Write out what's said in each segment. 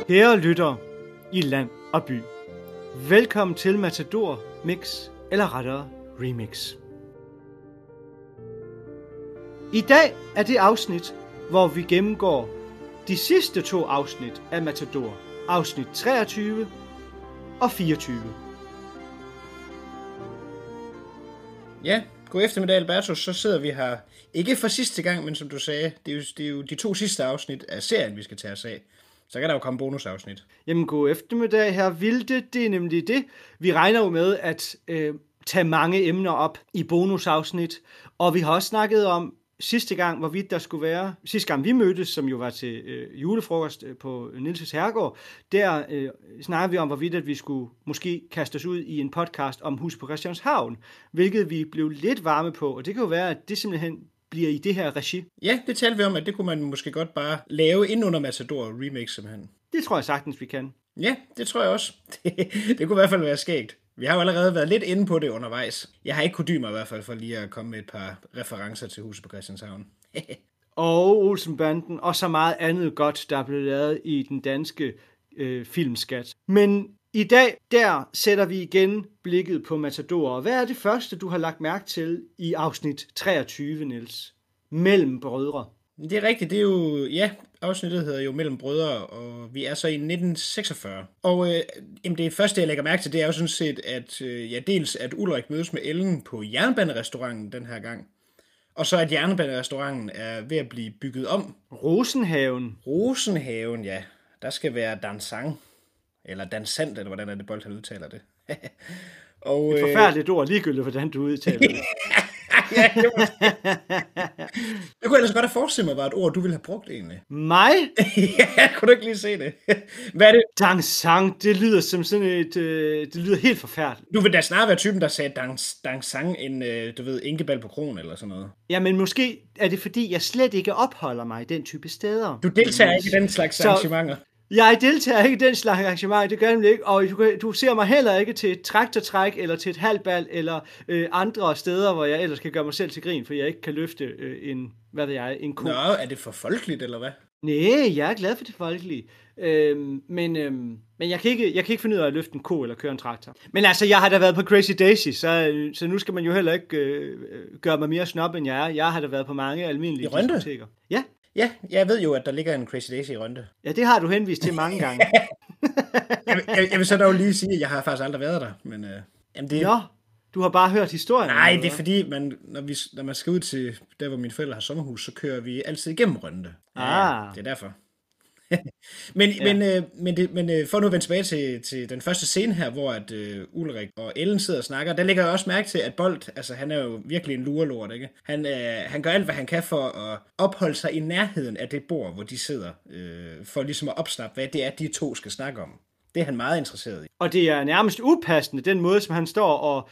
Kære lyttere i land og by, velkommen til Matador Mix, eller rettere Remix. I dag er det afsnit, hvor vi gennemgår de sidste 2 afsnit af Matador, afsnit 23 og 24. Ja, god eftermiddag Alberto, så sidder vi her, ikke for sidste gang, men som du sagde, det er jo de 2 sidste afsnit af serien, vi skal tage os af. Så kan der jo komme bonusafsnit. Jamen god eftermiddag her, Vilde, det er nemlig det. Vi regner jo med at tage mange emner op i bonusafsnit, og vi har også snakket om sidste gang, hvorvidt der skulle være, sidste gang vi mødtes, som jo var til julefrokost på Niels' Herregård, der snakkede vi om, hvorvidt at vi skulle måske kaste os ud i en podcast om Hus på Christianshavn, hvilket vi blev lidt varme på, og det kan jo være, at det simpelthen bliver i det her regi. Ja, det talte vi om, at det kunne man måske godt bare lave ind under Matador Remix simpelthen. Det tror jeg sagtens, vi kan. Ja, det tror jeg også. Det kunne i hvert fald være skægt. Vi har jo allerede været lidt inde på det undervejs. Jeg har ikke kunnet dybe mig i hvert fald for lige at komme med et par referencer til Huset på Christianshavn. Og Olsenbanden, og så meget andet godt, der er blevet lavet i den danske filmskat. Men i dag, der sætter vi igen blikket på Matador. Hvad er det første, du har lagt mærke til i afsnit 23, Niels? Mellem brødre. Det er rigtigt, det er jo, ja, afsnittet hedder jo Mellem brødre, og vi er så i 1946. Og det første, jeg lægger mærke til, det er jo sådan set, at dels at Ulrik mødes med Ellen på jernbanerestauranten den her gang, og så at jernbanerestauranten er ved at blive bygget om. Rosenhaven, ja. Der skal være dansang, eller dansant, eller hvordan er det, Bolt han udtaler det. Og, et forfærdeligt ord, ligegyldigt hvordan du udtaler det. Ja, det var... Jeg kunne ellers godt have forestillet mig, var et ord, du ville have brugt egentlig. Mig? Ja, kunne du ikke lige se det? Hvad er det? Dansang, det lyder som sådan et... det lyder helt forfærdeligt. Du vil da snarere være typen, der sagde dansang, end, du ved, enkebal på kronen eller sådan noget. Ja, men måske er det fordi, jeg slet ikke opholder mig i den type steder. Du deltager ikke i den slags arrangementer? Jeg deltager ikke i den slags arrangement, det gør jeg ikke, og du ser mig heller ikke til et traktortræk, eller til et halvbal, eller andre steder, hvor jeg ellers kan gøre mig selv til grin, for jeg ikke kan løfte en ko. Nå, er det for folkeligt, eller hvad? Nej, jeg er glad for det folkelige, men jeg kan ikke finde ud af at løfte en ko, eller køre en traktor. Men altså, jeg har da været på Crazy Daisy, så nu skal man jo heller ikke gøre mig mere snob, end jeg er. Jeg har da været på mange almindelige diskoteker. Ja. Ja, jeg ved jo, at der ligger en Crazy Daisy i Rønde. Ja, det har du henvist til mange gange. jeg vil så dog lige sige, at jeg har faktisk aldrig været der. Men, det... Nå, du har bare hørt historien? Nej, det er fordi, når man skal ud til der, hvor mine forældre har sommerhus, så kører vi altid igennem Rønde. Ja, det er derfor. Men for nu at vende tilbage til den første scene her, hvor at Ulrik og Ellen sidder og snakker, der lægger jeg også mærke til, at Bolt, altså han er jo virkelig en lurelort, ikke? Han gør alt, hvad han kan for at opholde sig i nærheden af det bord, hvor de sidder, for ligesom at opsnappe, hvad det er, de 2 skal snakke om. Det er han meget interesseret i. Og det er nærmest upassende, den måde, som han står og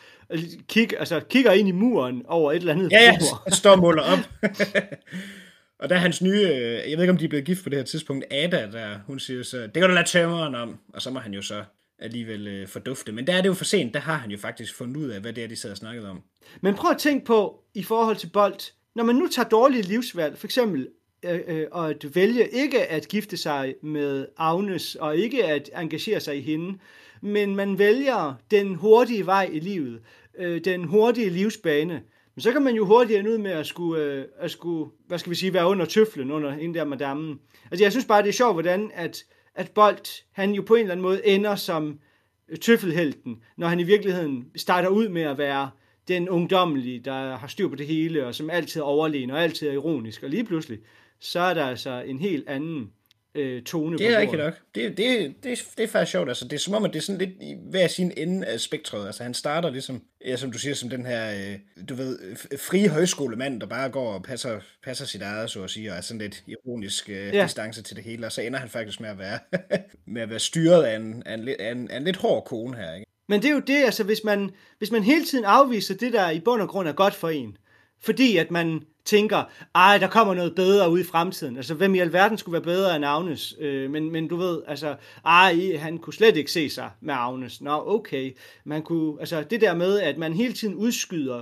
kigger ind i muren over et eller andet bord. Ja, står og måler op. Og der er hans nye, jeg ved ikke om de er blevet gift på det her tidspunkt, Ada, der hun siger så, det kan du lade tømmeren om, og så må han jo så alligevel fordufte. Men der er det jo for sent, der har han jo faktisk fundet ud af, hvad det er, de sidder og snakket om. Men prøv at tænke på, i forhold til Bolt, når man nu tager dårlige livsvalg, for eksempel at vælge ikke at gifte sig med Agnes, og ikke at engagere sig i hende, men man vælger den hurtige vej i livet, den hurtige livsbane, men så kan man jo hurtigt ende ud med at skulle hvad skal vi sige, være under tøflen, under hende der madammen. Altså jeg synes bare, det er sjovt, hvordan at Bolt, han jo på en eller anden måde ender som tøffelhelten, når han i virkeligheden starter ud med at være den ungdommelige, der har styr på det hele, og som altid er overlegen, og altid er ironisk, og lige pludselig, så er der altså en helt anden tone. Det er rigtigt nok. Det er faktisk sjovt. Altså, det er som om, at det er sådan lidt i hver sin ende af spektret. Altså, han starter ligesom, ja, som du siger, som den her, du ved, frie højskolemand, der bare går og passer sit eget, så at sige, og er sådan lidt ironisk distance til det hele, og så ender han faktisk med at være styret af en lidt hård kone her, ikke? Men det er jo det, altså, hvis man hele tiden afviser det, der i bund og grund er godt for en, fordi at man tænker, der kommer noget bedre ud i fremtiden. Altså, hvem i alverden skulle være bedre end Agnes? Men du ved, altså, han kunne slet ikke se sig med Agnes. Nå, okay. Man kunne, altså, det der med, at man hele tiden udskyder,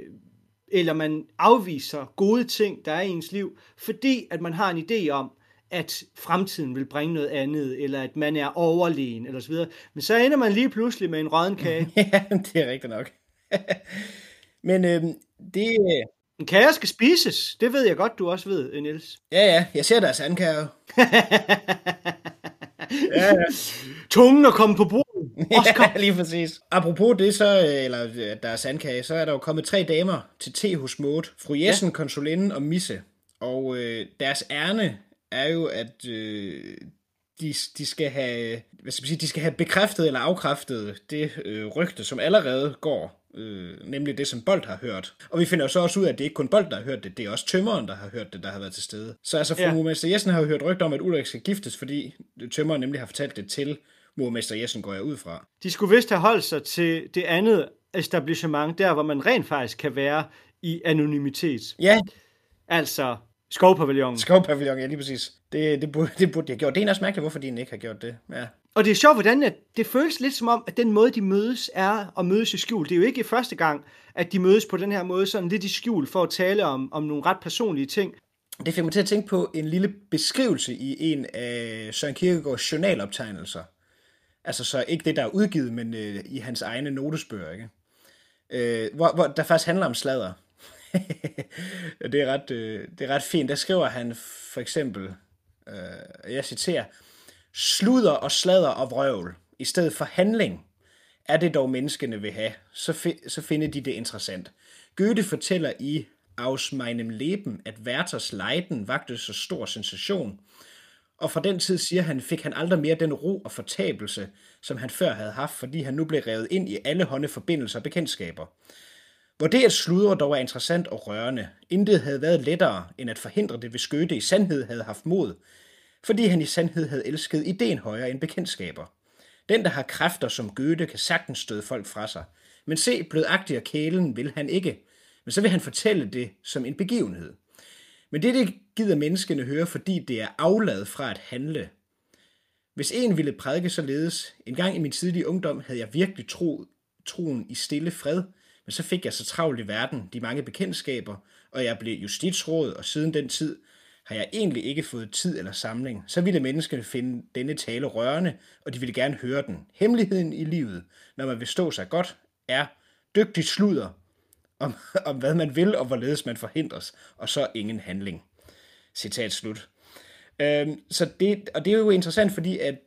eller man afviser gode ting, der er i ens liv, fordi at man har en idé om, at fremtiden vil bringe noget andet, eller at man er overlegen, eller så videre. Men så ender man lige pludselig med en rådden kage. Ja, det er rigtigt nok. Men det... En kage skal spises. Det ved jeg godt, du også ved, Niels. Ja, jeg ser deres sandkage. Ja. Tungen at komme på bordet. Ja, lige præcis. Apropos det så, eller der er sandkage, så er der jo kommet 3 damer til te hos Maud. Fru Jessen, Konsolinden og Misse. Og deres ærne er jo, at de skal have, de skal have bekræftet eller afkræftet det rygte, som allerede går. Nemlig det, som Bolt har hørt. Og vi finder jo så også ud af, at det ikke kun Bolt, der har hørt det, det er også tømmeren, der har hørt det, der har været til stede. Så altså, fru Murmester Jessen har jo hørt rygter om, at Ulrik skal giftes, fordi tømmeren nemlig har fortalt det til Murmester Jessen, går jeg ud fra. De skulle vist have holdt sig til det andet etablissement, der hvor man rent faktisk kan være i anonymitet. Ja. Altså Skovpavillonen. Skovpavillonen, ja, lige præcis. Det burde de have gjort. Det er også mærkeligt, hvorfor de ikke har gjort det. Ja. Og det er sjovt, hvordan at det føles lidt som om, at den måde, de mødes, er at mødes i skjul. Det er jo ikke første gang, at de mødes på den her måde, sådan lidt i skjul, for at tale om nogle ret personlige ting. Det fik mig til at tænke på en lille beskrivelse i en af Søren Kierkegaards journaloptegnelser. Altså så ikke det, der er udgivet, men i hans egne notesbøger, ikke? Hvor der faktisk handler om sladder. Det er ret fint. Der skriver han for eksempel, jeg citerer, sludder og sladder og vrøvl, i stedet for handling, er det dog menneskene vil have, så finder de det interessant. Goethe fortæller i Aus meinem Leben, at Werthers Leiden vagte så stor sensation, og fra den tid, siger han, fik han aldrig mere den ro og fortabelse, som han før havde haft, fordi han nu blev revet ind i alle hånde forbindelser og bekendtskaber. Hvor det at sludre dog er interessant og rørende, intet havde været lettere, end at forhindre det, hvis Goethe i sandhed havde haft mod, fordi han i sandhed havde elsket ideen højere end bekendtskaber. Den, der har kræfter som Goethe, kan sagtens støde folk fra sig. Men se, blødagtig og kælen vil han ikke. Men så vil han fortælle det som en begivenhed. Men det gider menneskene høre, fordi det er afladet fra at handle. Hvis en ville prædike således, en gang i min tidlige ungdom havde jeg virkelig troen i stille fred, men så fik jeg så travlt i verden, de mange bekendtskaber, og jeg blev justitsråd, og siden den tid har jeg egentlig ikke fået tid eller samling. Så ville menneskene finde denne tale rørende, og de ville gerne høre den. Hemmeligheden i livet, når man vil stå sig godt, er dygtigt sludder om hvad man vil, og hvorledes man forhindres, og så ingen handling. Citat slut. Så det er jo interessant, fordi at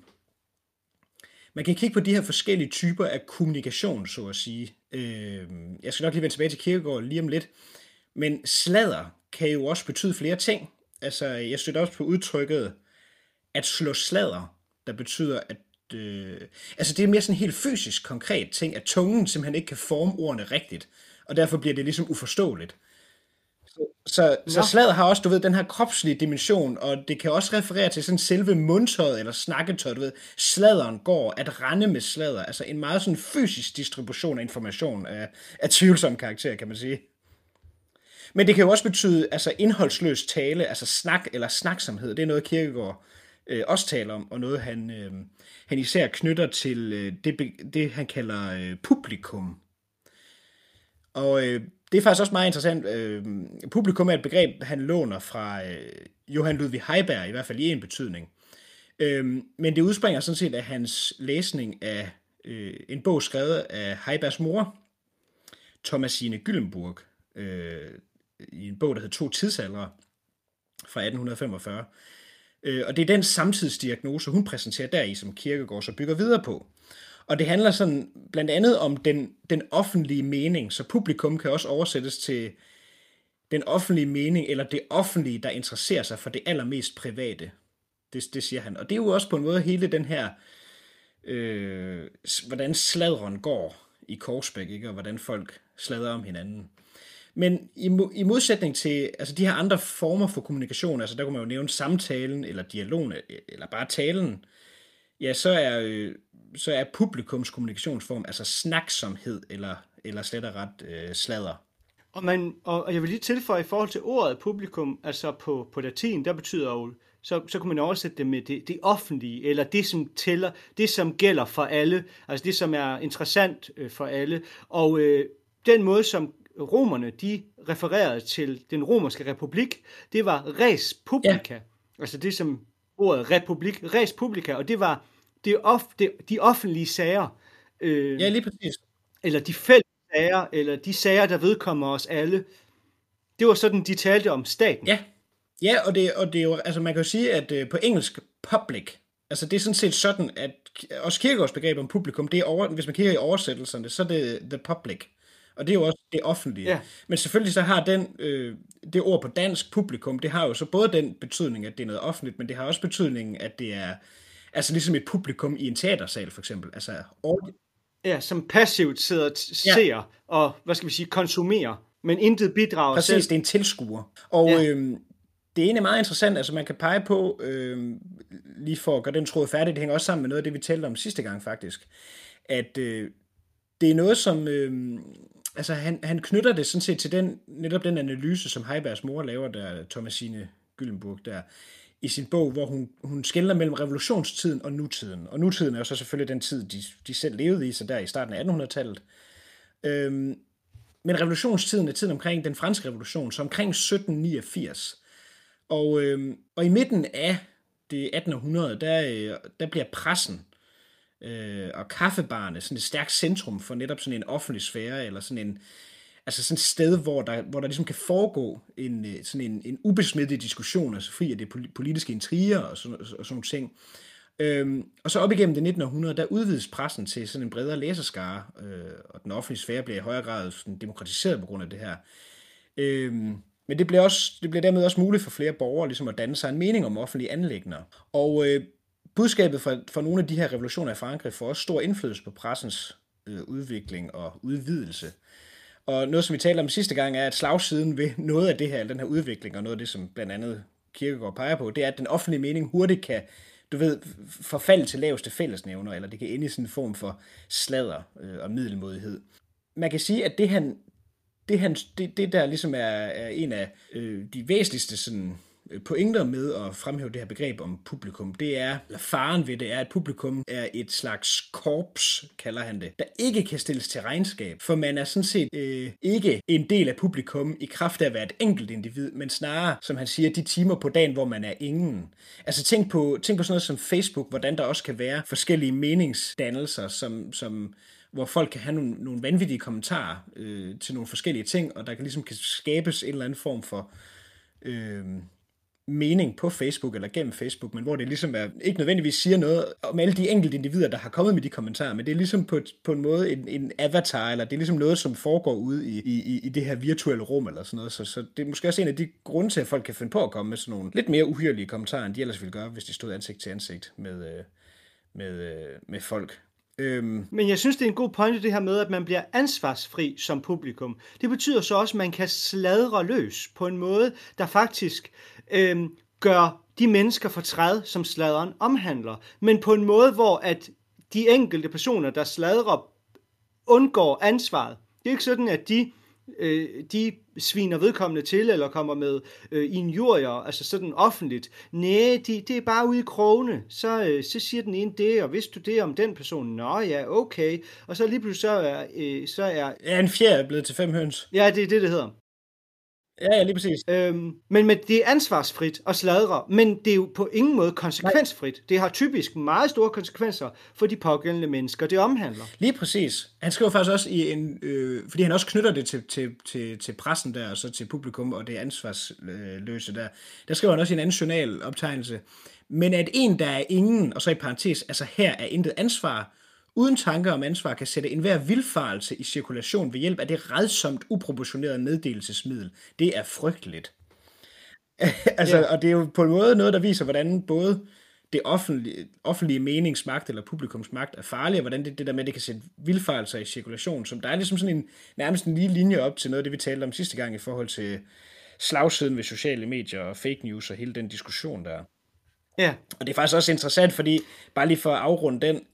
man kan kigge på de her forskellige typer af kommunikation, så at sige. Jeg skal nok lige vende tilbage til Kierkegaard lige om lidt, men sladder kan jo også betyde flere ting. Altså, jeg støtter også på udtrykket at slå sladder, der betyder, at altså det er mere sådan en helt fysisk konkret ting, at tungen simpelthen ikke kan forme ordene rigtigt, og derfor bliver det ligesom uforståeligt. Så sladder har også, du ved, den her kropslige dimension, og det kan også referere til sådan selve mundtøjet eller snakketøjet, du ved. Sladderen går at rende med sladder, altså en meget sådan fysisk distribution af information af tvivlsom karakter, kan man sige. Men det kan jo også betyde altså indholdsløs tale, altså snak eller snaksomhed. Det er noget, Kierkegaard også taler om, og noget han især knytter til det han kalder publikum. Og det er faktisk også meget interessant. Publikum er et begreb, han låner fra Johann Ludwig Heiberg, i hvert fald i en betydning. Men det udspringer sådan set af hans læsning af en bog skrevet af Heibergs mor, Thomasine Gyllenburg, i en bog, der hedder 2 tidsaldre fra 1845. Og det er den samtidsdiagnose, hun præsenterer deri, som Kierkegaard så bygger videre på. Og det handler sådan blandt andet om den offentlige mening, så publikum kan også oversættes til den offentlige mening, eller det offentlige, der interesserer sig for det allermest private. Det siger han. Og det er jo også på en måde hele den her, hvordan sladren går i Korsbæk, ikke? Og hvordan folk sladrer om hinanden. Men i modsætning til altså de her andre former for kommunikation, altså der kunne man jo nævne samtalen, eller dialogen, eller bare talen, ja, så er publikums kommunikationsform, altså snaksomhed, eller slet og ret sladder. Og jeg vil lige tilføje i forhold til ordet publikum, altså på latin, der betyder jo, så kunne man oversætte det med det offentlige, eller det som tæller, det som gælder for alle, altså det som er interessant for alle. Og den måde som romerne, de refererede til den romerske republik, det var res publica. Ja. Altså det som ordet res publica, og det var de offentlige sager, Ja, lige præcis. eller de fælles sager, eller de sager, der vedkommer os alle. Det var sådan, de talte om staten. Ja, ja, og det er jo, altså man kan jo sige, at på engelsk public, altså det er sådan set sådan, at også Kierkegaards begreb om publikum, det er hvis man kigger i oversættelserne, så er det the public, og det er jo også det offentlige. Ja. Men selvfølgelig så har det ord på dansk, publikum, det har jo så både den betydning, at det er noget offentligt, men det har også betydningen, at det er altså ligesom et publikum i en teatersal for eksempel. Altså, ja, som passivt sidder og ser og, hvad skal vi sige, konsumerer, men intet bidrager præcis, selv. Det er en tilskuer. Og det er egentlig meget interessant, altså man kan pege på, lige for at gøre den tråd færdig, det hænger også sammen med noget af det, vi talte om sidste gang faktisk, at det er noget, som, altså han knytter det sådan set til netop den analyse, som Heibergs mor laver, der Thomasine Gyllenburg, der i sin bog, hvor hun skelner mellem revolutionstiden og nutiden. Og nutiden er jo så selvfølgelig den tid, de selv levede i, så der i starten af 1800-tallet. Men revolutionstiden er tiden omkring den franske revolution, så omkring 1789. Og i midten af det 1800, der bliver pressen og kaffebarne sådan et stærkt centrum for netop sådan en offentlig sfære, eller sådan et sted, hvor der ligesom kan foregå en ubesmittet diskussion, altså fri af det politiske intriger og sådan nogle ting. Og så op igennem det 1900, der udvides pressen til sådan en bredere læserskare, og den offentlige sfære bliver i højere grad sådan demokratiseret på grund af det her. Men det bliver dermed også muligt for flere borgere ligesom at danne sig en mening om offentlige anliggender. Og budskabet fra nogle af de her revolutioner i Frankrig får også stor indflydelse på pressens udvikling og udvidelse. Og noget, som vi talte om sidste gang, er, at slagsiden ved noget af det her, den her udvikling, og noget af det, som blandt andet Kierkegaard peger på, det er, at den offentlige mening hurtigt kan, forfalde til laveste fællesnævner, eller det kan ende i sådan en form for sladder og middelmådighed. Man kan sige, at det der ligesom er en af de væsentligste sådan pointer med at fremhæve det her begreb om publikum, det er, eller faren ved det er, at publikum er et slags korps, kalder han det, der ikke kan stilles til regnskab, for man er sådan set ikke en del af publikum i kraft af at være et enkelt individ, men snarere, som han siger, de timer på dagen, hvor man er ingen. Altså tænk på sådan noget som Facebook, hvordan der også kan være forskellige meningsdannelser, som hvor folk kan have nogle vanvittige kommentarer til nogle forskellige ting, og der kan ligesom kan skabes en eller anden form for mening på Facebook eller gennem Facebook, men hvor det ligesom ikke nødvendigvis siger noget om alle de enkelte individer, der har kommet med de kommentarer, men det er ligesom på en måde en avatar, eller det er ligesom noget, som foregår ude i det her virtuelle rum, eller sådan noget, så det er måske også en af de grunde til, at folk kan finde på at komme med sådan nogle lidt mere uhyrlige kommentarer, end de ellers ville gøre, hvis de stod ansigt til ansigt med folk. Men jeg synes, det er en god pointe, det her med, at man bliver ansvarsfri som publikum. Det betyder så også, at man kan sladre løs på en måde, der faktisk gør de mennesker fortræd, som sladren omhandler. Men på en måde, hvor at de enkelte personer, der sladrer, undgår ansvaret. Det er ikke sådan, at de sviner vedkommende til, eller kommer med injurier, altså sådan offentligt. Nej, det er bare ude i krogene. Så siger den ene det, og vidste du det om den person? Nå ja, okay. Og så lige pludselig så er ja, en fjer er blevet til 5 høns. Ja, det er det hedder. Ja, lige præcis. Men det er ansvarsfrit at sladre, men det er jo på ingen måde konsekvensfrit. Nej. Det har typisk meget store konsekvenser for de pågældende mennesker, det omhandler. Lige præcis. Han skriver faktisk også fordi han også knytter det til pressen der, og så til publikum, og det ansvarsløse der. Der skriver han også i en anden journaloptegnelse, men at en, der er ingen, og så i parentes, altså her er intet ansvar, uden tanker om ansvar kan sætte enhver vildfarelse i cirkulation ved hjælp af det rædsomt uproportionerede meddelelsesmiddel. Det er frygteligt. Altså, og det er jo på en måde noget, der viser, hvordan både det offentlige meningsmagt eller publikumsmagt er farligt, og hvordan det der med, det kan sætte vildfarelser i cirkulation, som der er ligesom sådan nærmest en lige linje op til noget af det, vi talte om sidste gang i forhold til slagsiden ved sociale medier og fake news og hele den diskussion der. Ja. Og det er faktisk også interessant, fordi bare lige for at afrunde den,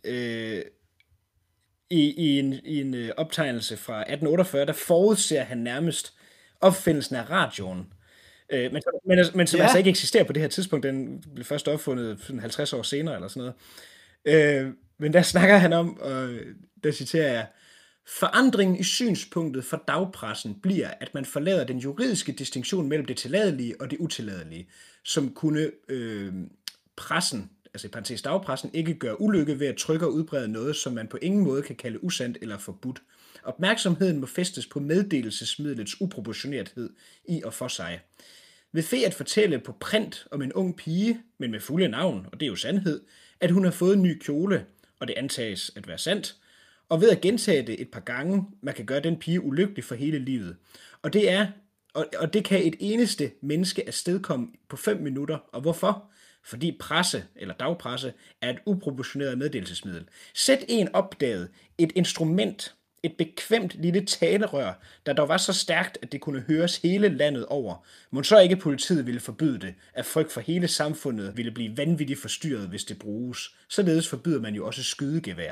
i en optegnelse fra 1848, der forudser han nærmest opfindelsen af radioen. Men som altså ikke eksisterer på det her tidspunkt. Den blev først opfundet 50 år senere eller sådan noget. Men der snakker han om, og der citerer jeg, Forandringen i synspunktet for dagspressen bliver, at man forlader den juridiske distinktion mellem det tilladelige og det utilladelige, som kunne pressen, altså i parentes dagspressen, ikke gøre ulykke ved at trykke og udbrede noget, som man på ingen måde kan kalde usandt eller forbudt. Opmærksomheden må festes på meddelelsesmidlets uproportionerthed i og for sig. Ved fe at fortælle på print om en ung pige, men med fulde navn, og det er jo sandhed, at hun har fået en ny kjole, og det antages at være sandt, og ved at gentage det et par gange, man kan gøre den pige ulykkelig for hele livet. Og det kan et eneste menneske afstedkomme på 5 minutter. Og hvorfor? Fordi presse, eller dagpresse, er et uproportioneret meddelelsesmiddel. Sæt en opdaget et instrument, et bekvemt lille talerør, der dog var så stærkt, at det kunne høres hele landet over. Mon så ikke politiet ville forbyde det, at frygt for hele samfundet ville blive vanvittigt forstyrret, hvis det bruges. Således forbyder man jo også skydegevær.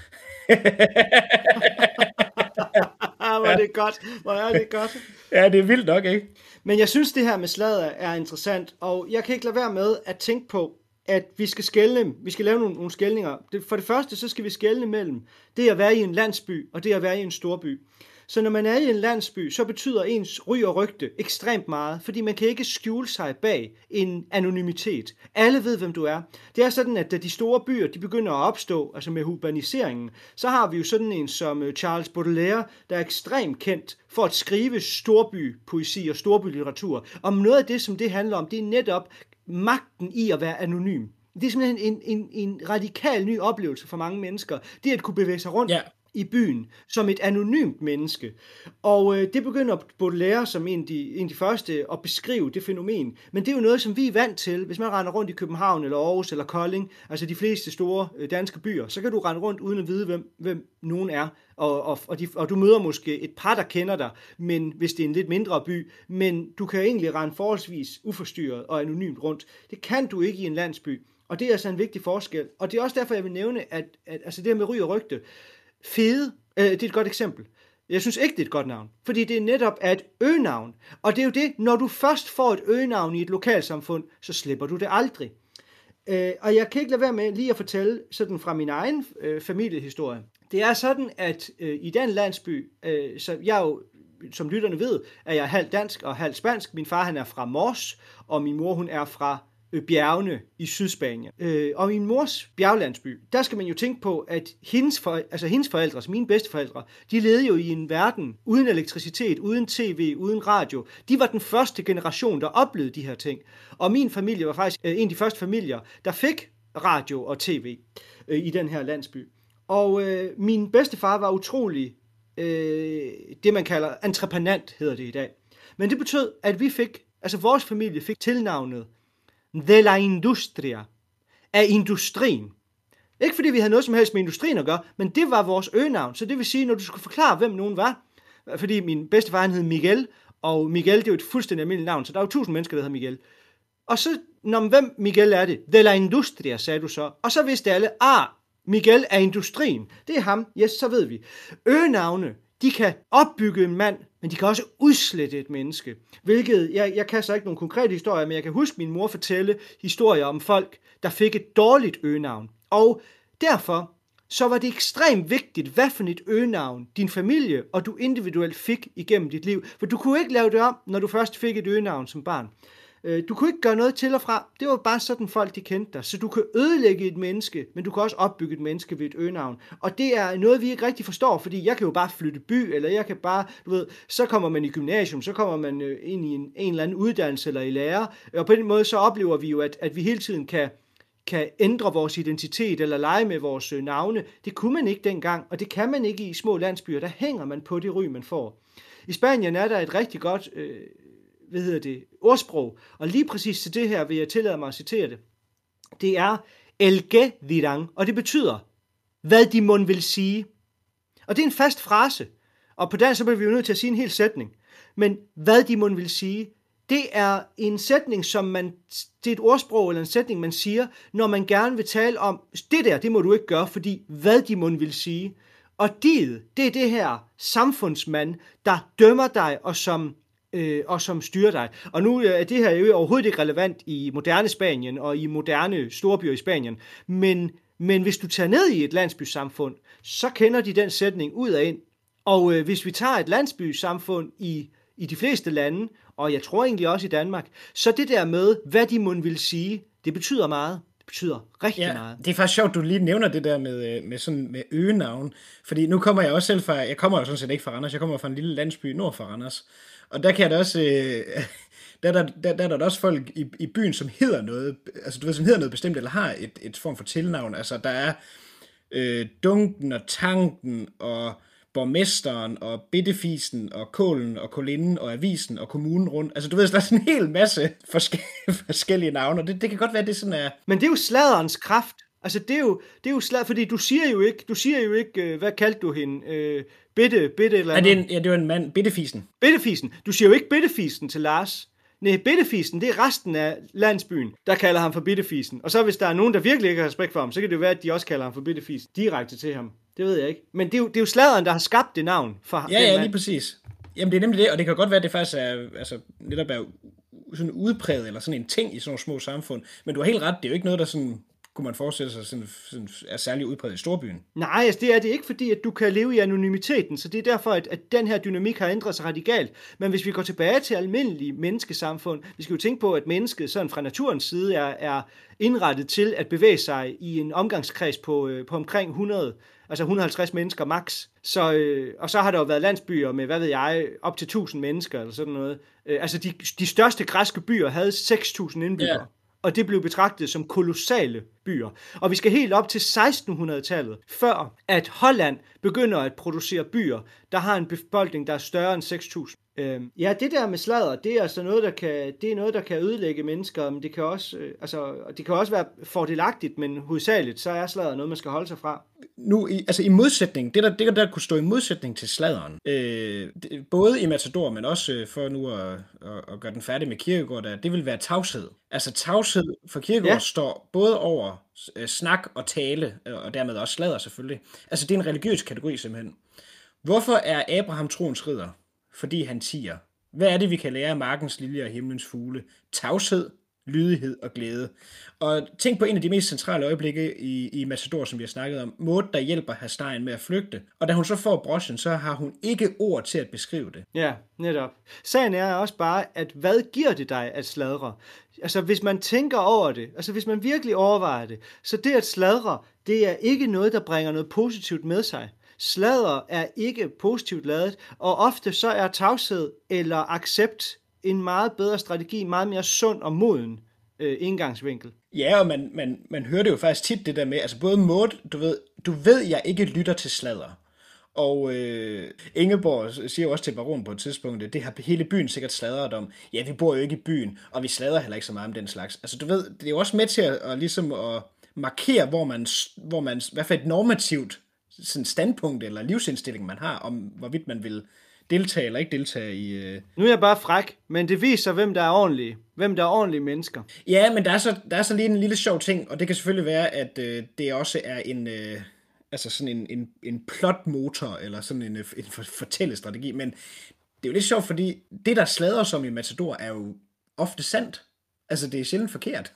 Hvor er det godt. Hvor er det godt. Ja, det er vildt nok, ikke? Men jeg synes, det her med sladder er interessant, og jeg kan ikke lade være med at tænke på, at vi skal lave nogle skelninger. For det første, så skal vi skelne mellem det at være i en landsby, og det at være i en storby. Så når man er i en landsby, så betyder ens ry og rygte ekstremt meget, fordi man kan ikke skjule sig bag en anonymitet. Alle ved, hvem du er. Det er sådan, at da de store byer de begynder at opstå, altså med urbaniseringen, så har vi jo sådan en som Charles Baudelaire, der er ekstremt kendt for at skrive storbypoesi og storbylitteratur. Om noget af det, som det handler om, det er netop magten i at være anonym. Det er simpelthen en radikal ny oplevelse for mange mennesker. Det at kunne bevæge sig rundt i byen som et anonymt menneske. Og det begynder Baudelaire som en af de første at beskrive det fænomen. Men det er jo noget, som vi er vant til. Hvis man render rundt i København eller Aarhus eller Kolding, altså de fleste store danske byer, så kan du rende rundt uden at vide, hvem nogen er. Og du møder måske et par, der kender dig, men hvis det er en lidt mindre by, men du kan egentlig rende forholdsvis uforstyrret og anonymt rundt. Det kan du ikke i en landsby. Og det er altså en vigtig forskel. Og det er også derfor, jeg vil nævne, at altså det her med ry og rygte, Fede, det er et godt eksempel. Jeg synes ikke, det er et godt navn, fordi det netop er et øgenavn. Og det er jo det, når du først får et øgenavn i et lokalsamfund, så slipper du det aldrig. Og jeg kan ikke lade være med lige at fortælle sådan fra min egen familiehistorie. Det er sådan, at i den landsby, så jeg jo, som lytterne ved, er jeg halvt dansk og halvt spansk. Min far han er fra Mors, og min mor hun er fra bjergene i Sydspanien. Og min mors bjerglandsby, der skal man jo tænke på, at hendes forældre, altså mine bedsteforældre, de levede jo i en verden uden elektricitet, uden tv, uden radio. De var den første generation, der oplevede de her ting. Og min familie var faktisk en af de første familier, der fik radio og tv i den her landsby. Og min bedstefar var utrolig, det man kalder entreprenant, hedder det i dag. Men det betød, at vores familie fik tilnavnet de la industria, af industrien. Ikke fordi vi havde noget som helst med industrien at gøre, men det var vores øgenavn. Så det vil sige, når du skulle forklare, hvem nogen var, fordi min bedstefar han hed Miguel, og Miguel det er jo et fuldstændig almindeligt navn, så der er jo 1000 mennesker, der hedder Miguel. Og så, hvem Miguel er det? De la industria, sagde du så. Og så vidste alle, Miguel er industrien. Det er ham. Yes, så ved vi. Øgenavne, de kan opbygge en mand, men de kan også udslette et menneske. Hvilket, jeg kan så ikke nogen konkrete historier, men jeg kan huske min mor fortælle historier om folk, der fik et dårligt øgenavn. Og derfor så var det ekstremt vigtigt, hvad for et øgenavn din familie og du individuelt fik igennem dit liv. For du kunne ikke lave det om, når du først fik et øgenavn som barn. Du kunne ikke gøre noget til og fra. Det var bare sådan folk, de kendte dig. Så du kan ødelægge et menneske, men du kan også opbygge et menneske ved et øgenavn. Og det er noget, vi ikke rigtig forstår, fordi jeg kan jo bare flytte by, eller jeg kan bare, så kommer man i gymnasium, så kommer man ind i en eller anden uddannelse eller i lære. Og på den måde, så oplever vi jo, at vi hele tiden kan ændre vores identitet eller lege med vores navne. Det kunne man ikke dengang, og det kan man ikke i små landsbyer. Der hænger man på det ry, man får. I Spanien er der et rigtig godt ordsprog, og lige præcis til det her vil jeg tillade mig at citere det. Det er el que dirán, og det betyder, hvad de mon vil sige. Og det er en fast frase, og på dansk så bliver vi jo nødt til at sige en hel sætning. Men hvad de mon vil sige, det er en sætning, det er et ordsprog eller en sætning, man siger, når man gerne vil tale om, det må du ikke gøre, fordi hvad de mon vil sige. Og det er det her samfundsmand, der dømmer dig og som styrer dig. Og nu er det her jo overhovedet ikke relevant i moderne Spanien og i moderne storbyer i Spanien, men hvis du tager ned i et landsbysamfund, så kender de den sætning ud af ind. Og hvis vi tager et landsbysamfund i de fleste lande, og jeg tror egentlig også i Danmark, så det der med, hvad de mon vil sige, det betyder meget. Det betyder rigtig meget. Det er faktisk sjovt, du lige nævner det der med øgenavn, fordi nu kommer jeg også selv fra, jeg kommer jo sådan set ikke fra Randers, jeg kommer fra en lille landsby nord for Randers, og der kan jeg da også, der er der også folk i byen, som hedder noget, altså du ved, som hedder noget bestemt, eller har et form for tilnavn, altså der er Dunken og Tanken og borgmesteren og Bittefisen og Kålen og Kolinden og Avisen og kommunen rundt. Altså du ved, der er sådan en hel masse forskellige navne, og det kan godt være, det sådan er... Men det er jo sladderens kraft. Altså det er jo sladder, fordi du siger jo ikke, hvad kaldte du hende? Bitte eller andet? Det var en mand, Bittefisen. Bittefisen. Du siger jo ikke Bittefisen til Lars. Nej, Bittefisen, det er resten af landsbyen, der kalder ham for Bittefisen. Og så hvis der er nogen, der virkelig ikke har respekt for ham, så kan det jo være, at de også kalder ham for Bittefisen direkte til ham. Det ved jeg ikke. Men det er jo sladderen, der har skabt det navn for ham. Ja, lige præcis. Jamen det er nemlig det, og det kan godt være, at det faktisk er, altså, netop er sådan udpræget, eller sådan en ting i sådan nogle små samfund. Men du har helt ret, det er jo ikke noget, der sådan, kunne man forestille sig, sådan er særlig udpræget i storbyen. Nej, altså det er det ikke, fordi at du kan leve i anonymiteten, så det er derfor, at den her dynamik har ændret sig radikalt. Men hvis vi går tilbage til almindelige menneskesamfund, vi skal jo tænke på, at mennesket sådan fra naturens side er indrettet til at bevæge sig i en omgangskreds på omkring 100, altså 150 mennesker max. Og så har der jo været landsbyer med, hvad ved jeg, op til 1000 mennesker eller sådan noget. Altså de største græske byer havde 6000 indbyggere. Ja. Og det blev betragtet som kolossale byer. Og vi skal helt op til 1600-tallet, før at Holland begynder at producere byer, der har en befolkning, der er større end 6.000. Ja, det der med sladder, det er altså noget, der kan ødelægge mennesker, men det kan også være fordelagtigt, men hovedsageligt, så er sladder noget, man skal holde sig fra. Nu, i modsætning, det der kunne stå i modsætning til sladderen, både i Matador, men også for nu at gøre den færdig med Kierkegaard, det vil være tavshed. Altså tavshed for Kierkegaard står både over snak og tale, og dermed også sladder selvfølgelig. Altså det er en religiøs kategori simpelthen. Hvorfor er Abraham troens ridder? Fordi han tier. Hvad er det, vi kan lære af markens liljer og himlens fugle? Tavshed, lydighed og glæde. Og tænk på en af de mest centrale øjeblikke i Matador, som vi har snakket om. Maud, der hjælper Hastein med at flygte. Og da hun så får brochen, så har hun ikke ord til at beskrive det. Ja, netop. Sagen er også bare, at hvad giver det dig at sladre? Altså hvis man tænker over det, altså hvis man virkelig overvejer det, så det at sladre, det er ikke noget, der bringer noget positivt med sig. Sladder er ikke positivt ladet, og ofte så er tavshed eller accept en meget bedre strategi, meget mere sund og moden indgangsvinkel. Ja, og man hører det jo faktisk tit det der med, altså både Maud, du ved jeg ikke lytter til sladder. Og Ingeborg siger jo også til baron på et tidspunkt, at det har hele byen sikkert sladret om. Ja, vi bor jo ikke i byen, og vi sladrer heller ikke så meget om den slags. Altså du ved, det er jo også med til at ligesom at markere, hvor man i hvert fald et normativt sådan standpunkt eller livsindstilling, man har, om hvorvidt man vil deltage eller ikke deltage i... Nu er jeg bare fræk, men det viser, hvem der er ordentlige. Hvem der er ordentlige mennesker. Ja, men der er så lige en lille sjov ting, og det kan selvfølgelig være, at det også er en... altså sådan en plotmotor, eller sådan en fortællestrategi, men det er jo lidt sjovt, fordi det, der sladrer som i Matador, er jo ofte sandt. Altså, det er sjældent forkert.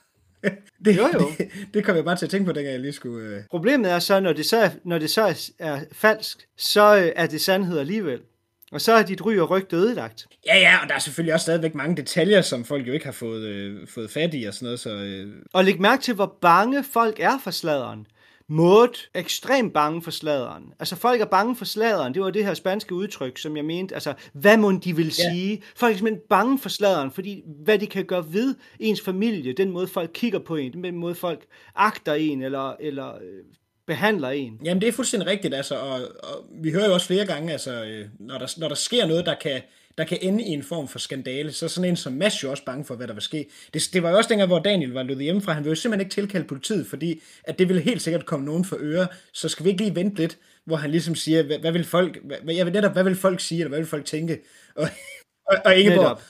Det kom jeg bare til at tænke på, dengang jeg lige skulle... Problemet er så, når det så er falsk, så er det sandhed alligevel. Og så er dit ry og rygte ødelagt. Ja, og der er selvfølgelig også stadigvæk mange detaljer, som folk jo ikke har fået fat i og sådan noget. Så, Og læg mærke til, hvor bange folk er for sladderen. Maud er ekstremt bange for sladderen. Altså folk er bange for sladderen. Det var det her spanske udtryk, som jeg mente. Altså, hvad må de vil sige? Folk er simpelthen bange for sladderen, fordi hvad de kan gøre ved ens familie, den måde folk kigger på en, den måde folk agter en, eller behandler en. Jamen det er fuldstændig rigtigt, altså, og vi hører jo også flere gange, altså, når der sker noget, der kan ende i en form for skandale, så sådan en som Mads jo også bange for, hvad der vil ske. Det var jo også dengang, hvor Daniel var løbet hjemmefra, han ville jo simpelthen ikke tilkalde politiet, fordi at det ville helt sikkert komme nogen for øre, så skal vi ikke lige vente lidt, hvor han ligesom siger, hvad vil folk sige, eller hvad vil folk tænke? Og Ingeborg,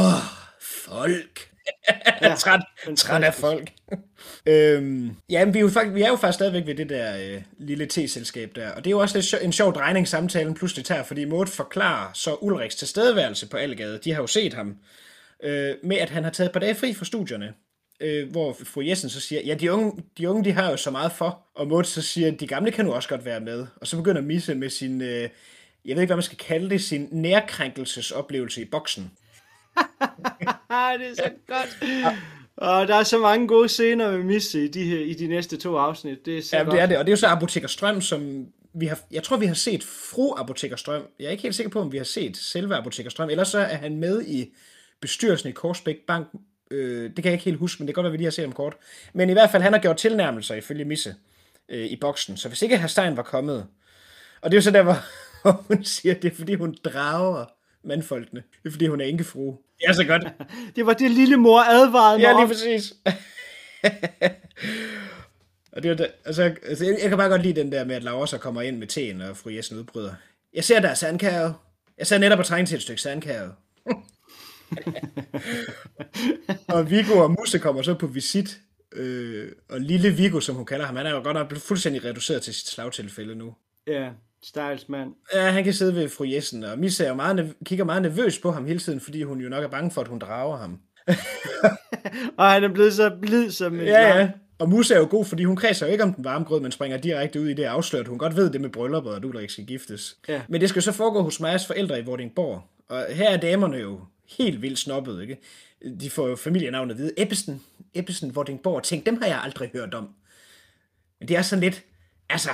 folk... træt af folk. Ja, men vi er jo faktisk stadigvæk ved det der lille te-selskab der, og det er jo også lidt en sjov drejning samtalen pludselig tager, fordi Maud forklarer så Ulriks tilstedeværelse på Allegade, de har jo set ham, med at han har taget et par dage fri fra studierne, hvor fru Jessen så siger, ja, de unge de har jo så meget for, og Maud så siger, de gamle kan nu også godt være med, og så begynder Misse med sin jeg ved ikke, hvad man skal kalde det, sin nærkrænkelsesoplevelse i boksen. Det er så godt. Og der er så mange gode scener med Misse i de næste 2 afsnit. Det er så godt. Det er det, og det er jo så Apotheker Strøm, som jeg tror, vi har set fru Apotheker Strøm. Jeg er ikke helt sikker på, om vi har set selve Apotheker Strøm. Ellers så er han med i bestyrelsen i Korsbæk Bank. Det kan jeg ikke helt huske, men det kan godt være, vi lige har set ham kort. Men i hvert fald, han har gjort tilnærmelser ifølge Misse i boksen. Så hvis ikke Hr. Stein var kommet, og det er jo så der, hvor hun siger, det er fordi, hun drager mandfolkene. Det er fordi, hun er enkefrue. Det er så godt. Det var det, lille mor advarede mig. Ja, lige præcis. Og det var altså, jeg kan bare godt lide den der med, at Laura så kommer ind med teen, og fru Jessen udbryder. Jeg ser der sandkage. Jeg ser netop at trænge til et stykke sandkage. Og Viggo og Musse kommer så på visit. Og lille Viggo, som hun kalder ham, han er jo godt nok fuldstændig reduceret til sit slagtilfælde nu. Ja, stakkels mand. Ja, han kan sidde ved fru Jessen, og Misse er jo kigger meget nervøs på ham hele tiden, fordi hun jo nok er bange for, at hun drager ham. Og han er blevet så blid som en ja. Og Musse er jo god, fordi hun kredser jo ikke om den varme grød, men springer direkte ud i det afsløret. Hun godt ved det med bryllupet, og Ulrik skal giftes. Ja. Men det skal så foregå hos Majas forældre i Vordingborg. Og her er damerne jo helt vildt snobbet, ikke? De får jo familienavnet at vide. Ebbesen, Vordingborg. Tænk, dem har jeg aldrig hørt om. Men det er sådan lidt, altså,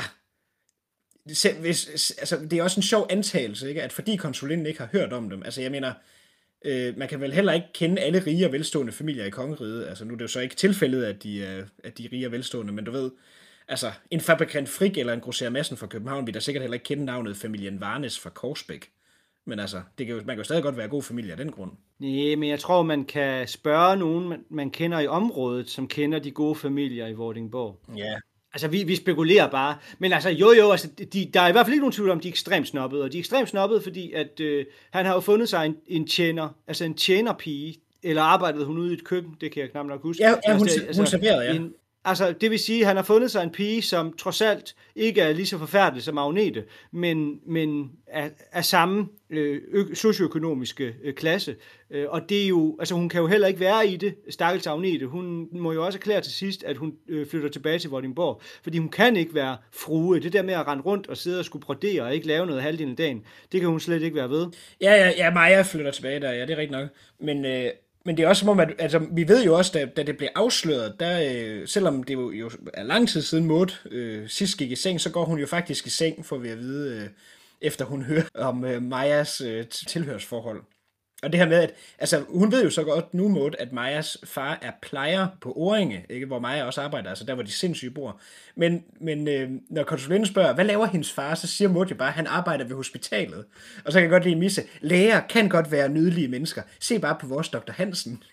det er også en sjov antagelse, ikke? At fordi konsulinden ikke har hørt om dem. Altså, jeg mener, man kan vel heller ikke kende alle rige og velstående familier i kongeriget. Altså, nu er det jo så ikke tilfældet, at de er rige og velstående, men du ved, altså, en fabrikant Frik eller en grosserer Madsen fra København vil da sikkert heller ikke kende navnet familien Varnes fra Korsbæk. Men altså, man kan jo stadig godt være god familie af den grund. Nej, men jeg tror, man kan spørge nogen, man kender i området, som kender de gode familier i Vordingborg. Ja. Altså, vi spekulerer bare. Men altså, altså, der er i hvert fald ikke nogen tvivl om, de er ekstremt snobbede. Og de er ekstremt snobbede, fordi at han har jo fundet sig en tjenerpige, eller arbejdede hun ude i et køkken, det kan jeg knap nok huske. Ja, hun serverede, ja. Altså, det vil sige, at han har fundet sig en pige, som trods alt ikke er lige så forfærdelig som Agnete, men er samme socioøkonomiske klasse. Og det er jo, altså hun kan jo heller ikke være i det, stakkels Agnete. Hun må jo også erklære til sidst, at hun flytter tilbage til Vordingborg, fordi hun kan ikke være frue. Det der med at rende rundt og sidde og skulle brodere og ikke lave noget halvdelen af dagen, det kan hun slet ikke være ved. Ja, Maja flytter tilbage der, ja, det er rigtigt nok. Men det er også som om, at altså, vi ved jo også, da det blev afsløret, der, selvom det jo er lang tid siden Maud sidst gik i seng, så går hun jo faktisk i seng, får vi at vide, efter hun hører om Majas tilhørsforhold. Og det her med, at altså, hun ved jo så godt nu, Maud, at Majas far er plejer på Åringe, ikke, hvor Maja også arbejder, altså der, hvor de sindssyge bor. Men når konsulinden spørger, hvad laver hendes far, så siger Maud jo bare, at han arbejder ved hospitalet. Og så kan jeg godt lide Misse, læger kan godt være nydelige mennesker. Se bare på vores Dr. Hansen.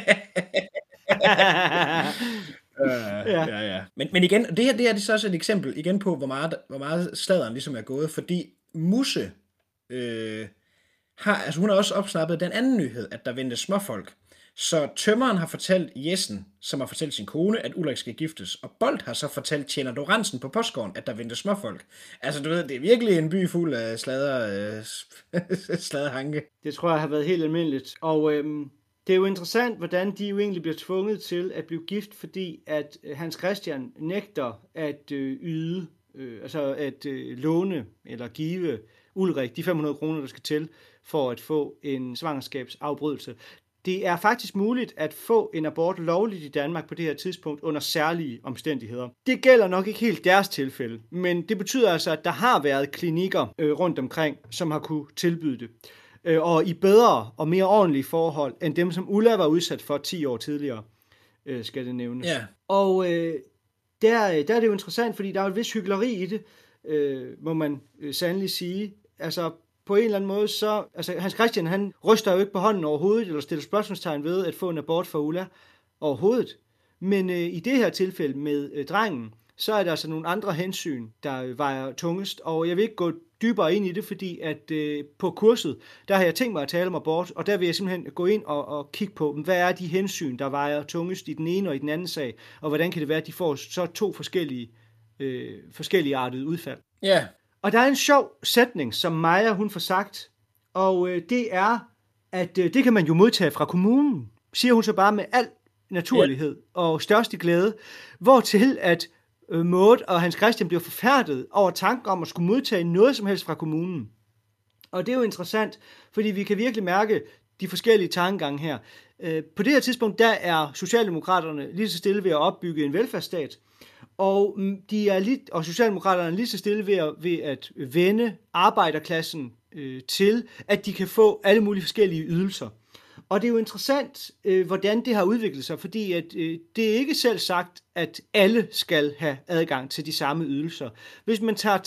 Ja. Men igen, det her er så også et eksempel igen på, hvor meget sladeren ligesom er gået, fordi Musse hun har også opsnappet den anden nyhed, at der ventes småfolk. Så tømmeren har fortalt Jessen, som har fortalt sin kone, at Ulrik skal giftes, og Bolt har så fortalt Tjener Lorentzen på postgården, at der ventes småfolk. Altså du ved, det er virkelig en by fuld af sladerhanke. Det tror jeg har været helt almindeligt, og det er jo interessant, hvordan de jo egentlig bliver tvunget til at blive gift, fordi at Hans Christian nægter at yde, altså at låne eller give Ulrik de 500 kroner, der skal til for at få en svangerskabsafbrydelse. Det er faktisk muligt at få en abort lovligt i Danmark på det her tidspunkt under særlige omstændigheder. Det gælder nok ikke helt deres tilfælde, men det betyder altså, at der har været klinikker rundt omkring, som har kunne tilbyde det. Og i bedre og mere ordentlige forhold, end dem, som Ulla var udsat for 10 år tidligere, skal det nævnes. Yeah. Og der er det jo interessant, fordi der er et vis hykleri i det, må man sandelig sige. Altså på en eller anden måde, så altså Hans Christian, han ryster jo ikke på hånden overhovedet, eller stiller spørgsmålstegn ved at få en abort for Ulla overhovedet. Men i det her tilfælde med drengen, så er der altså nogle andre hensyn, der vejer tungest, og jeg vil ikke gå dybere ind i det, fordi at på kurset, der har jeg tænkt mig at tale om abort, og der vil jeg simpelthen gå ind og kigge på, hvad er de hensyn, der vejer tungest i den ene og i den anden sag, og hvordan kan det være, at de får så 2 forskellige artede udfald. Ja. Yeah. Og der er en sjov sætning, som Maja hun får sagt, og det er, at det kan man jo modtage fra kommunen, siger hun så bare med al naturlighed og største glæde, hvortil at Maud og Hans Christian bliver forfærdet over tanken om at skulle modtage noget som helst fra kommunen. Og det er jo interessant, fordi vi kan virkelig mærke de forskellige tankegange her. På det her tidspunkt, der er Socialdemokraterne lige så stille ved at opbygge en velfærdsstat, og Socialdemokraterne er lige så stille ved at vende arbejderklassen til, at de kan få alle mulige forskellige ydelser. Og det er jo interessant, hvordan det har udviklet sig, fordi at, det er ikke selv sagt, at alle skal have adgang til de samme ydelser. Hvis man tager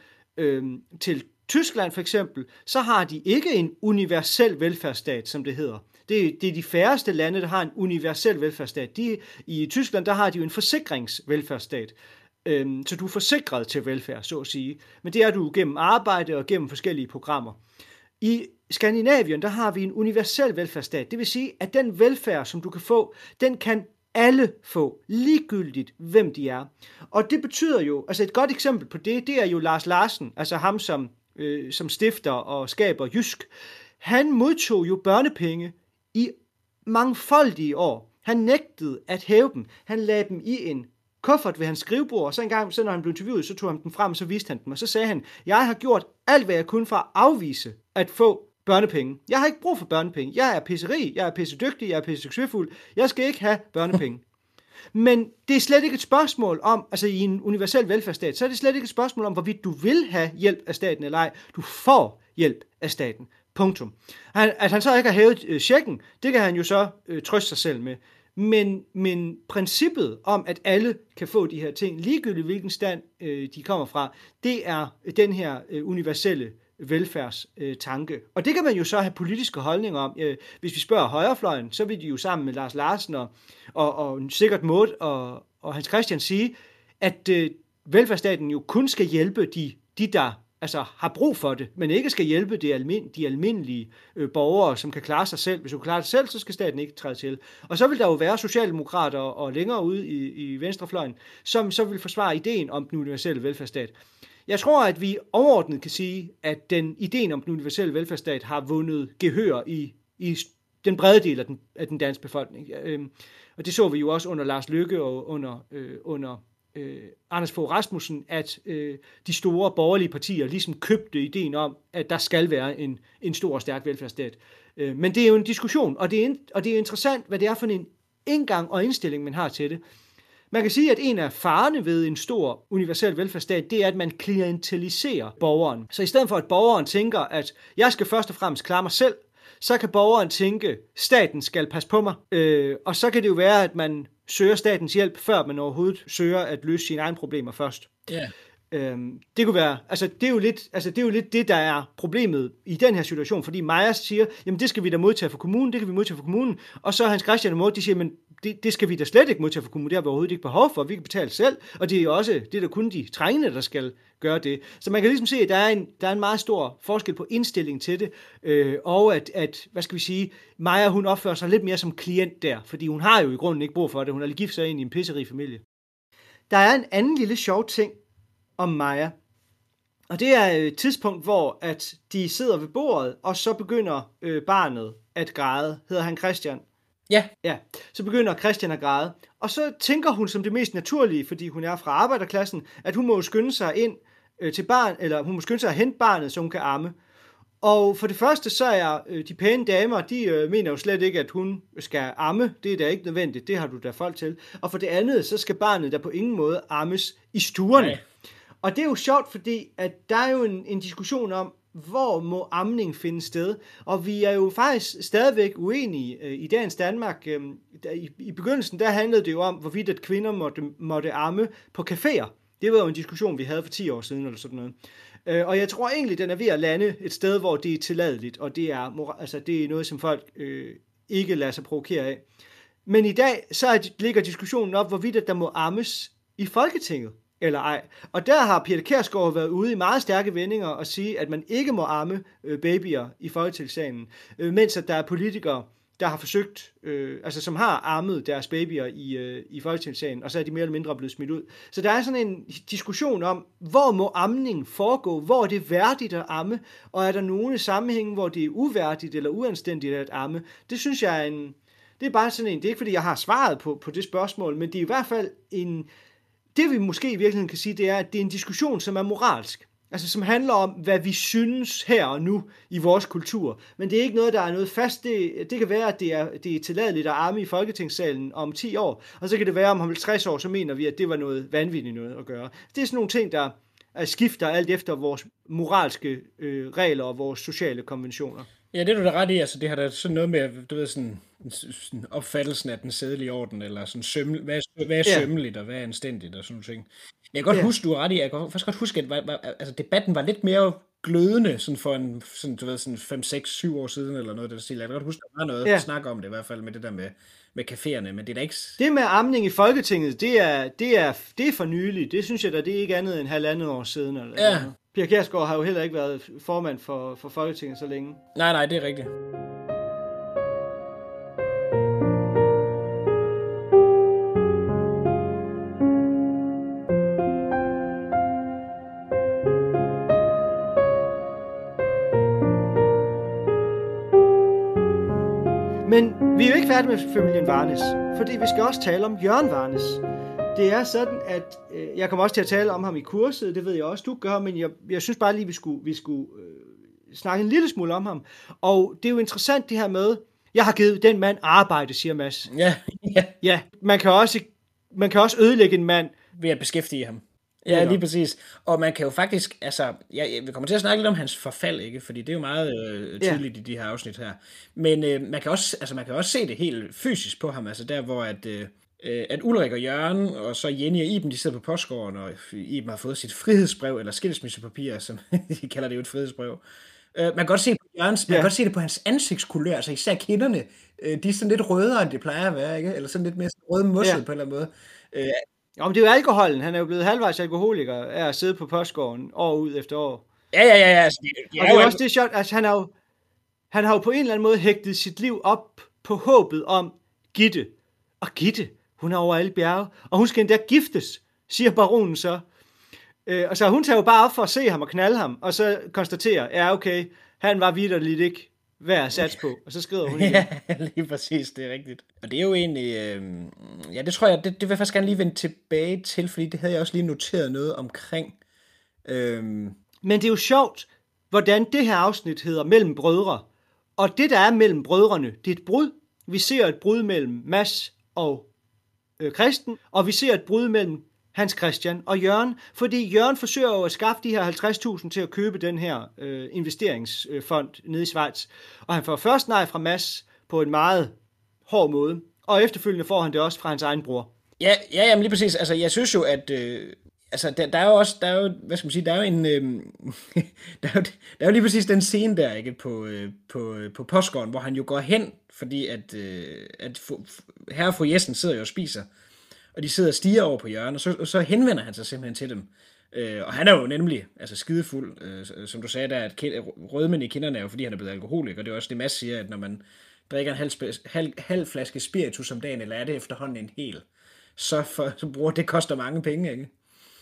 til Tyskland for eksempel, så har de ikke en universel velfærdsstat, som det hedder. Det er de færreste lande, der har en universel velfærdsstat. I Tyskland, der har de jo en forsikringsvelfærdsstat. Så du er forsikret til velfærd, så at sige. Men det er du gennem arbejde og gennem forskellige programmer. I Skandinavien, der har vi en universel velfærdsstat. Det vil sige, at den velfærd, som du kan få, den kan alle få, ligegyldigt hvem de er. Og det betyder jo, altså et godt eksempel på det er jo Lars Larsen, altså ham som stifter og skaber Jysk. Han modtog jo børnepenge i mangfoldige år. Han nægtede at hæve dem. Han lagde dem i en kuffert ved hans skrivebord, og så en gang, når han blev interviewet, så tog han dem frem, så viste han dem, og så sagde han, jeg har gjort alt, hvad jeg kunne for at afvise at få børnepenge. Jeg har ikke brug for børnepenge. Jeg er pisserig, jeg er pissedygtig, jeg er pissesuccesfuld. Jeg skal ikke have børnepenge. Men det er slet ikke et spørgsmål om, altså i en universel velfærdsstat, så er det slet ikke et spørgsmål om, hvorvidt du vil have hjælp af staten eller ej. Du får hjælp af staten. Punktum. At han så ikke har hævet checken, det kan han jo så trøste sig selv med. Men princippet om, at alle kan få de her ting, ligegyldigt hvilken stand de kommer fra, det er den her universelle velfærdstanke. Og det kan man jo så have politiske holdninger om. Hvis vi spørger højrefløjen, så vil de jo sammen med Lars Larsen og sikkert Maud og Hans Christian sige, at velfærdsstaten jo kun skal hjælpe de der altså har brug for det, men ikke skal hjælpe de almindelige borgere, som kan klare sig selv. Hvis du kan klare dig selv, så skal staten ikke træde til. Og så vil der jo være socialdemokrater og længere ude i venstrefløjen, som så vil forsvare ideen om den universelle velfærdsstat. Jeg tror, at vi overordnet kan sige, at ideen om den universelle velfærdsstat har vundet gehør i den brede del af den danske befolkning. Og det så vi jo også under Lars Løkke og under Anders Fogh Rasmussen, at de store borgerlige partier ligesom købte ideen om, at der skal være en stor og stærk velfærdsstat. Men det er jo en diskussion, og det er interessant, hvad det er for en indgang og indstilling, man har til det. Man kan sige, at en af farerne ved en stor universel velfærdsstat, det er, at man klienteliserer borgeren. Så i stedet for, at borgeren tænker, at jeg skal først og fremmest klare mig selv, så kan borgeren tænke, staten skal passe på mig. Og så kan det jo være, at man søger statens hjælp, før man overhovedet søger at løse sine egne problemer først. Yeah. Det kunne være, det er jo lidt det, der er problemet i den her situation, fordi Maja siger, jamen det skal vi da modtage fra kommunen, det kan vi modtage fra kommunen, og så Hans Christian og Maud, de siger, men det skal vi da slet ikke modtage fra kommunen, det har vi overhovedet ikke behov for, vi kan betale selv, og det er jo også, det er da kun de trængende, der skal gøre det. Så man kan ligesom se, at der er en meget stor forskel på indstilling til det, og at, hvad skal vi sige, Maja, hun opfører sig lidt mere som klient der, fordi hun har jo i grunden ikke brug for det, hun har lige gift sig ind i en pisserig familie. Der er en anden lille sjov ting om Maja, og det er et tidspunkt, hvor at de sidder ved bordet, og så begynder barnet at græde. Hedder han Christian? Ja. Ja, så begynder Christian at græde, og så tænker hun som det mest naturlige, fordi hun er fra arbejderklassen, at hun må skynde sig ind til barn, eller hun må skynde sig at hente barnet, så hun kan amme. Og for det første, så er de pæne damer, de mener jo slet ikke, at hun skal amme. Det er da ikke nødvendigt, det har du da folk til. Og for det andet, så skal barnet der på ingen måde ammes i stuerne. Nej. Og det er jo sjovt, fordi at der er jo en diskussion om, hvor må amning finde sted. Og vi er jo faktisk stadigvæk uenige i dagens Danmark. I begyndelsen, der handlede det jo om, hvorvidt at kvinder måtte amme på caféer. Det var jo en diskussion, vi havde for 10 år siden, eller sådan noget. Og jeg tror egentlig, den er ved at lande et sted, hvor det er tilladeligt, og det er noget, som folk ikke lader sig provokere af. Men i dag, så ligger diskussionen op, hvorvidt at der må ammes i Folketinget, eller ej. Og der har Pia Kjærsgaard været ude i meget stærke vendinger og sige, at man ikke må amme babyer i Folketingssalen, mens at der er politikere, der har forsøgt, som har ammet deres babyer i Folketingssalen, og så er de mere eller mindre blevet smidt ud. Så der er sådan en diskussion om, hvor må amning foregå, hvor er det værdigt at amme, og er der nogle sammenhænge, hvor det er uværdigt eller uanstændigt at amme. Det synes jeg det er bare sådan en, det er ikke fordi, jeg har svaret på det spørgsmål, men det er i hvert fald det vi måske i virkeligheden kan sige, det er, at det er en diskussion, som er moralsk. Altså som handler om, hvad vi synes her og nu i vores kultur. Men det er ikke noget, der er noget fast. Det kan være, at det er tilladeligt at arme i Folketingssalen om 10 år. Og så kan det være, om 50 år, så mener vi, at det var noget vanvittigt noget at gøre. Det er sådan nogle ting, der skifter alt efter vores moralske regler og vores sociale konventioner. Ja, det er du da ret i. Altså, det har da sådan noget med, du ved, sådan opfattelsen af den sædelige orden, eller sådan hvad er sømmeligt, og hvad er anstændigt, og sådan nogle ting. Jeg kan godt huske, du er ret i, jeg kan faktisk godt huske, at altså, debatten var lidt mere glødende, sådan for du ved, sådan 5, 6, 7 år siden, eller noget af det stil. Jeg kan godt huske, der var noget at snakke om det, i hvert fald med det der med caféerne, men det er da ikke... Det med amning i Folketinget, det er for nylig. Det synes jeg da, det er ikke andet end 1,5 år siden. Eller noget. Pia Kjærsgaard har jo heller ikke været formand for Folketinget så længe. Nej, det er rigtigt. Men vi er jo ikke færdige med familien Varnes, fordi vi skal også tale om Jørgen Varnes. Det er sådan, at jeg kommer også til at tale om ham i kurset, det ved jeg også, du gør, men jeg synes bare lige, vi skulle snakke en lille smule om ham. Og det er jo interessant det her med, jeg har givet den mand arbejde, siger Mads. Ja, man kan også ødelægge en mand. Ved at beskæftige ham. Ja, lige præcis. Og man kan jo faktisk, altså, vi kommer til at snakke lidt om hans forfald, ikke? Fordi det er jo meget tydeligt i de her afsnit her. Men man kan også se det helt fysisk på ham, altså der hvor at Ulrik og Jørgen, og så Jenny og Iben, de sidder på postgården, og Iben har fået sit frihedsbrev, eller skilsmissepapir, som de kalder det jo et frihedsbrev. Man kan godt se på Jørgens, man kan godt se det på hans ansigtskulør, altså især kinderne, de er sådan lidt rødere, end det plejer at være, ikke? Eller sådan lidt mere rødmosset på en eller anden måde. Men det er jo alkoholen. Han er jo blevet halvvejs alkoholiker af at sidde på postgården år ud efter år. Ja. Altså, og det er også det sjovt, altså han har jo på en eller anden måde hægtet sit liv op på håbet om Gitte. Og Gitte, hun er over alle bjerge, og hun skal endda giftes, siger baronen så. Og så hun tager jo bare op for at se ham og knalde ham, og så konstaterer, ja okay, han var vitterligt ikke værd at satse på, og så skriver hun igen. Ja, lige præcis, det er rigtigt. Og det er jo egentlig, det tror jeg, det vil jeg faktisk gerne lige vende tilbage til, fordi det havde jeg også lige noteret noget omkring. Men det er jo sjovt, hvordan det her afsnit hedder Mellem Brødre, og det der er mellem brødrene, det er et brud. Vi ser et brud mellem Mads og Kristen, og vi ser et brud mellem Hans Christian og Jørgen, fordi Jørgen forsøger jo at skaffe de her 50.000 til at købe den her investeringsfond nede i Schweiz. Og han får først nej fra Mads på en meget hård måde, og efterfølgende får han det også fra hans egen bror. Ja, jamen lige præcis. Altså, jeg synes jo, at altså, der er jo også, hvad skal man sige, der er jo en, der er jo lige præcis den scene der, ikke, på postgården, hvor han jo går hen, fordi at herre og fru Jessen sidder jo og spiser, og de sidder og stiger over på Jørgen, og så henvender han sig simpelthen til dem. Og han er jo nemlig altså skidefuld, som du sagde der, at rødmen i kinderne er jo, fordi han er blevet alkoholiker, og det er også det Mads siger, at når man drikker en halv flaske spiritus om dagen, eller er det efterhånden en hel, så bruger det koster mange penge, ikke?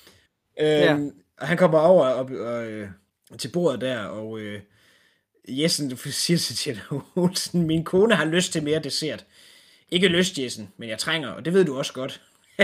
Og han kommer over og til bordet der, og Jessen siger til Olsen, min kone har lyst til mere dessert. Ikke lyst, Jessen, men jeg trænger, og det ved du også godt.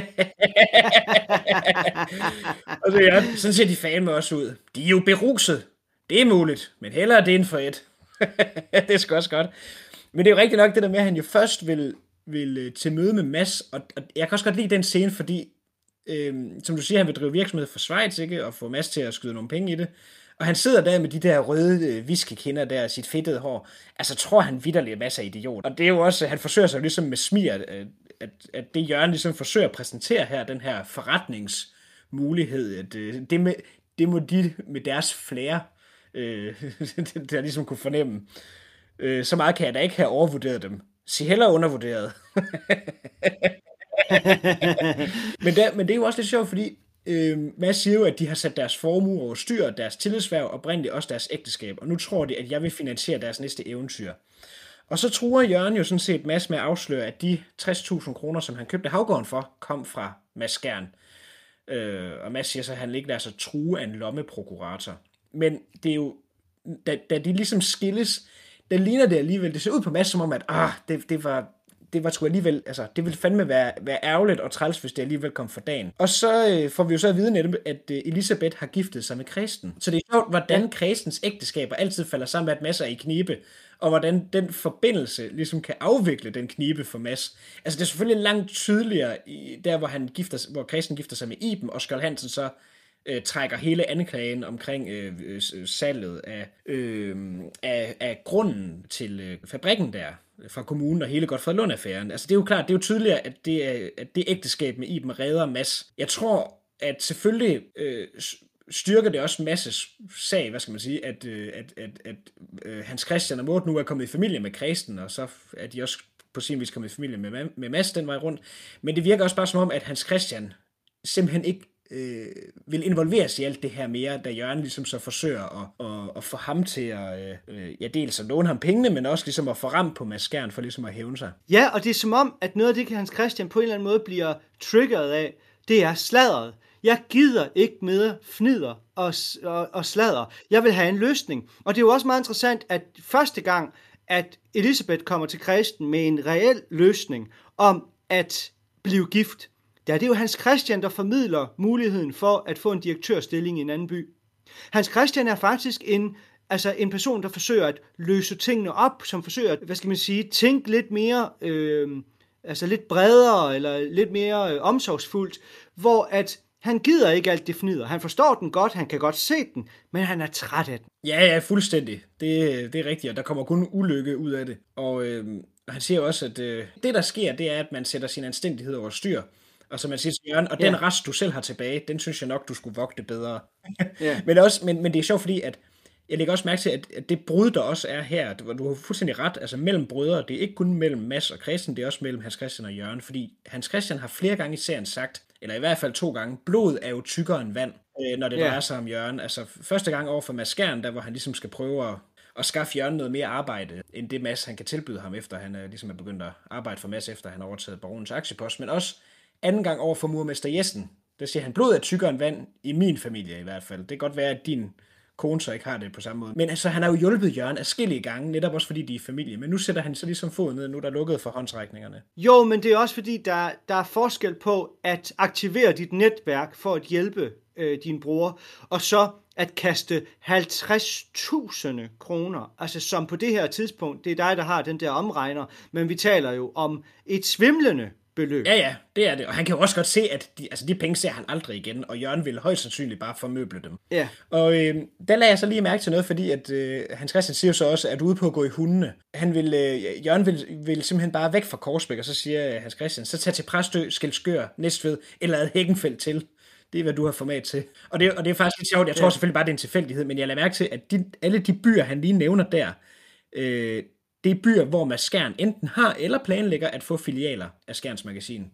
Og så sådan ser de fandme også ud. De er jo beruset. Det er muligt, men hellere det end for et. Det er sgu også godt. Men det er jo rigtigt nok det der med, at han jo først vil til møde med Mads, og jeg kan også godt lide den scene, fordi som du siger, han vil drive virksomhed for Schweiz, ikke, og få Mads til at skyde nogle penge i det. Og han sidder der med de der røde viskekinder der, sit fedtede hår. Altså tror han vitterligt masser af idiot. Og det er jo også, han forsøger sig ligesom med smir, at det Jørgen ligesom forsøger at præsentere her, den her forretningsmulighed, at det må de med deres flair, der ligesom kunne fornemme. Så meget kan jeg da ikke have overvurderet dem. Sig hellere undervurderet. men det er jo også lidt sjovt, fordi Mads siger jo, at de har sat deres formue over styr, deres tillidshverv, oprindeligt også deres ægteskab, og nu tror de, at jeg vil finansiere deres næste eventyr. Og så truer Jørgen jo sådan set Mads med at afsløre, at de 60.000 kroner, som han købte havgården for, kom fra Mads Skjern. Og Mads siger så, at han ikke lader sig true af en lommeprokurator. Men det er jo, da de ligesom skilles, der ligner det alligevel, det ser ud på Mads som om, at det det var sgu alligevel, altså, det ville fandme være ærgerligt og træls, hvis det alligevel kom for dagen. Og så får vi jo så at vide netop, at Elisabeth har giftet sig med Christen. Så det er sjovt, hvordan Christens ægteskaber altid falder sammen med at Mads er i knibe, og hvordan den forbindelse ligesom kan afvikle den knibe for Mads. Altså, det er selvfølgelig langt tydeligere, der hvor Christen gifter sig med Iben, og Skjold Hansen så trækker hele anklagen omkring salget af grunden til fabrikken der fra kommunen og hele Godfred Lund-affæren. Altså det er jo klart, det er jo tydeligt, at det ægteskab med Iben redder Mads. Jeg tror, at selvfølgelig styrker det også Mads' sag, hvad skal man sige, at Hans Christian og Morten nu er kommet i familie med Christen, og så er de også på sin vis kommet i familie med Mads den vej rundt. Men det virker også bare som om, at Hans Christian simpelthen ikke vil involveres i alt det her mere, da Jørgen ligesom så forsøger at få ham til at dels at låne ham pengene, men også ligesom at få ramt på Mads Skjern for ligesom at hævne sig. Ja, og det er som om, at noget af det, Hans Christian på en eller anden måde bliver triggeret af, det er sladret. Jeg gider ikke mere fnider og sladder. Jeg vil have en løsning. Og det er jo også meget interessant, at første gang, at Elisabeth kommer til Christen med en reel løsning om at blive gift, det er jo Hans Christian, der formidler muligheden for at få en direktørstilling i en anden by. Hans Christian er faktisk en person, der forsøger at løse tingene op, som forsøger at, tænke lidt mere, lidt bredere, eller lidt mere omsorgsfuldt, hvor at han gider ikke alt det fnider. Han forstår den godt, han kan godt se den, men han er træt af den. Ja, fuldstændig. Det er rigtigt, og der kommer kun ulykke ud af det. Og han siger også, at det der sker, det er, at man sætter sin anstændighed over styr. Og som man siger til Jørgen, og den rest, du selv har tilbage, den synes jeg nok, du skulle vogte bedre. men det er sjovt, fordi at jeg lægger også mærke til, at det brud, der også er her, du har fuldstændig ret, altså mellem brødre, det er ikke kun mellem Mads og Christian, det er også mellem Hans Christian og Jørgen, fordi Hans Christian har flere gange i serien sagt, eller i hvert fald 2 gange, blod er jo tykkere end vand, når det drejer sig om Jørgen. Altså første gang over for Mads Skjern, der hvor han ligesom skal prøve at skaffe Jørgen noget mere arbejde, end det Mads han kan tilbyde ham, efter han ligesom er begyndt at arbejde for Mads, efter han har overtaget baronens aktiepost, men også anden gang over for murmester Jessen, der siger han, blod er tykkere end vand, i min familie i hvert fald. Det kan godt være, at din kone så ikke har det på samme måde. Men altså, han har jo hjulpet Jørgen adskillige gange, netop også fordi de er familie. Men nu sætter han så ligesom foden ned, nu der er lukket for håndsrækningerne. Jo, men det er også fordi, der er forskel på at aktivere dit netværk for at hjælpe din bror, og så at kaste 50.000 kroner, altså som på det her tidspunkt, det er dig, der har den der omregner, men vi taler jo om et svimlende beløb. Ja, det er det. Og han kan jo også godt se, at de penge ser han aldrig igen, og Jørgen vil højst sandsynligt bare formøble dem. Ja. Og der lagde jeg så lige mærke til noget, fordi at Hans Christian siger så også, at ude på at gå i hundene. Jørgen vil simpelthen bare væk fra Korsbæk, og så siger Hans Christian, så tag til Præstø, Skælskør, Næstved, eller ad Hækkenfeldt til. Det er, hvad du har format til. Og det er faktisk lidt sjovt. Jeg tror selvfølgelig bare, det er en tilfældighed, men jeg lader mærke til, at alle de byer, han lige nævner der, det er byer, hvor Mads Skjern enten har eller planlægger at få filialer af Skjerns Magasin.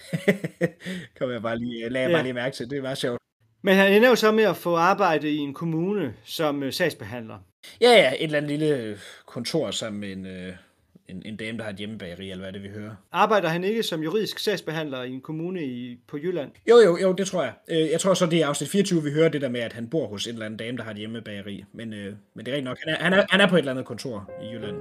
Kan jeg bare lige mærke til. Det er meget sjovt. Men han ender jo så med at få arbejde i en kommune som sagsbehandler. Ja, et eller andet lille kontor sammen med en dame, der har et hjemmebageri, eller hvad det vi hører. Arbejder han ikke som juridisk sagsbehandler i en kommune på Jylland? Jo, det tror jeg. Jeg tror så, det er afsnit 24, vi hører det der med, at han bor hos en eller anden dame, der har et hjemmebageri. Men det er rigtigt nok. Han er på et eller andet kontor i Jylland.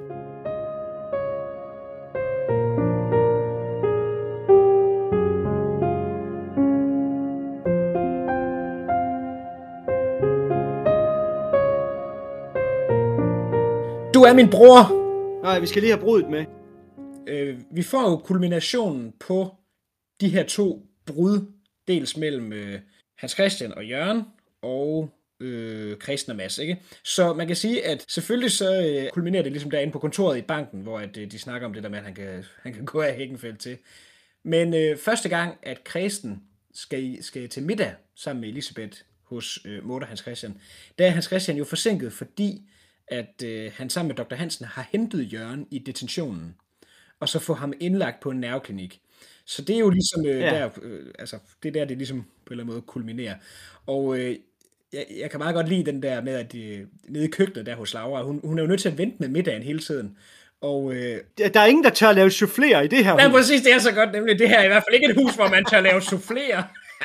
Du er min bror! Nej, vi skal lige have brudet med. Vi får jo kulminationen på de her 2 brud, dels mellem Hans Christian og Jørgen, og Christen og Mads, ikke? Så man kan sige, at selvfølgelig så kulminerer det ligesom derinde på kontoret i banken, hvor at, de snakker om det der med, at han kan gå af Hækkenfeldt til. Men første gang, at Christen skal til middag sammen med Elisabeth hos Morten og Hans Christian, der er Hans Christian jo forsinket, fordi at han sammen med Dr. Hansen har hentet Jørgen i detentionen, og så få ham indlagt på en nerveklinik. Så det er jo ligesom det der, det ligesom på en eller anden måde kulminerer. Og jeg kan meget godt lide den der med, at nede i køkkenet der hos Laura, hun er jo nødt til at vente med middagen hele tiden. Og der er ingen, der tør lave souffléer i det her hus. Ja, præcis, det er så godt, nemlig det her er i hvert fald ikke et hus, hvor man tør lave souffléer.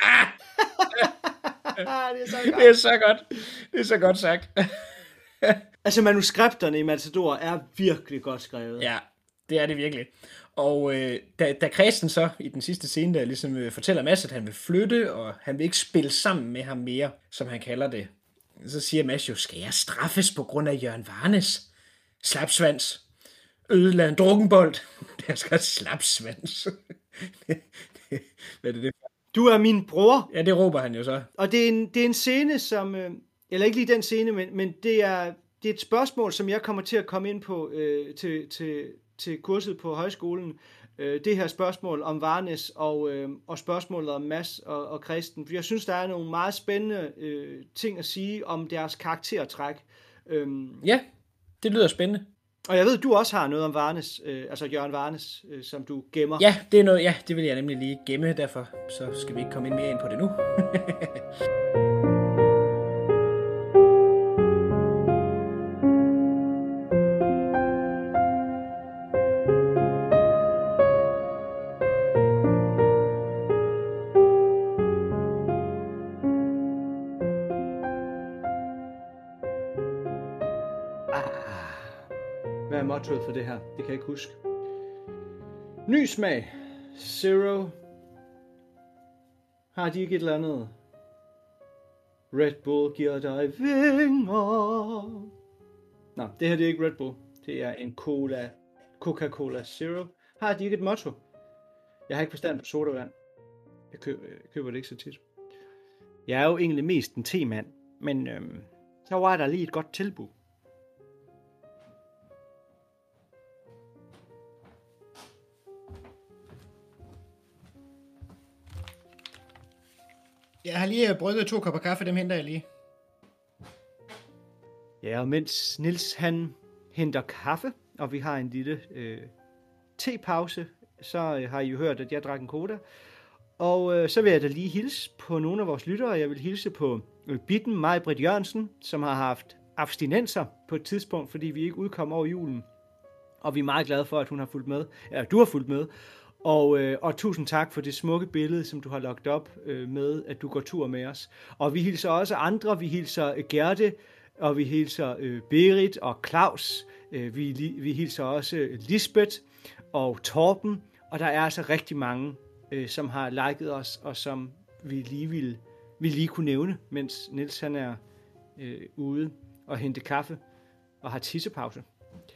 Det er så godt. Det er så godt sagt. Altså manuskripterne i Matador er virkelig godt skrevet. Ja, Det er det virkelig. Og da Christian så i den sidste scene, der ligesom fortæller Mads, at han vil flytte, og han vil ikke spille sammen med ham mere, som han kalder det, så siger Mads jo, skal jeg straffes på grund af Jørgen Varnes? Slapsvans. Ødelad en drukkenbold. Det er sgu slapsvans. Hvad er det? Du er min bror. Ja, det råber han jo så. Og det er en scene, som... Eller ikke lige den scene, men det er et spørgsmål, som jeg kommer til at komme ind på til kurset på højskolen. Det her spørgsmål om Varnes og spørgsmålet om Mads og Christen. For jeg synes, der er nogle meget spændende ting at sige om deres karaktertræk. Ja, det lyder spændende. Og jeg ved, du også har noget om Varnes, altså Jørgen Varnes, som du gemmer. Ja, det er noget, det vil jeg nemlig lige gemme, derfor så skal vi ikke komme mere ind på det nu. Hvad er mottoet for det her? Det kan jeg ikke huske. Ny smag. Zero. Har de ikke et eller andet? Red Bull giver dig vinger. Nå, det her det er ikke Red Bull. Det er en cola. Coca-Cola Zero. Har de ikke et motto? Jeg har ikke forstand på sodavand. Jeg køber det ikke så tit. Jeg er jo egentlig mest en te-mand. Men så var der lige et godt tilbud. Jeg har lige brygget 2 kopper kaffe, dem henter jeg lige. Ja, og mens Niels han henter kaffe, og vi har en lille tepause, så har I jo hørt, at jeg drak en cola. Og så vil jeg da lige hilse på nogle af vores lyttere. Jeg vil hilse på Bitten Maj-Britt Jørgensen, som har haft abstinenser på et tidspunkt, fordi vi ikke udkom over julen. Og vi er meget glade for, at hun har fulgt med, eller du har fulgt med. Og tusind tak for det smukke billede, som du har lagt op med, at du går tur med os. Og vi hilser også andre. Vi hilser Gerte, og vi hilser Berit og Claus. Vi hilser også Lisbeth og Torben. Og der er altså rigtig mange, som har liket os, og som vi lige kunne nævne, mens Niels han er ude og hente kaffe og har tissepause.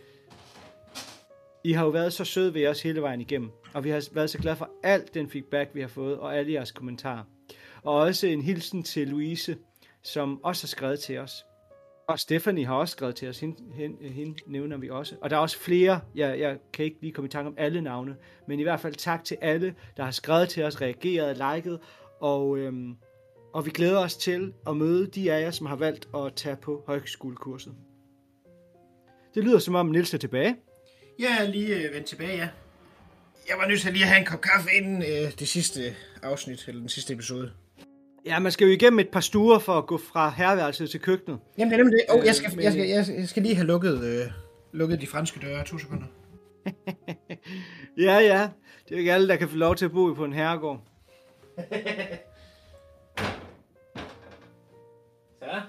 I har jo været så søde ved os hele vejen igennem, og vi har været så glade for alt den feedback, vi har fået, og alle jeres kommentarer. Og også en hilsen til Louise, som også har skrevet til os. Og Stephanie har også skrevet til os, hende nævner vi også. Og der er også flere, jeg kan ikke lige komme i tanke om alle navne, men i hvert fald tak til alle, der har skrevet til os, reageret, liket, og vi glæder os til at møde de af jer, som har valgt at tage på højskolekurset. Det lyder som om Niels er tilbage. Jeg er lige vendt tilbage, ja. Jeg var nødt til lige at have en kop kaffe inden det sidste afsnit, eller den sidste episode. Ja, man skal jo igennem et par stuer for at gå fra herreværelset til køkkenet. Jamen, det er nemlig det. Jeg skal lige have lukket de franske døre. 2 sekunder. Ja. Det er jo ikke alle, der kan få lov til at bo på en herregård. Så.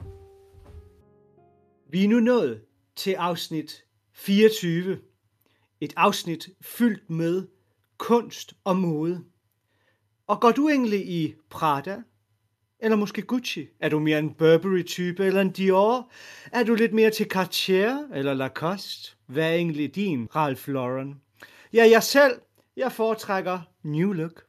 Vi er nu nået til afsnit 24. Et afsnit fyldt med kunst og mode. Og går du egentlig i Prada? Eller måske Gucci? Er du mere en Burberry-type eller en Dior? Er du lidt mere til Cartier eller Lacoste? Hvad er egentlig din Ralph Lauren? Ja, jeg selv. Jeg foretrækker New Look.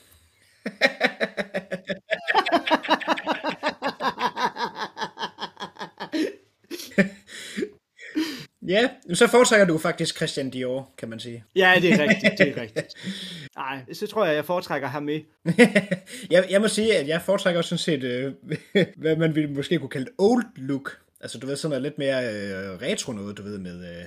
Ja, så foretrækker du faktisk Christian Dior, kan man sige. Ja, det er rigtigt. Nej, så tror jeg foretrækker ham med. jeg må sige, at jeg foretrækker også sådan set, hvad man ville måske kunne kalde old look. Altså, du ved, sådan noget lidt mere retro noget, du ved, med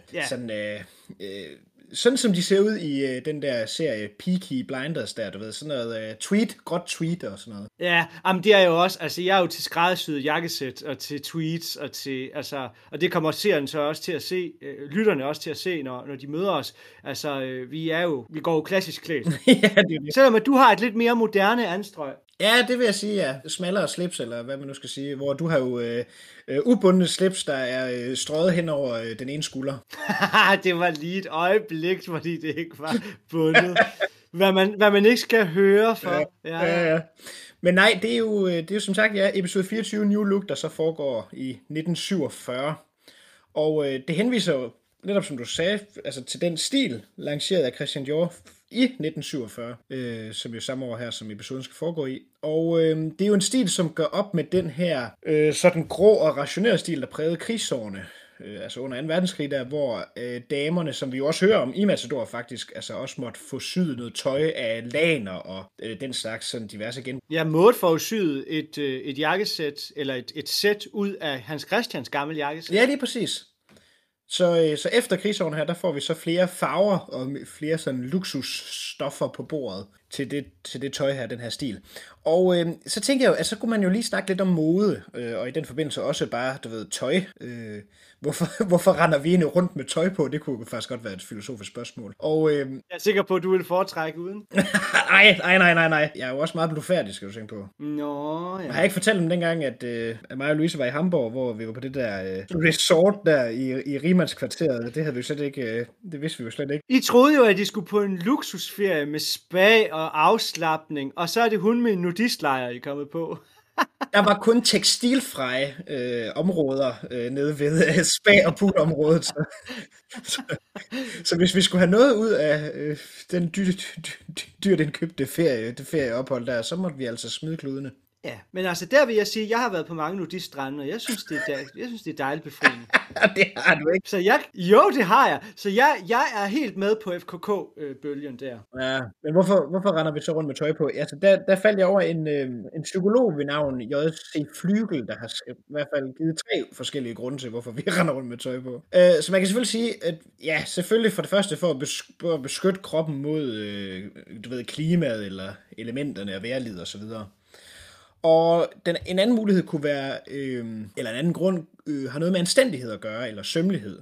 sådan som de ser ud i den der serie Peaky Blinders der, du ved, sådan noget gråt tweed og sådan noget. Ja, men det er jo også, altså jeg er jo til skræddersyet jakkesæt og til tweeds og til, altså, og det kommer seeren så også til at se, lytterne også til at se, når de møder os. Altså, vi går jo klassisk klædt. Ja, det er det. Selvom at du har et lidt mere moderne anstrøg. Ja, det vil jeg sige, ja. Smallere slips, eller hvad man nu skal sige, hvor du har jo ubundne slips, der er strøget hen over den ene skulder. Det var lige et øjeblik, fordi det ikke var bundet. Hvad man ikke skal høre for. Ja. Men nej, det er jo som sagt, ja, episode 24 New Look, der så foregår i 1947. Og det henviser jo netop, som du sagde, altså til den stil, lanceret af Christian Dior i 1947, som jo samme år her, som episoden skal foregå i. Og det er jo en stil, som gør op med den her sådan grå og rationerede stil, der prægede krigsårene. Altså under 2. verdenskrig, der hvor damerne, som vi jo også hører om i Matador faktisk, altså også måtte få syet noget tøj af laner og den slags sådan diverse gen. Jeg måtte få syet et jakkesæt, eller et sæt ud af Hans Christians gamle jakkesæt. Ja, lige præcis. Så efter krigsårene her, der får vi så flere farver og flere sådan luksusstoffer på bordet til det tøj her, den her stil. Og så tænker jeg jo, at så kunne man jo lige snakke lidt om mode, og i den forbindelse også bare, du ved, tøj. Hvorfor render vi egentlig rundt med tøj på? Det kunne faktisk godt være et filosofisk spørgsmål. Og, jeg er sikker på, at du vil foretrække uden. Nej. Jeg er jo også meget blufærdig, skal du tænke på. Nå, ja. Jeg har ikke fortalt dem dengang, at mig og Louise var i Hamburg, hvor vi var på det der resort der i Rigmandskvarteret. Det havde vi jo slet ikke, det vidste vi jo slet ikke. I troede jo, at de skulle på en luksusferie med spa og afslapning, og så er det hun med en nudistlejr, I er kommet på. Der var kun tekstilfreje områder nede ved spa- og poolområdet. Så hvis vi skulle have noget ud af den dyrt indkøbte ferieophold der, så måtte vi altså smide kludene. Ja, men altså der vil jeg sige, at jeg har været på mange nudiststrande, og jeg synes, det er dejligt befriende. Det har du ikke. Så det har jeg. Så jeg er helt med på FKK-bølgen der. Ja, men hvorfor render vi så rundt med tøj på? Altså, der faldt jeg over en psykolog ved navn J.C. Flügel, der har i hvert fald givet 3 forskellige grunde til, hvorfor vi render rundt med tøj på. Så man kan selvfølgelig sige, at ja, selvfølgelig for det første for at beskytte kroppen mod, du ved, klimaet eller elementerne og vejrliget og så videre. Og en anden mulighed kunne være, eller en anden grund, har noget med anstændighed at gøre, eller sømmelighed.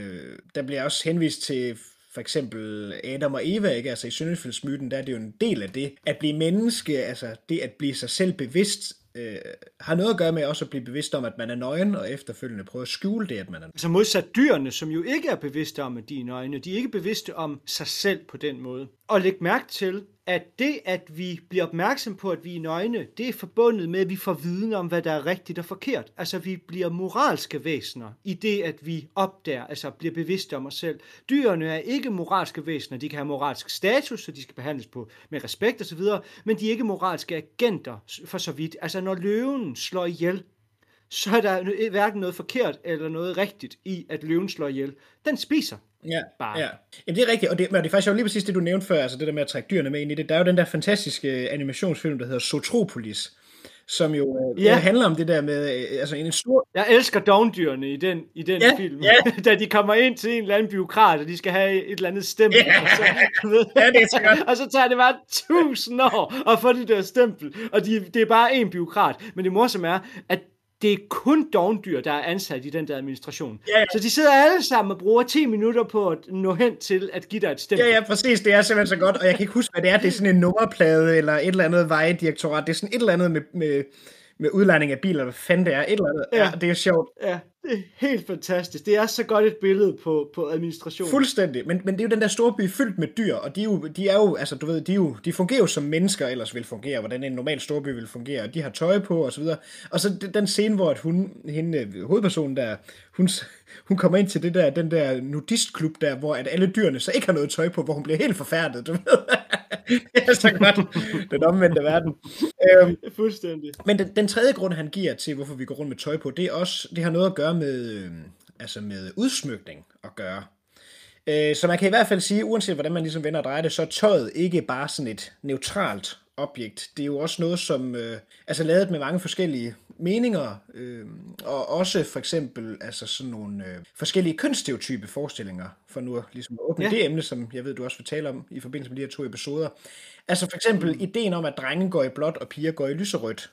Der bliver også henvist til for eksempel Adam og Eva, ikke? Altså i syndefaldsmyten, der er det jo en del af det. At blive menneske, altså det at blive sig selv bevidst, har noget at gøre med også at blive bevidst om, at man er nøgen, og efterfølgende prøve at skjule det, at man er nøgen. Altså modsat dyrene, som jo ikke er bevidste om, at de er nøgne, de er ikke bevidste om sig selv på den måde. Og læg mærke til, at det, at vi bliver opmærksom på, at vi er nøgne, det er forbundet med, at vi får viden om, hvad der er rigtigt og forkert. Altså, vi bliver moralske væsener i det, at vi opdager, altså bliver bevidste om os selv. Dyrene er ikke moralske væsener. De kan have moralsk status, så de skal behandles med respekt osv., men de er ikke moralske agenter for så vidt. Altså, når løven slår ihjel, så er der hverken noget forkert eller noget rigtigt i, at løven slår ihjel. Den spiser. Ja. Jamen, det er rigtigt, og det er faktisk jo lige præcis det, du nævnte før, altså det der med at trække dyrene med ind i det. Der er jo den der fantastiske animationsfilm, der hedder Zootropolis, som jo handler om det der med, altså en stor... Jeg elsker dovndyrene i den film, da de kommer ind til en eller anden bureaukrat, og de skal have et eller andet stempel, og så, det er så godt. Og så tager det bare 1000 år at få det der stempel, og det er bare en bureaukrat, men det morsomme er, at det er kun dovendyr, der er ansat i den der administration. Ja. Så de sidder alle sammen og bruger 10 minutter på at nå hen til at give dig et stempel. Ja, præcis. Det er simpelthen så godt, og jeg kan ikke huske, hvad det er. Det er sådan en nummerplade eller et eller andet vejdirektorat. Det er sådan et eller andet med udlejning af biler. Hvad fanden det er? Et eller andet. Ja, det er sjovt. Ja, det er helt fantastisk. Det er så godt et billede på administration. Fuldstændig. Men det er jo den der store by fyldt med dyr, og de er jo, altså du ved, de fungerer jo som mennesker ellers vil fungere, hvordan en normal storby vil fungere, og de har tøj på og så videre. Og så den scene, hvor hovedpersonen der, hun kommer ind til den der nudistklub der, hvor at alle dyrene så ikke har noget tøj på, hvor hun bliver helt forfærdet, du ved. Det er så godt. Den omvendte verden. Fuldstændig. Men den tredje grund, han giver til, hvorfor vi går rundt med tøj på, det har noget at gøre med, med udsmykning at gøre. Så man kan i hvert fald sige, uanset hvordan man ligesom vender og drejer det, så er tøjet ikke bare sådan et neutralt objekt. Det er jo også noget, som er lavet med mange forskellige meninger, og også for eksempel sådan nogle forskellige kønsstereotype forestillinger, for nu at ligesom åbne det emne, som jeg ved, du også vil tale om i forbindelse med de her 2 episoder. Altså for eksempel ideen om, at drenge går i blåt og piger går i lyserødt.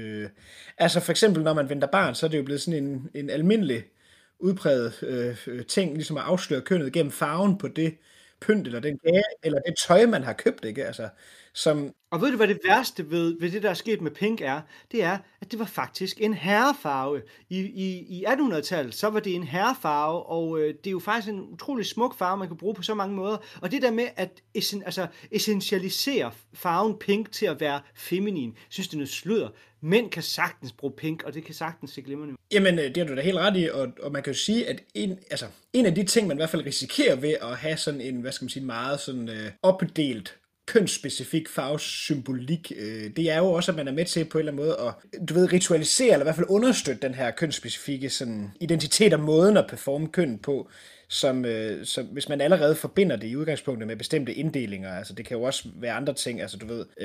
For eksempel når man venter barn, så er det jo blevet sådan en almindelig udpræget ting, ligesom at afsløre kønnet gennem farven på det pynt, eller den kage, eller det tøj, man har købt, ikke? Altså, som Og ved du, hvad det værste ved det, der er sket med pink er? Det er, at det var faktisk en herrefarve. I 1800-tallet, så var det en herrefarve, og det er jo faktisk en utrolig smuk farve, man kan bruge på så mange måder. Og det der med at essentialisere farven pink til at være feminin, synes det er noget sludder. Mænd kan sagtens bruge pink, og det kan sagtens se glimrende. Jamen, det har du da helt ret i, og man kan jo sige, at en af de ting, man i hvert fald risikerer ved at have sådan en, hvad skal man sige, meget sådan opdelt kønsspecifik farvesymbolik, det er jo også, at man er med til på en eller anden måde at, ritualisere, eller i hvert fald understøtte den her kønsspecifikke sådan, identitet og måden at performe køn på, som hvis man allerede forbinder det i udgangspunktet med bestemte inddelinger, altså det kan jo også være andre ting, altså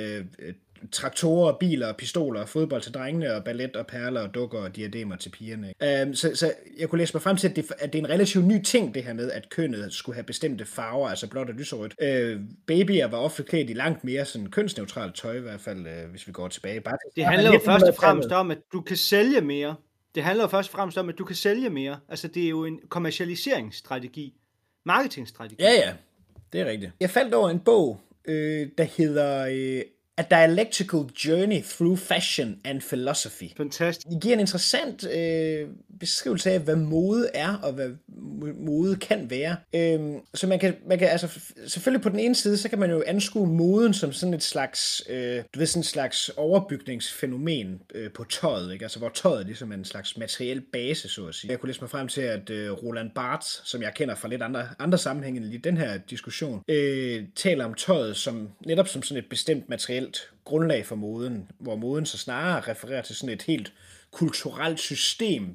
traktorer, biler, pistoler, fodbold til drengene, og ballet og perler og dukker og diademer til pigerne. Så jeg kunne læse mig frem til, at det er en relativt ny ting, det her med, at kønnet skulle have bestemte farver, altså blåt og lyserødt. Babyer var ofte klædt i langt mere sådan kønsneutralt tøj, i hvert fald, hvis vi går tilbage. Det handler jo først og fremmest om, at du kan sælge mere. Det handler jo først og fremmest om, at du kan sælge mere. Altså, det er jo en kommercialiseringsstrategi. Marketingstrategi. Ja, det er rigtigt. Jeg faldt over en bog, der hedder A Dialectical Journey Through Fashion and Philosophy. Fantastisk. Det giver en interessant beskrivelse af, hvad mode er, og hvad mode kan være. Så man kan altså, selvfølgelig på den ene side, så kan man jo anskue moden som sådan et slags, sådan et slags overbygningsfænomen på tøjet, ikke? Altså hvor tøjet ligesom er en slags materiel base, så at sige. Jeg kunne læse mig frem til, at Roland Barthes, som jeg kender fra lidt andre sammenhænge end i den her diskussion, taler om tøjet som netop som sådan et bestemt materielt grundlag for moden, hvor moden så snarere refererer til sådan et helt kulturelt system,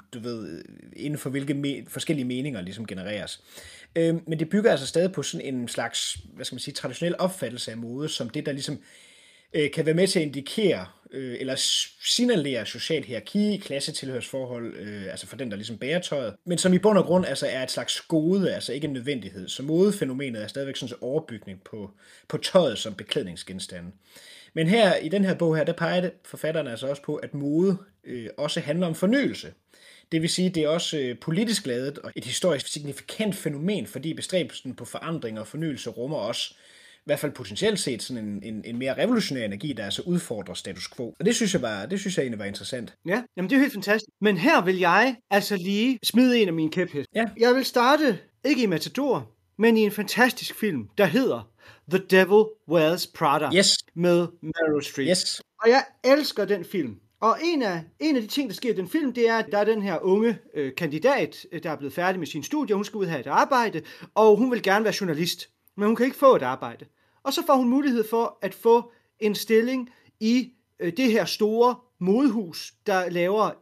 inden for hvilke forskellige meninger ligesom genereres. Men det bygger altså stadig på sådan en slags, hvad skal man sige, traditionel opfattelse af mode, som det, der ligesom kan være med til at indikere eller signalere social hierarki, klassetilhørsforhold, altså for den, der ligesom bærer tøjet, men som i bund og grund altså er et slags gode, altså ikke en nødvendighed. Så modefænomenet er stadigvæk sådan en overbygning på tøjet som beklædningsgenstande. Men her i den her bog her, der peger forfatterne altså også på, at mode også handler om fornyelse. Det vil sige, det er også politisk ladet og et historisk signifikant fænomen, fordi bestræbelsen på forandring og fornyelse rummer også i hvert fald potentielt set sådan en mere revolutionær energi, der altså udfordrer status quo. Og det synes jeg egentlig var interessant. Ja, jamen det er jo helt fantastisk. Men her vil jeg altså lige smide en af mine kæpheste. Ja. Jeg vil starte, ikke i Matador, men i en fantastisk film, der hedder The Devil Wears Prada. Yes. Med Meryl Streep. Yes. Og jeg elsker den film. Og en af de ting, der sker i den film, det er, at der er den her unge kandidat, der er blevet færdig med sin studie. Hun skal ud og have et arbejde, og hun vil gerne være journalist. Men hun kan ikke få et arbejde. Og så får hun mulighed for at få en stilling i det her store modehus, der laver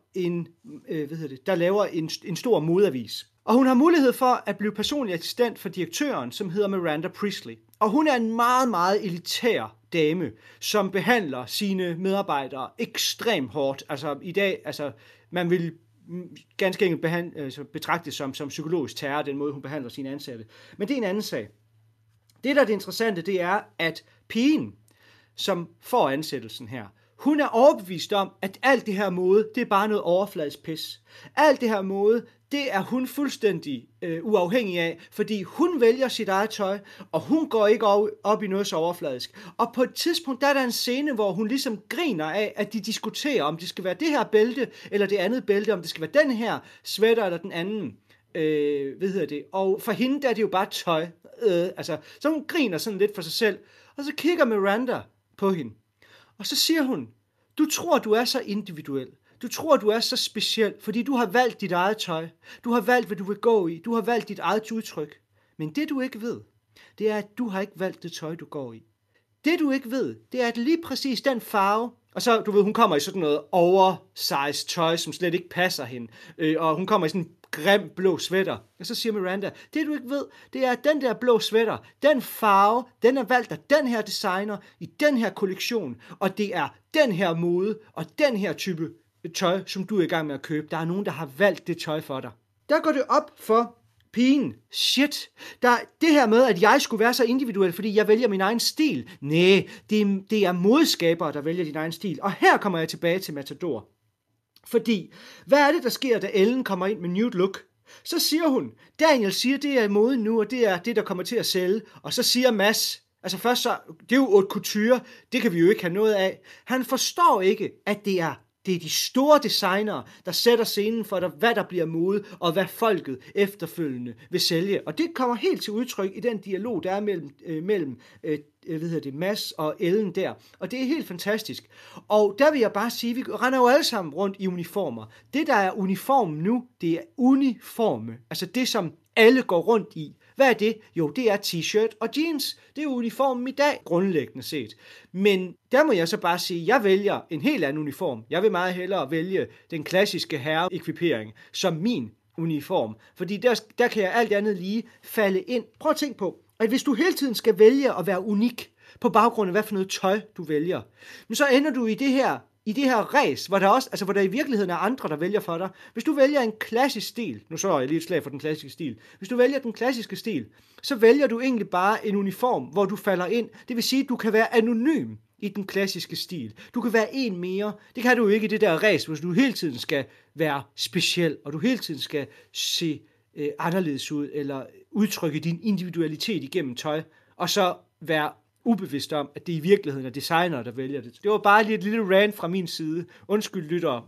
en stor modeavis. Og hun har mulighed for at blive personlig assistent for direktøren, som hedder Miranda Priestley. Og hun er en meget, meget elitær dame, som behandler sine medarbejdere ekstremt hårdt. Altså i dag, man vil ganske enkelt betragte som psykologisk terror, den måde hun behandler sine ansatte. Men det er en anden sag. Det, der er det interessante, det er, at pigen, som får ansættelsen her, hun er overbevist om, at alt det her mode, det er bare noget overfladisk pis. Alt det her mode, det er hun fuldstændig uafhængig af, fordi hun vælger sit eget tøj, og hun går ikke op i noget så overfladisk. Og på et tidspunkt, der er der en scene, hvor hun ligesom griner af, at de diskuterer, om det skal være det her bælte, eller det andet bælte, om det skal være den her sweater, eller den anden. Og for hende, der er det jo bare tøj. Så hun griner sådan lidt for sig selv, og så kigger Miranda på hende, og så siger hun, du tror, du er så individuel, du tror, du er så speciel, fordi du har valgt dit eget tøj, du har valgt, hvad du vil gå i, du har valgt dit eget udtryk, men det du ikke ved, det er, at du har ikke valgt det tøj, du går i. Det du ikke ved, det er, at lige præcis den farve, og så, hun kommer i sådan noget oversized tøj, som slet ikke passer hende, og hun kommer i sådan en grim blå sweater. Og så siger Miranda, det du ikke ved, det er, at den der blå sweater, den farve, den er valgt af den her designer, i den her kollektion, og det er den her mode, og den her type tøj, som du er i gang med at købe. Der er nogen, der har valgt det tøj for dig. Der går det op for pigen. Shit. Det her med, at jeg skulle være så individuel, fordi jeg vælger min egen stil. Næh, det er modskabere, der vælger din egen stil. Og her kommer jeg tilbage til Matador. Fordi, hvad er det, der sker, da Ellen kommer ind med Nude Look? Så siger hun, Daniel siger, det er moden nu, og det er det, der kommer til at sælge. Og så siger Mads, Altså først så, det er jo haute couture, det kan vi jo ikke have noget af. Han forstår ikke, at det er de store designere, der sætter scenen for dig, hvad der bliver mode, og hvad folket efterfølgende vil sælge. Og det kommer helt til udtryk i den dialog, der er mellem Mads og Ellen der. Og det er helt fantastisk. Og der vil jeg bare sige, vi render jo alle sammen rundt i uniformer. Det, der er uniformen nu, det er uniforme. Altså det, som alle går rundt i. Hvad er det? Jo, det er t-shirt og jeans. Det er uniformen i dag, grundlæggende set. Men der må jeg så bare sige, at jeg vælger en helt anden uniform. Jeg vil meget hellere vælge den klassiske herreekvipering som min uniform. Fordi der kan jeg alt andet lige falde ind. Prøv at tænke på, at hvis du hele tiden skal vælge at være unik på baggrund af, hvad for noget tøj du vælger, men så ender du i det her race, hvor der i virkeligheden er andre, der vælger for dig. Hvis du vælger en klassisk stil, nu så jeg lige et slag for den klassiske stil, hvis du vælger den klassiske stil, så vælger du egentlig bare en uniform, hvor du falder ind. Det vil sige, at du kan være anonym i den klassiske stil. Du kan være en mere. Det kan du ikke i det der race, hvis du hele tiden skal være speciel, og du hele tiden skal se anderledes ud, eller udtrykke din individualitet igennem tøj, og så være ubevidst om, at det i virkeligheden er designere, der vælger det. Det var bare lige et lille rant fra min side. Undskyld, lyttere.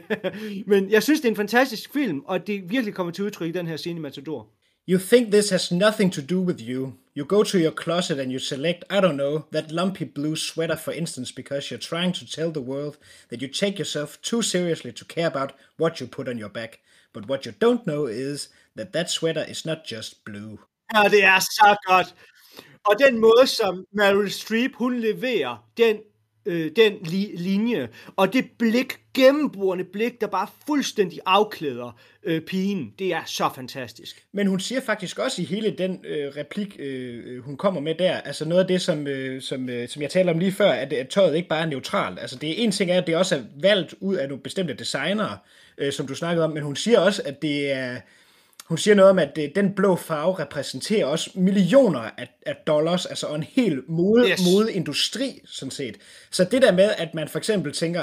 Men jeg synes, det er en fantastisk film, og det virkelig kommer til udtryk i den her scene i Matador. You think this has nothing to do with you. You go to your closet and you select, I don't know, that lumpy blue sweater for instance, because you're trying to tell the world that you take yourself too seriously to care about what you put on your back. But what you don't know is that sweater is not just blue. Ja, det er så godt. Og den måde, som Meryl Streep, hun leverer den linje, og det gennemborende blik, der bare fuldstændig afklæder pigen, det er så fantastisk. Men hun siger faktisk også i hele den replik, hun kommer med der, altså noget af det, som jeg talte om lige før, at tøjet ikke bare er neutralt. Altså det er en ting, at det også er valgt ud af nogle bestemte designere, som du snakkede om, men hun siger også, at det er... Hun siger noget om, at den blå farve repræsenterer også millioner af dollars, altså en hel modeindustri, sådan set. Så det der med, at man for eksempel tænker,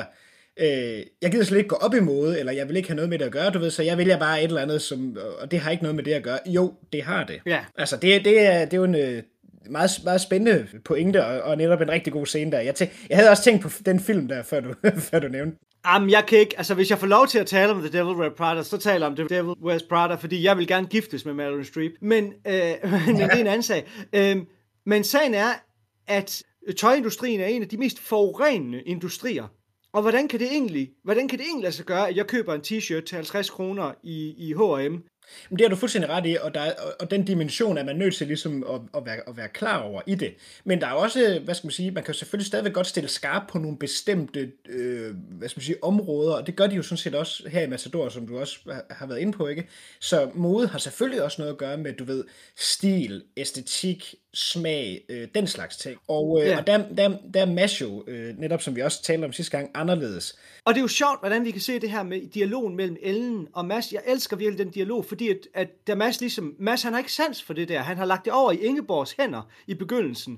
jeg gider slet ikke gå op i mode, eller jeg vil ikke have noget med det at gøre, du ved, så jeg vælger bare et eller andet, og det har ikke noget med det at gøre. Jo, det har det. Ja. Altså, det er jo en meget, meget spændende pointe, og netop en rigtig god scene der. Jeg havde også tænkt på den film der, før du nævnte. Jamen, jeg kan ikke, altså hvis jeg får lov til at tale om The Devil Wears Prada, så taler jeg om The Devil Wears Prada, fordi jeg vil gerne giftes med Meryl Streep, men det er en anden sag. Men sagen er, at tøjindustrien er en af de mest forurenende industrier. Og hvordan kan det egentlig lade sig gøre, at jeg køber en t-shirt til 50 kroner i H&M? Men det har du fuldstændig ret i, og den dimension er man nødt til ligesom at være klar over i det. Men der er også, hvad skal man sige, man kan selvfølgelig stadigvæk godt stille skarp på nogle bestemte hvad skal man sige, områder, og det gør de jo sådan set også her i Matador, som du også har været inde på, ikke? Så mode har selvfølgelig også noget at gøre med, du ved, stil, æstetik, smag, den slags ting. Og der er Mads jo, netop som vi også talte om sidste gang, anderledes. Og det er jo sjovt, hvordan vi kan se det her med dialogen mellem Ellen og Mads. Jeg elsker virkelig den dialog, fordi at da Mads han har ikke sans for det der. Han har lagt det over i Ingeborgs hænder i begyndelsen,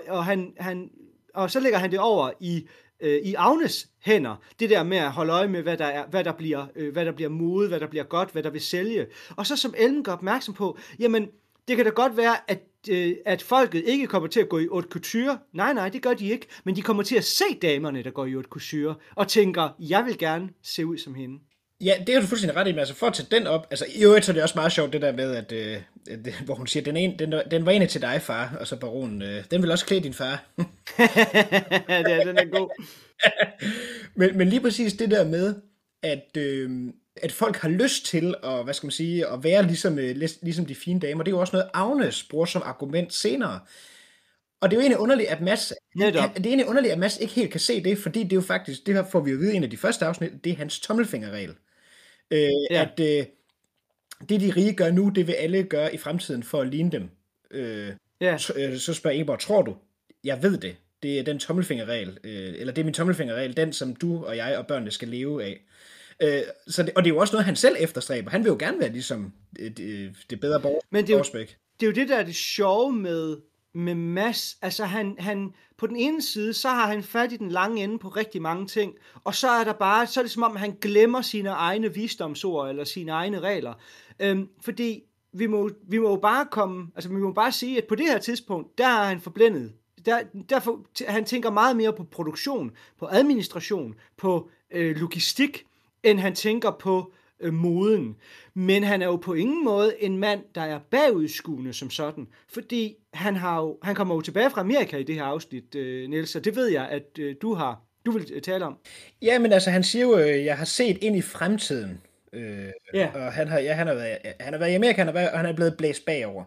og så lægger han det over i Agnes hænder, det der med at holde øje med, hvad der bliver mode, hvad der bliver godt, hvad der vil sælge. Og så som Ellen gør opmærksom på, jamen, det kan da godt være, at folket ikke kommer til at gå i haute couture. Nej, det gør de ikke. Men de kommer til at se damerne, der går i haute couture, og tænker, jeg vil gerne se ud som hende. Ja, det har du fuldstændig ret i, men altså for at tage den op, altså i øvrigt så er det også meget sjovt det der med, at hvor hun siger, den var egentlig til dig, far, og så baronen, den vil også klæde din far. Ja, den er god. men lige præcis det der med, at folk har lyst til at, hvad skal man sige, at være ligesom de fine damer, det er jo også noget, Agnes bruger som argument senere. Og det er jo egentlig underligt, at Mads ikke helt kan se det, fordi det er jo faktisk, det her får vi jo vide i en af de første afsnit, det er hans tommelfingerregel. At det de rige gør nu, det vil alle gøre i fremtiden for at ligne dem. Så spørger Ingeborg, tror du? Jeg ved det. Det er den tommelfingerregel, eller det er min tommelfingerregel, den som du og jeg og børnene skal leve af. Og det er jo også noget, han selv efterstræber. Han vil jo gerne være ligesom det bedre borgersbæk. Det er jo det, der er det sjove med Mads. Altså han på den ene side, så har han fat i den lange ende på rigtig mange ting, og så er det som om, han glemmer sine egne visdomsord, eller sine egne regler. Fordi vi må jo bare vi må bare sige, at på det her tidspunkt, der er han forblændet. Han tænker meget mere på produktion, på administration, på logistik, end han tænker på moden. Men han er jo på ingen måde en mand, der er bagudskuende som sådan, fordi han kommer jo tilbage fra Amerika i det her afsnit, Niels, og det ved jeg, at du vil tale om. Ja, men altså, han siger jo, jeg har set ind i fremtiden. Og han har været i Amerika, og han er blevet blæst bagover.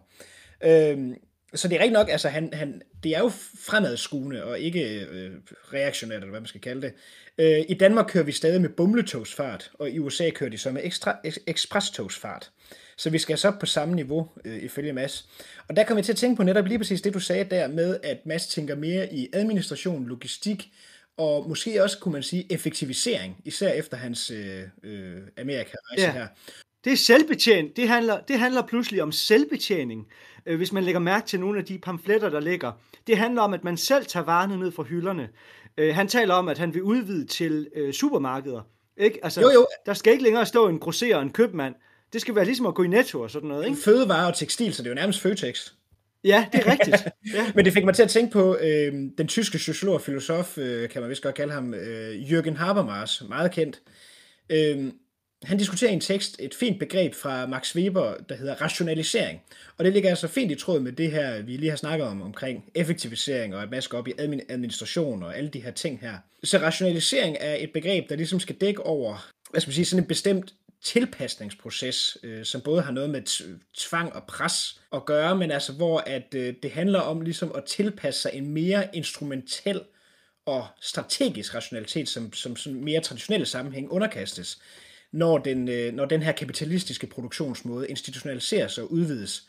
Så det er rigtig nok, altså det er jo fremadskuende og ikke reaktionært, eller hvad man skal kalde det. I Danmark kører vi stadig med bumletogsfart, og i USA kører de så med ekspresstogsfart. Så vi skal så på samme niveau, ifølge Mads. Og der kommer vi til at tænke på netop lige præcis det, du sagde der med, at Mads tænker mere i administration, logistik, og måske også, kunne man sige, effektivisering, især efter hans Amerika-rejse her. Det er selvbetjent. Det handler pludselig om selvbetjening, hvis man lægger mærke til nogle af de pamfletter, der ligger. Det handler om, at man selv tager varerne ned fra hylderne. Han taler om, at han vil udvide til supermarkeder. Ikke? Altså, jo. Der skal ikke længere stå en grosserer og en købmand. Det skal være ligesom at gå i Netto og sådan noget. Ikke? Fødevare og tekstil, så det er jo nærmest Føtex. Ja, det er rigtigt. Ja. Men det fik mig til at tænke på den tyske sociolog og filosof, kan man vist godt kalde ham, Jürgen Habermas, meget kendt. Han diskuterer i en tekst et fint begreb fra Max Weber, der hedder rationalisering. Og det ligger altså fint i tråd med det her, vi lige har snakket omkring effektivisering og at man skal op i administration og alle de her ting her. Så rationalisering er et begreb, der ligesom skal dække over, sådan en bestemt tilpasningsproces, som både har noget med tvang og pres at gøre, men altså hvor at det handler om ligesom at tilpasse sig en mere instrumentel og strategisk rationalitet, som sådan mere traditionelle sammenhæng underkastes, når den her kapitalistiske produktionsmåde institutionaliseres og udvides,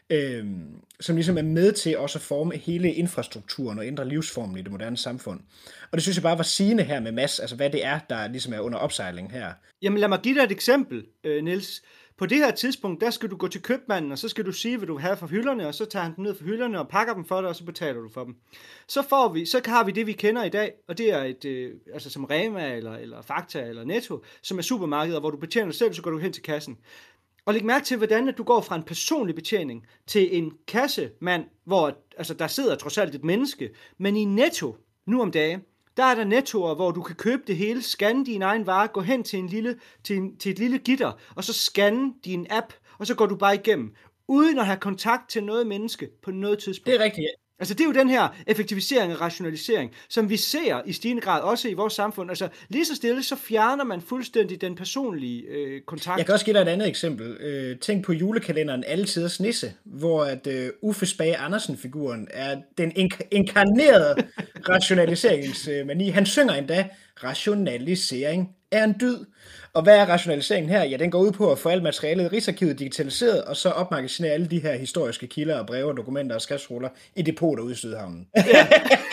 som ligesom er med til også at forme hele infrastrukturen og ændre livsformen i det moderne samfund. Og det synes jeg bare var sigende her med Mads, altså hvad det er, der ligesom er under opsejling her. Jamen lad mig give dig et eksempel, Niels. På det her tidspunkt, der skal du gå til købmanden, og så skal du sige, hvad du vil have fra hylderne, og så tager han dem ned fra hylderne og pakker dem for dig, og så betaler du for dem. Så har vi det, vi kender i dag, og det er som Rema, eller Fakta, eller Netto, som er supermarkeder, hvor du betjener dig selv, så går du hen til kassen. Og læg mærke til, hvordan at du går fra en personlig betjening til en kassemand, hvor der sidder trods alt et menneske, men i Netto, nu om dagen, der er der Nettoer, hvor du kan købe det hele, scanne din egen vare, gå hen til et lille gitter, og så scanne din app, og så går du bare igennem, uden at have kontakt til noget menneske på noget tidspunkt. Det er rigtigt. Altså det er jo den her effektivisering og rationalisering, som vi ser i stigende grad også i vores samfund. Altså lige så stille, så fjerner man fuldstændig den personlige kontakt. Jeg kan også give dig et andet eksempel. Tænk på julekalenderen Alletiders Nisse, hvor at Uffe Spage Andersen-figuren er den inkarnerede rationaliseringsmani. Han synger endda, rationalisering er en dyd. Og hvad er rationaliseringen her? Ja, den går ud på at få alt materialet i Rigsarkivet digitaliseret, og så opmagasinere alle de her historiske kilder og breve, dokumenter og skriftruller i depoter ude i Sydhavnen. Ja.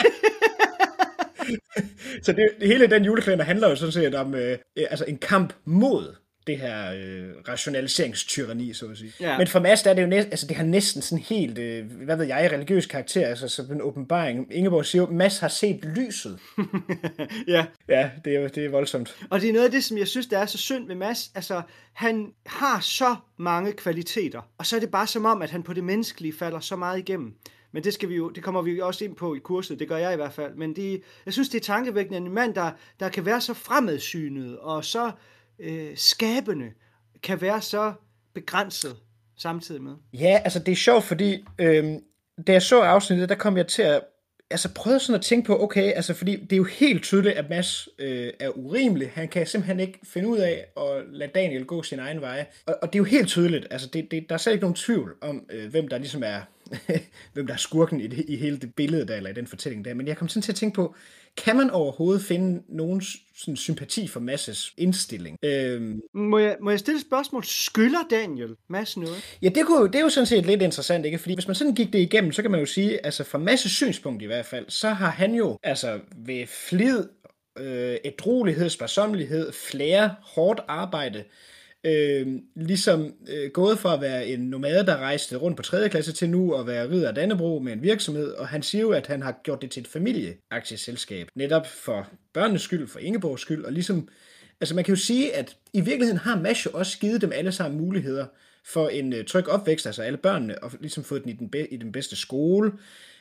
Så hele den julekalender handler jo sådan set om en kamp mod det her rationaliseringstyranni, så at sige. Ja. Men for Mads, der er det jo det har næsten sådan helt, religiøs karakter, altså som en åbenbaring. Ingeborg siger jo, Mads har set lyset. Ja. Ja, det er voldsomt. Og det er noget af det, som jeg synes, der er så synd ved Mads. Altså, han har så mange kvaliteter, og så er det bare som om, at han på det menneskelige falder så meget igennem. Men det kommer vi jo også ind på i kurset, det gør jeg i hvert fald. Men jeg synes, det er tankevækkende, en mand, der kan være så fremadsynet og så skabende, kan være så begrænset samtidig med. Ja, altså det er sjovt, fordi da jeg så afsnittet, der kom jeg til at prøve sådan at tænke på, okay, altså fordi det er jo helt tydeligt, at Mads er urimelig. Han kan simpelthen ikke finde ud af at lade Daniel gå sin egen vej. Og det er jo helt tydeligt, altså der er slet ikke nogen tvivl om, hvem der ligesom er hvem der er skurken i hele det billede der, eller i den fortælling der. Men jeg kom sådan til at tænke på, kan man overhovedet finde nogen sådan sympati for Mads' indstilling? Må jeg stille et spørgsmål? Skylder Daniel Mads noget? Ja, det er jo sådan set lidt interessant, ikke? Fordi hvis man sådan gik det igennem, så kan man jo sige, altså fra Mads' synspunkt i hvert fald, så har han jo ved flid, ædruelighed, sparsommelighed, flair, hårdt arbejde, gået fra at være en nomade, der rejste rundt på 3. klasse til nu at være ridder af Dannebrog med en virksomhed, og han siger jo, at han har gjort det til et familieaktieselskab, netop for børnenes skyld, for Ingeborgs skyld, og man kan jo sige, at i virkeligheden har Mads jo også givet dem alle sammen muligheder for en tryg opvækst, altså alle børnene, og ligesom fået den i den bedste skole,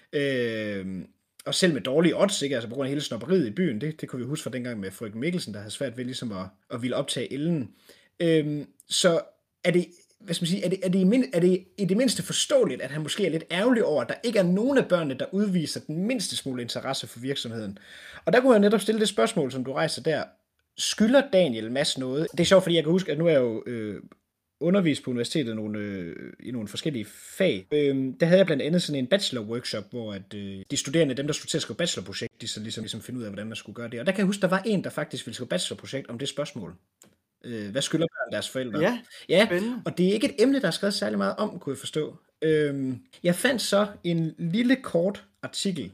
og selv med dårlige odds, ikke? Altså på grund af hele snobberiet i byen, det kunne vi huske fra dengang med frøken Mikkelsen, der havde svært ved ligesom at ville optage Ellen. Så er det, hvad skal man sige, er det i det mindste forståeligt, at han måske er lidt ærgerlig over, at der ikke er nogen af børnene, der udviser den mindste smule interesse for virksomheden. Og der kunne jeg netop stille det spørgsmål, som du rejser der. Skylder Daniel Madsen noget? Det er sjovt, fordi jeg kan huske, at nu er jeg jo undervist på universitetet i nogle forskellige fag. Der havde jeg blandt andet sådan en bachelor-workshop, hvor at, de studerende, dem der skulle til at skrive bachelorprojekt, de så ligesom finde ud af, hvordan man skulle gøre det. Og der kan jeg huske, der var en, der faktisk ville skrive bachelorprojekt om det spørgsmål. Hvad skylder børn deres forældre? Ja, og det er ikke et emne, der er skrevet særlig meget om, kunne jeg forstå. Jeg fandt så en lille kort artikel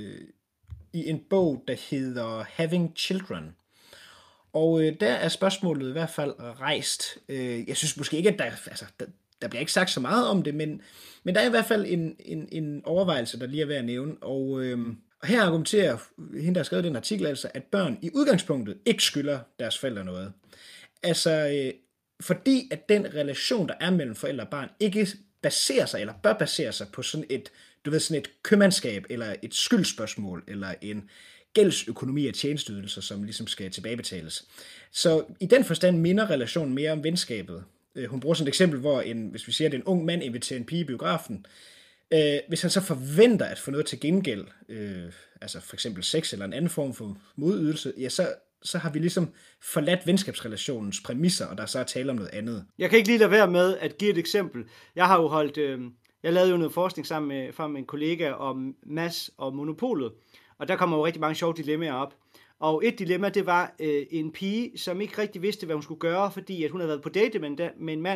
i en bog, der hedder Having Children. Og der er spørgsmålet i hvert fald rejst. Jeg synes måske ikke, at der bliver ikke sagt så meget om det, men der er i hvert fald en overvejelse, der lige er værd at nævne. Og her argumenterer hende, der har skrevet den artikel, altså, at børn i udgangspunktet ikke skylder deres forældre noget. Altså, fordi at den relation, der er mellem forældre og barn, ikke baserer sig, eller bør basere sig på sådan et købmandskab, eller et skyldspørgsmål, eller en gældsøkonomi af tjenesteydelser, som ligesom skal tilbagebetales. Så i den forstand minder relationen mere om venskabet. Hun bruger sådan et eksempel, hvor hvis vi siger, at en ung mand inviterer en pige i biografen, hvis han så forventer at få noget til gengæld, altså for eksempel sex eller en anden form for modydelse, ja, så har vi ligesom forladt venskabsrelationens præmisser, og der så er tale om noget andet. Jeg kan ikke lige lade være med at give et eksempel. Jeg har jo jeg lavede jo noget forskning sammen med en kollega om Mads og Monopolet, og der kommer jo rigtig mange sjove dilemmaer op. Og et dilemma, det var en pige, som ikke rigtig vidste, hvad hun skulle gøre, fordi at hun havde været på date med en mand,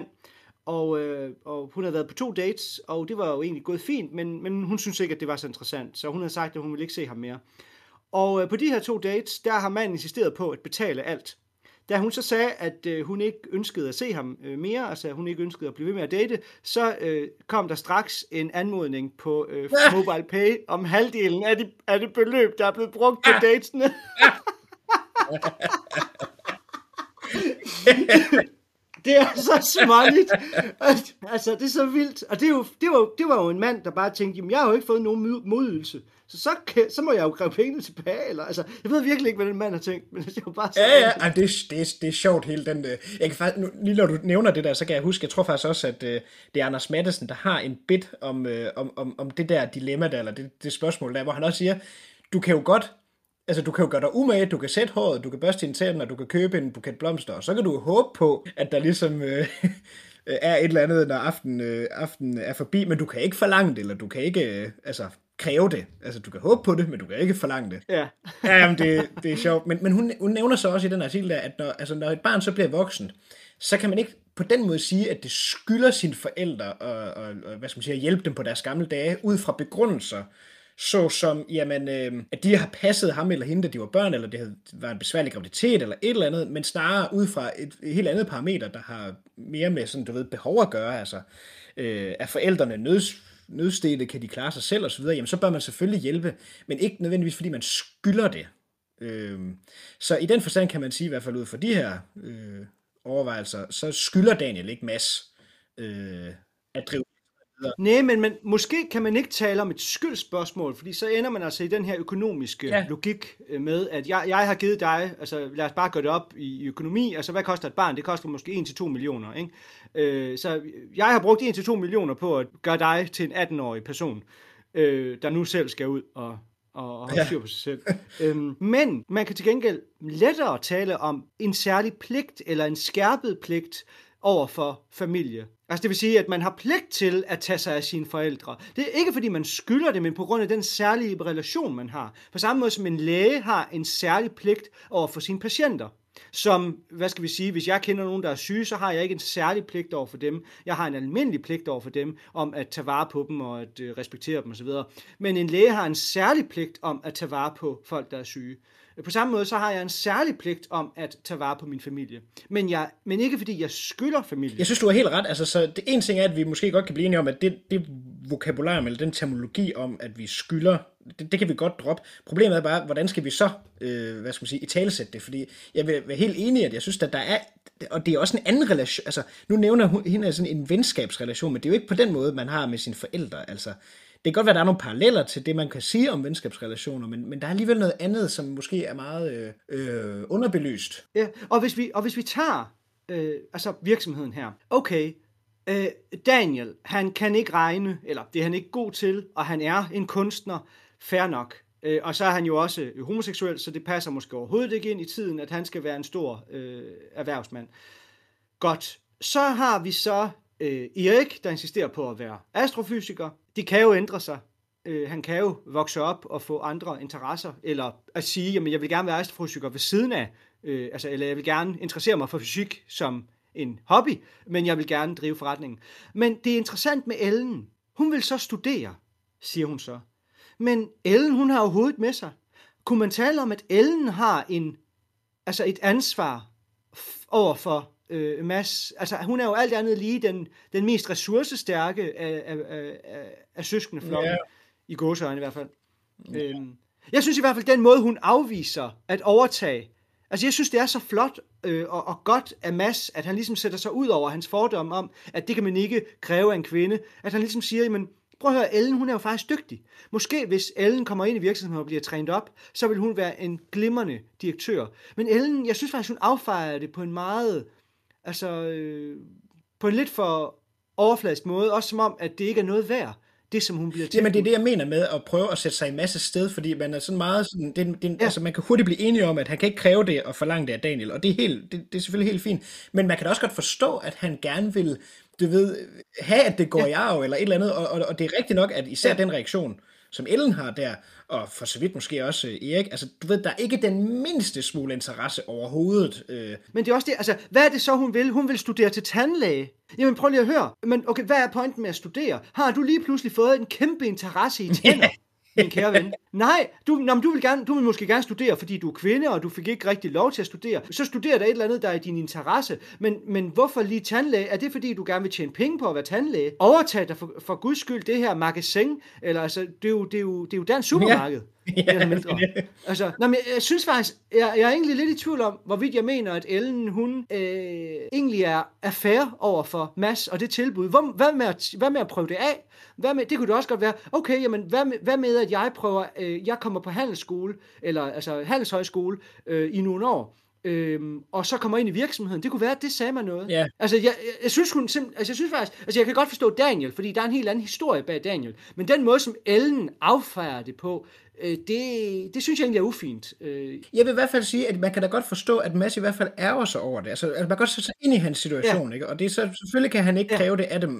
og hun havde været på 2 dates, og det var jo egentlig gået fint, men hun syntes ikke, at det var så interessant, så hun havde sagt, at hun ville ikke se ham mere. Og på de her 2 dates, der har manden insisteret på at betale alt. Da hun så sagde, at hun ikke ønskede at se ham mere, altså hun ikke ønskede at blive ved med at date, så kom der straks en anmodning på MobilePay om halvdelen af det beløb, der er blevet brugt på datesene. Det er så småligt. Altså, det er så vildt. Og det var jo en mand, der bare tænkte, jamen, jeg har jo ikke fået nogen modydelse. Så må jeg jo kræve pengene tilbage. Eller, altså, jeg ved virkelig ikke, hvad den mand har tænkt. Men det var bare så det er sjovt hele den. Jeg kan faktisk, lige når du nævner det der, så kan jeg huske, jeg tror faktisk også, at det er Anders Matthesen, der har en bit om det der dilemma der, eller det spørgsmål der, hvor han også siger, du kan jo gøre dig umage, du kan sætte håret, du kan børste dine tænder, du kan købe en buket blomster, og så kan du håbe på, at der ligesom er et eller andet, når aftenen er forbi, men du kan ikke forlange det, eller du kan ikke kræve det. Altså, du kan håbe på det, men du kan ikke forlange det. Ja. Jamen, det er sjovt. Men hun nævner så også i den artikel der, at når et barn så bliver voksen, så kan man ikke på den måde sige, at det skylder sine forældre og hvad skal man sige, at hjælpe dem på deres gamle dage, ud fra begrundelser, såsom, jamen, at de har passet ham eller hende, da de var børn, eller det var en besværlig graviditet, eller et eller andet, men snarere ud fra et helt andet parameter, der har mere med sådan, behov at gøre, altså, er forældrene nødstede, kan de klare sig selv, og så videre, jamen, så bør man selvfølgelig hjælpe, men ikke nødvendigvis, fordi man skylder det. Så i den forstand kan man sige, i hvert fald ud fra de her overvejelser, så skylder Daniel ikke Mads at drive. Nej, men måske kan man ikke tale om et skyldspørgsmål, fordi så ender man altså i den her økonomiske logik med, at jeg har givet dig, altså lad os bare gøre det op i økonomi, altså hvad koster et barn? Det koster måske 1-2 millioner, ikke? Så jeg har brugt 1-2 millioner på at gøre dig til en 18-årig person, der nu selv skal ud og holde styr på sig selv. Men man kan til gengæld lettere tale om en særlig pligt, eller en skærpet pligt, over for familie. Altså det vil sige, at man har pligt til at tage sig af sine forældre. Det er ikke fordi man skylder det, men på grund af den særlige relation, man har. På samme måde som en læge har en særlig pligt over for sine patienter. Som, hvad skal vi sige, hvis jeg kender nogen, der er syge, så har jeg ikke en særlig pligt over for dem. Jeg har en almindelig pligt over for dem, om at tage vare på dem og at respektere dem osv. Men en læge har en særlig pligt om at tage vare på folk, der er syge. På samme måde, så har jeg en særlig pligt om at tage vare på min familie. Men ikke fordi jeg skylder familien. Jeg synes, du har helt ret. Altså, så det ene ting er, at vi måske godt kan blive enige om, at det vokabular, eller den terminologi om, at vi skylder, det kan vi godt droppe. Problemet er bare, hvordan skal vi så, italesætte det? Fordi jeg vil være helt enig, at jeg synes, at der er, og det er også en anden relation, altså nu nævner hun hende sådan en venskabsrelation, men det er jo ikke på den måde, man har med sine forældre, altså. Det kan godt være, at der er nogle paralleller til det, man kan sige om venskabsrelationer, men der er alligevel noget andet, som måske er meget underbelyst. Ja, og hvis vi tager virksomheden her. Okay, Daniel, han kan ikke regne, eller det er han ikke god til, og han er en kunstner, fair nok. Og så er han jo også homoseksuel, så det passer måske overhovedet ikke ind i tiden, at han skal være en stor erhvervsmand. Godt, så har vi så Erik, der insisterer på at være astrofysiker. Det kan jo ændre sig. Han kan jo vokse op og få andre interesser, eller at sige, jamen jeg vil gerne være astrofysiker ved siden af, eller jeg vil gerne interessere mig for fysik som en hobby, men jeg vil gerne drive forretningen. Men det er interessant med Ellen. Hun vil så studere, siger hun så. Men Ellen, hun har jo hovedet med sig. Kunne man tale om, at Ellen har et ansvar over for Mads? Altså, hun er jo alt andet lige den mest ressourcestærke af søskendeflokken, i gåseøjne i hvert fald. Jeg synes i hvert fald, den måde, hun afviser at overtage. Altså, jeg synes, det er så flot og godt af Mads, at han ligesom sætter sig ud over hans fordom om, at det kan man ikke kræve af en kvinde. At han ligesom siger, jamen, prøv at høre, Ellen, hun er jo faktisk dygtig. Måske hvis Ellen kommer ind i virksomheden og bliver trænet op, så vil hun være en glimrende direktør. Men Ellen, jeg synes faktisk, hun affejer det på en meget, på en lidt for overfladisk måde, også som om, at det ikke er noget værd. Det, som hun bliver til. Jamen, det er det, jeg mener med at prøve at sætte sig i en masse sted, fordi man er sådan meget sådan, altså man kan hurtigt blive enige om, at han kan ikke kræve det og forlange det af Daniel, og det er selvfølgelig helt fint, men man kan da også godt forstå, at han gerne vil, have, at det går i arv, eller et eller andet, og det er rigtigt nok, at især den reaktion, som Ellen har der, og for så vidt måske også Erik, altså der er ikke den mindste smule interesse overhovedet. Men det er også det, hvad er det så, hun vil? Hun vil studere til tandlæge. Jamen prøv lige at høre, men okay, hvad er pointen med at studere? Har du lige pludselig fået en kæmpe interesse i tænder? Min kære ven. Nej, du vil måske gerne studere, fordi du er kvinde, og du fik ikke rigtig lov til at studere. Så studerer der et eller andet, der er i din interesse. Men hvorfor lige tandlæge? Er det, fordi du gerne vil tjene penge på at være tandlæge? Overtag dig for guds skyld det her magasin, eller det er jo dansk supermarked. Jeg synes faktisk, jeg er egentlig lidt i tvivl om, hvorvidt jeg mener, at Ellen, hun egentlig er fair over for Mads og det tilbud. Hvad med at prøve det af? Det kunne det også godt være. Okay, jamen, hvad med at jeg kommer på handelsskole, eller handelshøjskole i nogle år, og så kommer ind i virksomheden. Det kunne være, at det sagde mig noget. Yeah. Jeg synes faktisk, jeg kan godt forstå Daniel, fordi der er en helt anden historie bag Daniel. Men den måde, som Ellen affejer det på, det synes jeg egentlig er ufint. Jeg vil i hvert fald sige, at man kan da godt forstå, at Mads i hvert fald ærger sig over det. Altså man kan godt sætte sig ind i hans situation, ikke? Og det så selvfølgelig kan han ikke kræve det af dem,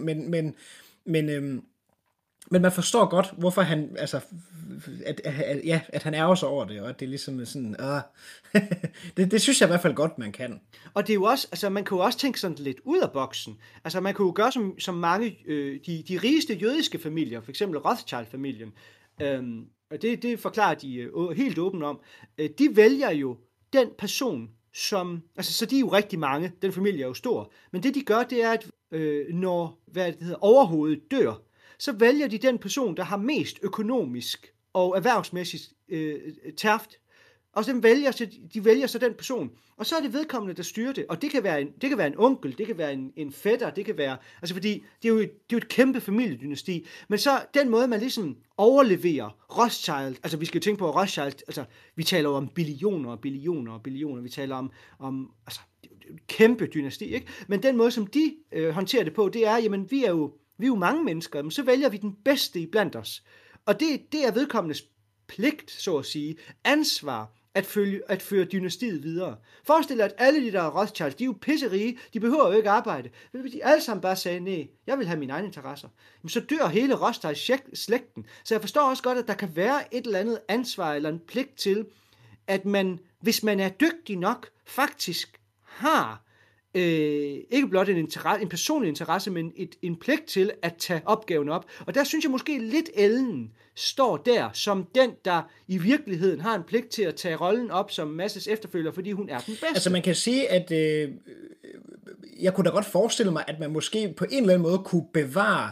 men man forstår godt, hvorfor han, at han ærger sig over det, og at det ligesom er sådan, det synes jeg i hvert fald godt, man kan. Og det er jo også, man kan jo også tænke sådan lidt ud af boksen. Altså man kan jo gøre som mange, de rigeste jødiske familier, for eksempel Rothschild-familien, og det forklarer de helt åbent om, de vælger jo den person, som, så de er jo rigtig mange, den familie er jo stor, men det de gør, det er, at når overhovedet dør, så vælger de den person, der har mest økonomisk og erhvervsmæssigt tærft. Og så de vælger så den person. Og så er det vedkommende, der styrer det. Og det kan være en onkel, det kan være en fætter, det kan være, fordi det er jo et kæmpe familiedynasti. Men så den måde, man ligesom overleverer Rothschild, vi skal jo tænke på Rothschild, vi taler jo om billioner og billioner og billioner, vi taler om et kæmpe dynasti, ikke? Men den måde, som de håndterer det på, det er, jamen vi er jo mange mennesker, men så vælger vi den bedste iblandt os. Og det er vedkommendes pligt, så at sige, ansvar at føre dynastiet videre. Forestil dig, at alle de der Rothschild, de er jo pisserige, de behøver jo ikke arbejde. De alle sammen bare sagde, nej, jeg vil have mine egne interesser. Men så dør hele Rothschild-slægten. Så jeg forstår også godt, at der kan være et eller andet ansvar eller en pligt til, at man, hvis man er dygtig nok, faktisk har ikke blot en personlig interesse, men en pligt til at tage opgaven op. Og der synes jeg måske lidt Ellen står der som den, der i virkeligheden har en pligt til at tage rollen op som Masses efterfølger, fordi hun er den bedste. Altså man kan sige, at jeg kunne da godt forestille mig, at man måske på en eller anden måde kunne bevare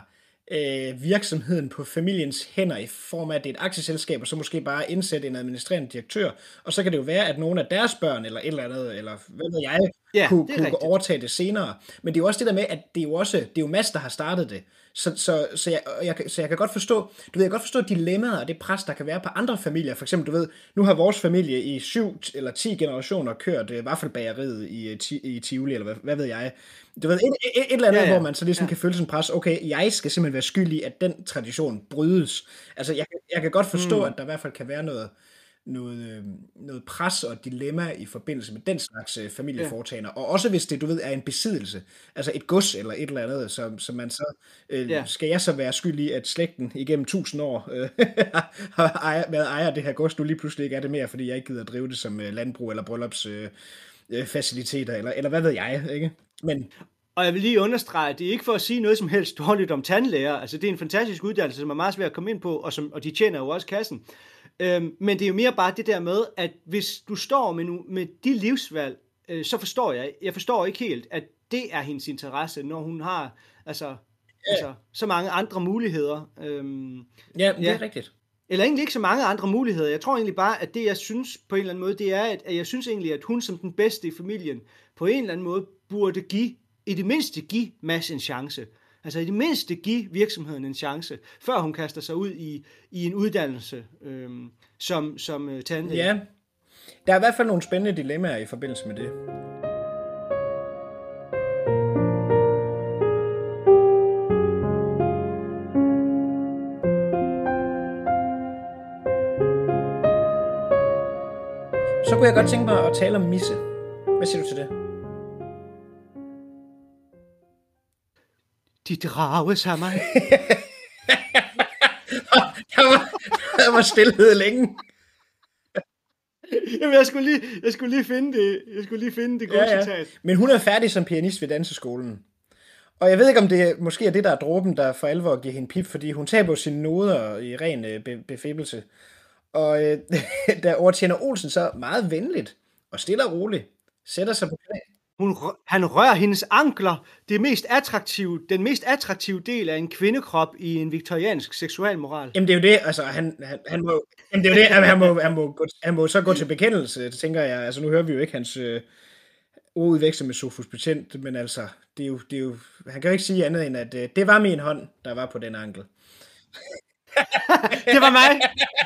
virksomheden på familiens hænder i form af, at det er et aktieselskab, og så måske bare indsætte en administrerende direktør, og så kan det jo være, at nogle af deres børn, eller et eller andet, eller hvad ved jeg, kunne overtage det senere. Men det er jo også det der med, at det er jo Mads, der har startet det. Så jeg kan godt forstå, jeg kan godt forstå dilemmaet og det pres, der kan være på andre familier. For eksempel, nu har vores familie i 7 eller 10 generationer kørt vaffelbageriet i Tivoli, eller hvad ved jeg. Et eller andet, hvor man så ligesom kan føle sådan en pres, okay, jeg skal simpelthen være skyldig, at den tradition brydes. Altså, jeg kan godt forstå, at der i hvert fald kan være noget pres og dilemma i forbindelse med den slags familieforetagender, og også hvis det, er en besiddelse, altså et gods eller et eller andet, som man så, skal jeg så være skyldig, at slægten igennem 1000 år har været ejer af det her gods, nu lige pludselig ikke er det mere, fordi jeg ikke gider at drive det som landbrug eller bryllupsfaciliteter, eller hvad ved jeg, ikke? Men og jeg vil lige understrege, at det er ikke for at sige noget som helst dårligt om tandlæger. Altså, det er en fantastisk uddannelse, som er meget svært at komme ind på, og de tjener jo også kassen. Men det er jo mere bare det der med, at hvis du står med de livsvalg, så forstår jeg forstår ikke helt, at det er hendes interesse, når hun har altså så mange andre muligheder. Ja, det er rigtigt. Eller egentlig ikke så mange andre muligheder. Jeg tror egentlig bare, at det jeg synes på en eller anden måde, det er, at jeg synes egentlig, at hun som den bedste i familien, på en eller anden måde burde i det mindste give Mads en chance. Altså i det mindste give virksomheden en chance, før hun kaster sig ud i en uddannelse som tandlæge. Ja, der er i hvert fald nogle spændende dilemmaer i forbindelse med det. Så kunne jeg godt tænke mig at tale om Misse. Hvad siger du til det? De drages af mig. Der var stillhed længe. Jamen, jeg skulle lige finde det gode citat. Men hun er færdig som pianist ved danseskolen. Og jeg ved ikke, om det måske er det, der er dråben, der for alvor giver hende pip, fordi hun taber sine noder i ren befæbelse. Og der overtjener Olsen så meget venligt og stille og roligt sætter sig på knæ. Han rører hendes ankler, den mest attraktive del af en kvindekrop i en viktoriansk seksualmoral. Jamen det er jo det, altså han må så gå til bekendelse, det tænker jeg. Altså nu hører vi jo ikke hans ordudveksling med Sofus Betjent, men altså det er jo han kan jo ikke sige andet end at det var min hånd, der var på den ankel. Det var mig.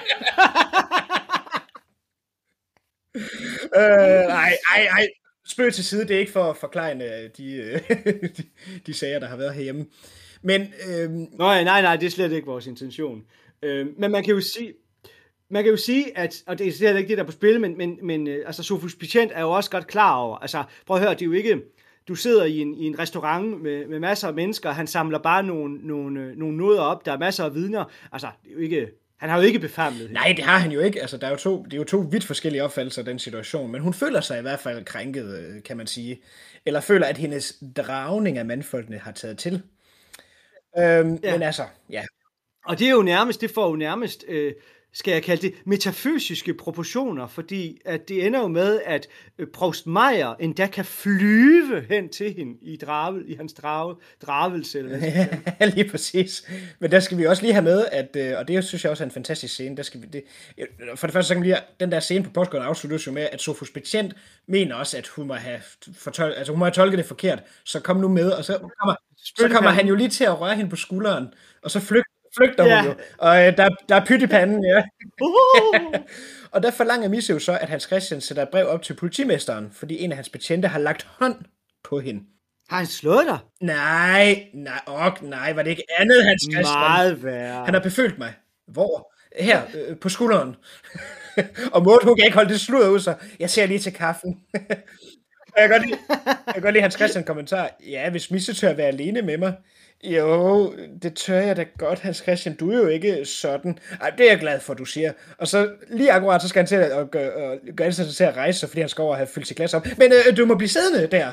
Nej. Spøg til side, det er ikke for at forklejne de sager, der har været herhjemme. Men nej, det er slet ikke vores intention. Men man kan jo sige, at, og det er slet ikke det, der er på spil, men altså Sofus Betjent er jo også godt klar over, altså prøv at høre, det er jo ikke, du sidder i en restaurant med masser af mennesker, han samler bare nogle noder op, der er masser af vidner, altså det er jo ikke, han har jo ikke befamlet. Nej, det har han jo ikke. Altså, det er jo to vidt forskellige opfattelser af den situation, men hun føler sig i hvert fald krænket, kan man sige. Eller føler, at hendes dragning af mandfolkene har taget til. Men altså, ja. Og det får jo nærmest, skal jeg kalde det, metafysiske proportioner, fordi at det ender jo med, at Provst Meier endda kan flyve hen til hende i hans dravelse. Ja, lige præcis. Men der skal vi også lige have med, at, og det synes jeg også er en fantastisk scene, for det første så kan vi lige, den der scene på postgården afsluttes jo med, at Sofus Betjent mener også, at hun må have tolket det forkert, så kom nu med, og så kommer han jo lige til at røre hende på skulderen, og så flygter hun jo, og der er pyt i panden, ja. Og der forlanger Misse jo så, at Hans Christian sætter et brev op til politimesteren, fordi en af hans betjente har lagt hånd på hende. Har han slået dig? Nej, var det ikke andet, Hans Christian? Meget værre. Han har befølt mig. Hvor? Her, på skulderen. Og Maud, hun kan ikke holde det sludder ud, så jeg ser lige til kaffen. Jeg kan godt lide Hans Christian kommentar. Ja, hvis Misse tør være alene med mig. Jo, det tør jeg da godt, Hans Christian. Du er jo ikke sådan. Ej, det er jeg glad for, du siger. Og så lige akkurat, så skal han til at gøre ansatsen til at rejse sig, fordi han skal over og have fyldt sit glas op. Men du må blive siddende der.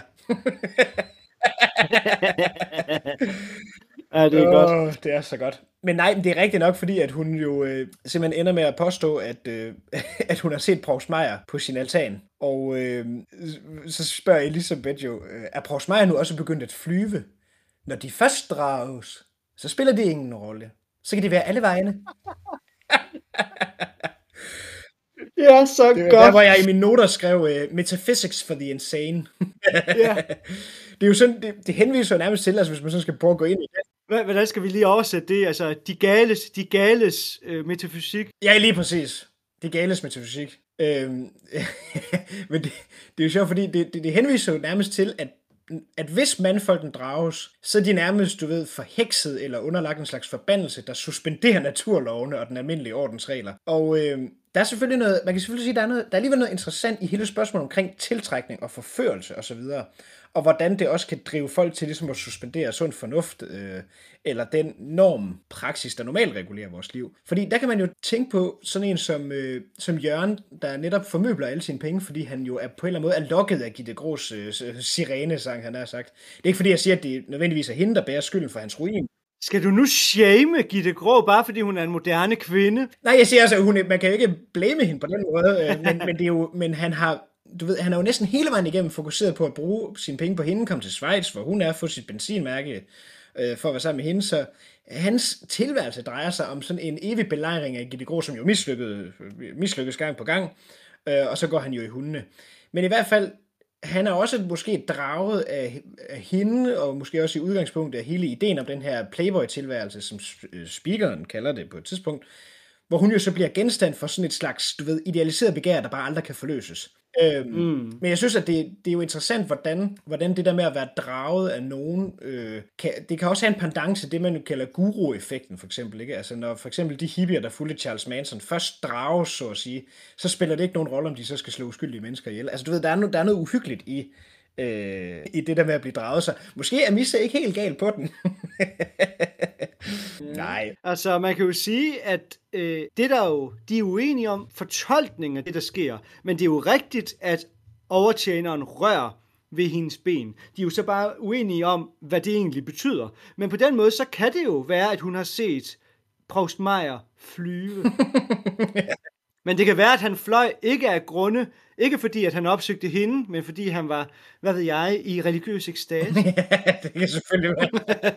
Ja, det er godt. Det er så godt. Men nej, det er rigtigt nok, fordi at hun jo simpelthen ender med at påstå, at hun har set Provst Meier på sin altan. Og så spørger Elisabeth jo, er Provst Meier nu også begyndt at flyve? Når de først drages, så spiller det ingen rolle. Så kan det være alle vejene. Det er så det godt. Der, hvor jeg i mine noter skrev Metaphysics for the Insane. Ja. Det er jo sådan, det henviser jo nærmest til, altså hvis man så skal prøve at gå ind i det. Hvordan skal vi lige oversætte det? Altså, de gales metafysik. Ja, lige præcis. De gales metafysik. Men det er jo sjovt, fordi det henviser jo nærmest til, at hvis mandfolken drages, så er de nærmest, du ved, forhekset eller underlagt en slags forbandelse, der suspenderer naturlovene og den almindelige ordensregler. Og der er selvfølgelig noget, man kan selvfølgelig sige, der er alligevel noget interessant i hele spørgsmålet omkring tiltrækning og forførelse osv., og hvordan det også kan drive folk til ligesom at suspendere sund fornuft, eller den normpraksis, der normalt regulerer vores liv. Fordi der kan man jo tænke på sådan en som Jørgen, der netop formøbler alle sine penge, fordi han jo på en eller anden måde er lokket af Gitte Grås sirenesang, han har sagt. Det er ikke fordi, jeg siger, at det nødvendigvis er hende, der bærer skylden for hans ruin. Skal du nu shame Gitte Grå, bare fordi hun er en moderne kvinde? Nej, jeg siger altså, man kan jo ikke blame hende på den måde, men det er jo, men han har, du ved, han er jo næsten hele vejen igennem fokuseret på at bruge sine penge på hende, komme til Schweiz, hvor hun er, få sit benzinmærke for at være sammen med hende, så hans tilværelse drejer sig om sådan en evig belejring af Gitte Grå, som jo mislykkes gang på gang, og så går han jo i hundene. Men i hvert fald, han er også måske draget af hende, og måske også i udgangspunktet af hele ideen om den her Playboy-tilværelse, som speakeren kalder det på et tidspunkt, hvor hun jo så bliver genstand for sådan et slags, du ved, idealiseret begær, der bare aldrig kan forløses. Men jeg synes, at det er jo interessant, hvordan det der med at være draget af nogen, det kan også have en pendant til det, man jo kalder guru-effekten, for eksempel. Ikke? Altså når for eksempel de hippier, der fulgte Charles Manson, først drages, så at sige, så spiller det ikke nogen rolle, om de så skal slå uskyldige mennesker ihjel. Altså du ved, der er noget uhyggeligt i det der med at blive draget. Så måske er Misse ikke helt gal på den. Nej. Altså, man kan jo sige, at det der jo, de er uenige om fortolkningen af det, der sker. Men det er jo rigtigt, at overtjeneren rører ved hendes ben. De er jo så bare uenige om, hvad det egentlig betyder. Men på den måde, så kan det jo være, at hun har set Provst Meier flyve. Men det kan være, at han fløj ikke af grunde, ikke fordi, at han opsøgte hende, men fordi han var, hvad ved jeg, i religiøs ekstase. Ja, det kan selvfølgelig være.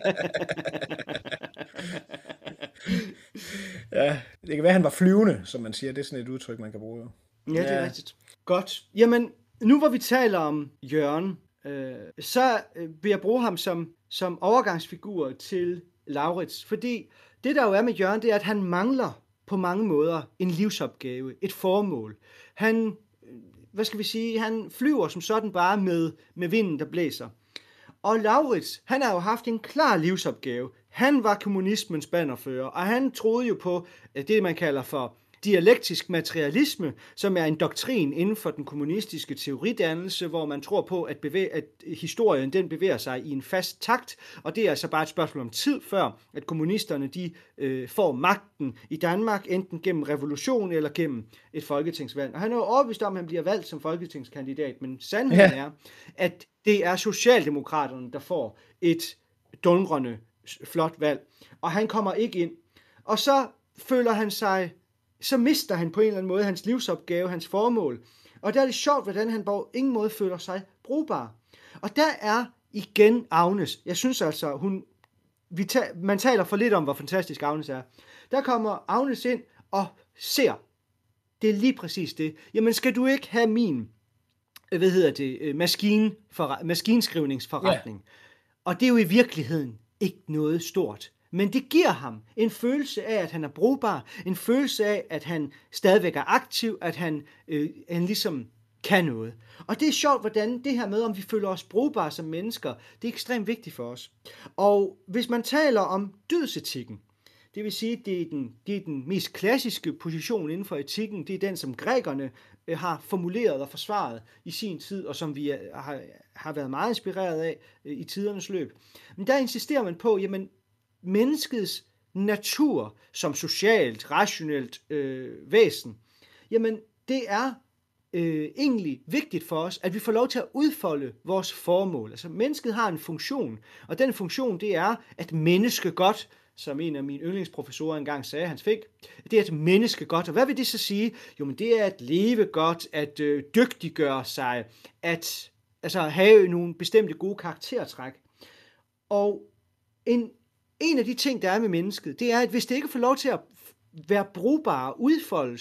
Ja, det kan være, at han var flyvende, som man siger. Det er sådan et udtryk, man kan bruge. Ja, det er rigtigt. Godt. Jamen, nu hvor vi taler om Jørgen, så vil jeg bruge ham som overgangsfigur til Laurits. Fordi det, der jo er med Jørgen, det er, at han mangler på mange måder en livsopgave, et formål. Han, hvad skal vi sige, han flyver som sådan bare med vinden, der blæser. Og Laurits, han har jo haft en klar livsopgave. Han var kommunismens bannerfører, og han troede jo på det, man kalder for dialektisk materialisme, som er en doktrin inden for den kommunistiske teoridannelse, hvor man tror på, at historien den bevæger sig i en fast takt, og det er altså bare et spørgsmål om tid før, at kommunisterne de får magten i Danmark, enten gennem revolution eller gennem et folketingsvalg. Og han er jo overbevist om, at han bliver valgt som folketingskandidat, men sandheden er, at det er Socialdemokraterne, der får et dundrende flot valg, og han kommer ikke ind. Og så føler han sig, så mister han på en eller anden måde hans livsopgave, hans formål. Og der er det sjovt, hvordan han på ingen måde føler sig brugbar. Og der er igen Agnes. Jeg synes altså, man taler for lidt om, hvor fantastisk Agnes er. Der kommer Agnes ind og ser. Det er lige præcis det. Jamen, skal du ikke have min, maskinskrivningsforretning? Yeah. Og det er jo i virkeligheden ikke noget stort. Men det giver ham en følelse af, at han er brugbar, en følelse af, at han stadigvæk er aktiv, at han ligesom kan noget. Og det er sjovt, hvordan det her med, om vi føler os brugbare som mennesker, det er ekstremt vigtigt for os. Og hvis man taler om dødsetikken, det vil sige, det er den mest klassiske position inden for etikken, det er den, som grækerne har formuleret og forsvaret i sin tid, og som vi har været meget inspireret af i tidernes løb. Men der insisterer man på, jamen, menneskets natur som socialt, rationelt væsen, jamen det er egentlig vigtigt for os, at vi får lov til at udfolde vores formål. Altså mennesket har en funktion, og den funktion det er at menneske godt, som en af mine yndlingsprofessorer engang sagde, han fik, det er at menneske godt. Og hvad vil det så sige? Jo, men det er at leve godt, at dygtiggøre sig, at altså have nogle bestemte gode karaktertræk. Og en af de ting, der er med mennesket, det er, at hvis det ikke får lov til at være brugbar, udfolde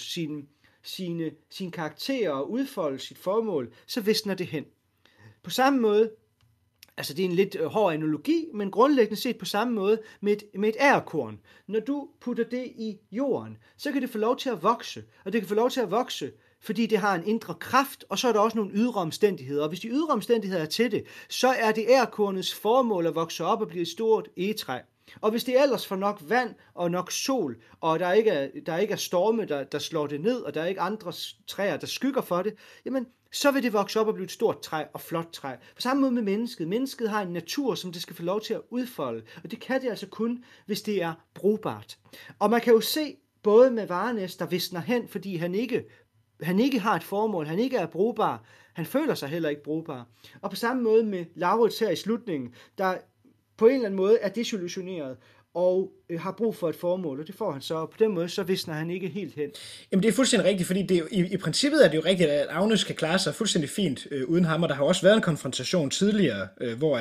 sine karakterer og udfolde sit formål, så visner det hen. På samme måde, altså det er en lidt hård analogi, men grundlæggende set på samme måde med et agerkorn. Når du putter det i jorden, så kan det få lov til at vokse, og det kan få lov til at vokse, fordi det har en indre kraft, og så er der også nogle ydre omstændigheder. Og hvis de ydre omstændigheder er til det, så er det agerkornets formål at vokse op og blive et stort egetræ. Og hvis det ellers får nok vand og nok sol, og der ikke er storme, der slår det ned, og der er ikke andre træer, der skygger for det, jamen, så vil det vokse op og blive et stort træ og flot træ. På samme måde med mennesket. Mennesket har en natur, som det skal få lov til at udfolde, og det kan det altså kun, hvis det er brugbart. Og man kan jo se, både med Varnæs, der visner hen, fordi han ikke har et formål, han ikke er brugbar, han føler sig heller ikke brugbar. Og på samme måde med Laurits her i slutningen, der på en eller anden måde er desillusioneret og har brug for et formål, og det får han så, og på den måde så visner han ikke helt hen. Jamen det er fuldstændig rigtigt, fordi det er jo, i princippet er det jo rigtigt, at Agnes kan klare sig fuldstændig fint uden ham, og der har også været en konfrontation tidligere, hvor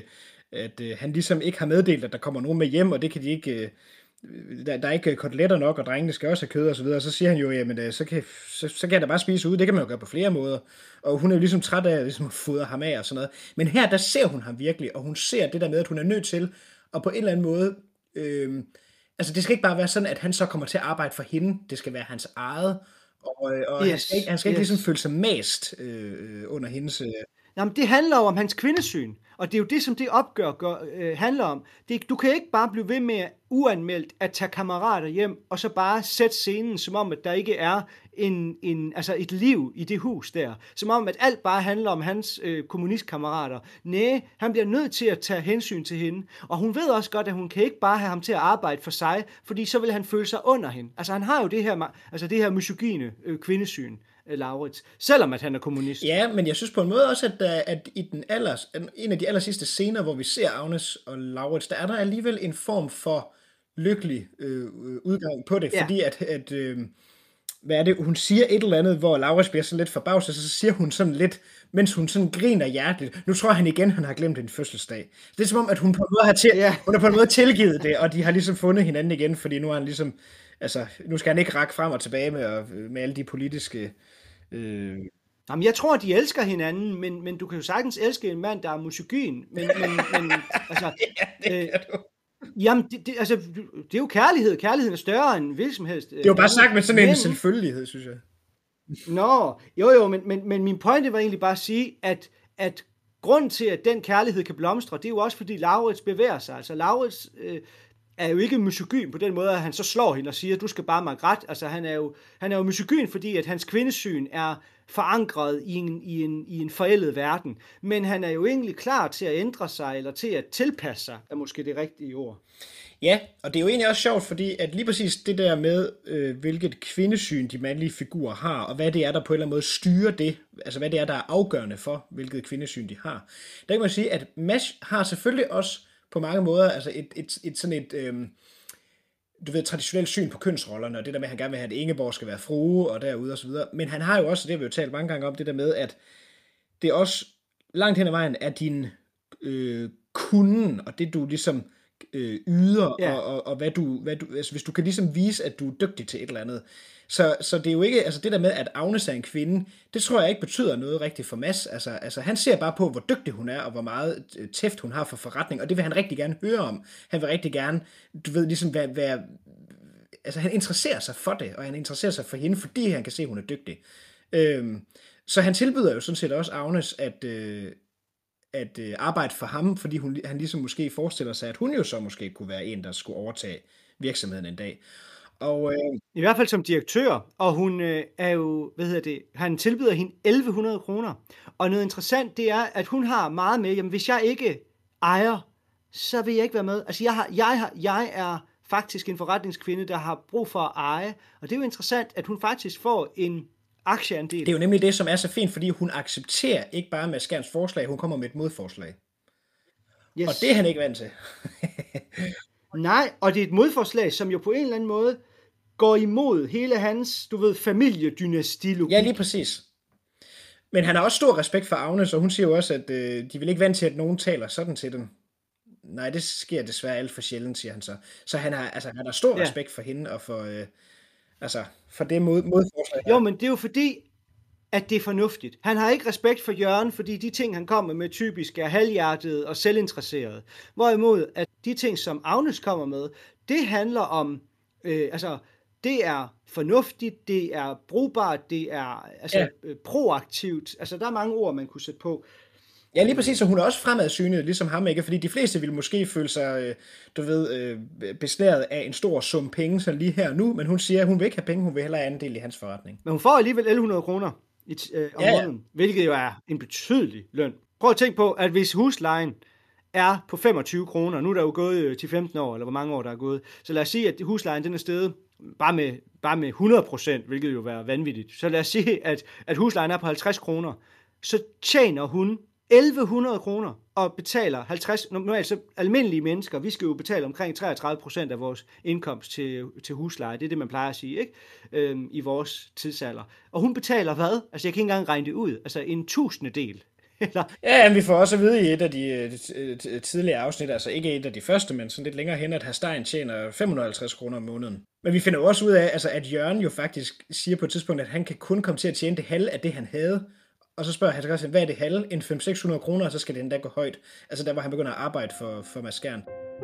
at han ligesom ikke har meddelt, at der kommer nogen med hjem, og det kan de ikke... Der er ikke koteletter nok, og drengene skal også have kød og så videre, og så siger han jo, jamen så kan jeg da bare spise ud, det kan man jo gøre på flere måder, og hun er jo ligesom træt af ligesom at fodre ham af og sådan noget, men her der ser hun ham virkelig, og hun ser det der med, at hun er nødt til, og på en eller anden måde, altså det skal ikke bare være sådan, at han så kommer til at arbejde for hende, det skal være hans eget, og yes, han skal ikke ligesom føle sig mast under hendes... Jamen, det handler jo om hans kvindesyn, og det er jo det, som det opgør handler om. Du kan ikke bare blive ved med uanmeldt at tage kammerater hjem, og så bare sætte scenen, som om, at der ikke er altså et liv i det hus der. Som om, at alt bare handler om hans kommunistkammerater. Næh, han bliver nødt til at tage hensyn til hende, og hun ved også godt, at hun kan ikke bare have ham til at arbejde for sig, fordi så vil han føle sig under hende. Altså, han har jo det her misogyne kvindesyn. Laurits, selvom at han er kommunist. Ja, men jeg synes på en måde også, at i en af de aller sidste scener, hvor vi ser Agnes og Laurits, der er der alligevel en form for lykkelig udgang på det, fordi at hvad er det, hun siger et eller andet, hvor Laurits bliver sådan lidt forbavset, så siger hun sådan lidt, mens hun sådan griner hjerteligt, nu tror han igen, han har glemt en fødselsdag. Det er som om, at hun på en måde hun har på en måde tilgivet det, og de har ligesom fundet hinanden igen, fordi nu har han ligesom, altså, nu skal han ikke rakke frem og tilbage med alle de politiske... Jamen, jeg tror, de elsker hinanden, men du kan jo sagtens elske en mand, der er misogyn, men altså... ja, det kan du. Jamen, det er jo kærlighed. Kærligheden er større end hvilken som helst. Det er jo bare sagt med sådan en selvfølgelighed, synes jeg. Nå, jo, men min pointe var egentlig bare at sige, at grunden til, at den kærlighed kan blomstre, det er jo også, fordi Laurits bevæger sig. Altså, Laurits er jo ikke misogyn på den måde, at han så slår hende og siger, du skal bare mig ret. Altså, han er jo misogyn, fordi at hans kvindesyn er forankret i en forældet verden. Men han er jo egentlig klar til at ændre sig, eller til at tilpasse sig, er måske det rigtige ord. Ja, og det er jo egentlig også sjovt, fordi at lige præcis det der med, hvilket kvindesyn de mandlige figurer har, og hvad det er, der på en eller anden måde styrer det, altså hvad det er, der er afgørende for, hvilket kvindesyn de har. Der kan man sige, at Mash har selvfølgelig også på mange måder, altså du ved, traditionelt syn på kønsrollerne, og det der med, at han gerne vil have, at Ingeborg skal være frue, og derude og så videre. Men han har jo også, det har vi jo talt mange gange om, det der med, at det også langt hen ad vejen er din kunden, og det du ligesom yder, og hvad du, altså hvis du kan ligesom vise, at du er dygtig til et eller andet. Så det er jo ikke, altså det der med, at Agnes er en kvinde, det tror jeg ikke betyder noget rigtigt for Mads. Altså han ser bare på, hvor dygtig hun er, og hvor meget tæft hun har for forretning, og det vil han rigtig gerne høre om. Han vil rigtig gerne, du ved, ligesom altså han interesserer sig for det, og han interesserer sig for hende, fordi han kan se, at hun er dygtig. Så han tilbyder jo sådan set også Agnes, at arbejde for ham, fordi han ligesom måske forestiller sig, at hun jo så måske kunne være en, der skulle overtage virksomheden en dag. Og, i hvert fald som direktør, og hun er jo, han tilbyder hende 1.100 kroner. Og noget interessant, det er, at hun har meget med, jamen hvis jeg ikke ejer, så vil jeg ikke være med. Altså jeg er faktisk en forretningskvinde, der har brug for at eje, og det er jo interessant, at hun faktisk får en aktieandel. Det er jo nemlig det, som er så fint, fordi hun accepterer ikke bare Mads Skjerns forslag, hun kommer med et modforslag. Yes. Og det er han ikke vant til. Nej, og det er et modforslag, som jo på en eller anden måde går imod hele hans, familiedynastilogi. Ja, lige præcis. Men han har også stor respekt for Agnes, og hun siger jo også, at de vil ikke vant til, at nogen taler sådan til dem. nej, det sker desværre alt for sjældent, siger han så. Så han har stor respekt for hende, og for det modforslag. Jo, men det er jo fordi, at det er fornuftigt. Han har ikke respekt for Jørgen, fordi de ting, han kommer med, typisk er halvhjertede og selvinteresserede. Hvorimod, at de ting, som Agnes kommer med, det handler om, det er fornuftigt, det er brugbart, det er proaktivt. Altså, der er mange ord, man kunne sætte på. Ja, lige præcis, og hun er også fremadsynet, ligesom ham, ikke? Fordi de fleste ville måske føle sig, besnæret af en stor sum penge, så lige her nu, men hun siger, at hun vil ikke have penge, hun vil hellere andel i hans forretning. Men hun får alligevel 1.100 kroner om måneden, hvilket jo er en betydelig løn. Prøv at tænke på, at hvis huslejen er på 25 kroner, nu er der jo gået til 15 år, eller hvor mange år der er gået, så lad os sige, at huslejen den er steget bare med 100%, hvilket jo er vanvittigt. Så lad os sige, at huslejen er på 50 kroner, så tjener hun 1.100 kroner og betaler 50, normalt så almindelige mennesker, vi skal jo betale omkring 33% af vores indkomst til husleje, det er det, man plejer at sige, ikke? I vores tidsalder. Og hun betaler hvad? Altså jeg kan ikke engang regne det ud, altså 1/1000. Ja, vi får også at vide i et af de tidligere afsnit, altså ikke et af de første, men sådan lidt længere hen, at Herstein tjener 550 kroner om måneden. Men vi finder jo også ud af, altså, at Jørgen jo faktisk siger på et tidspunkt, at han kan kun komme til at tjene det halve af det, han havde. Og så spørger Hans Christian, hvad er det halve? En 500-600 kroner, og så skal det endda gå højt. Altså der, hvor han begynder at arbejde for Mads Skjern.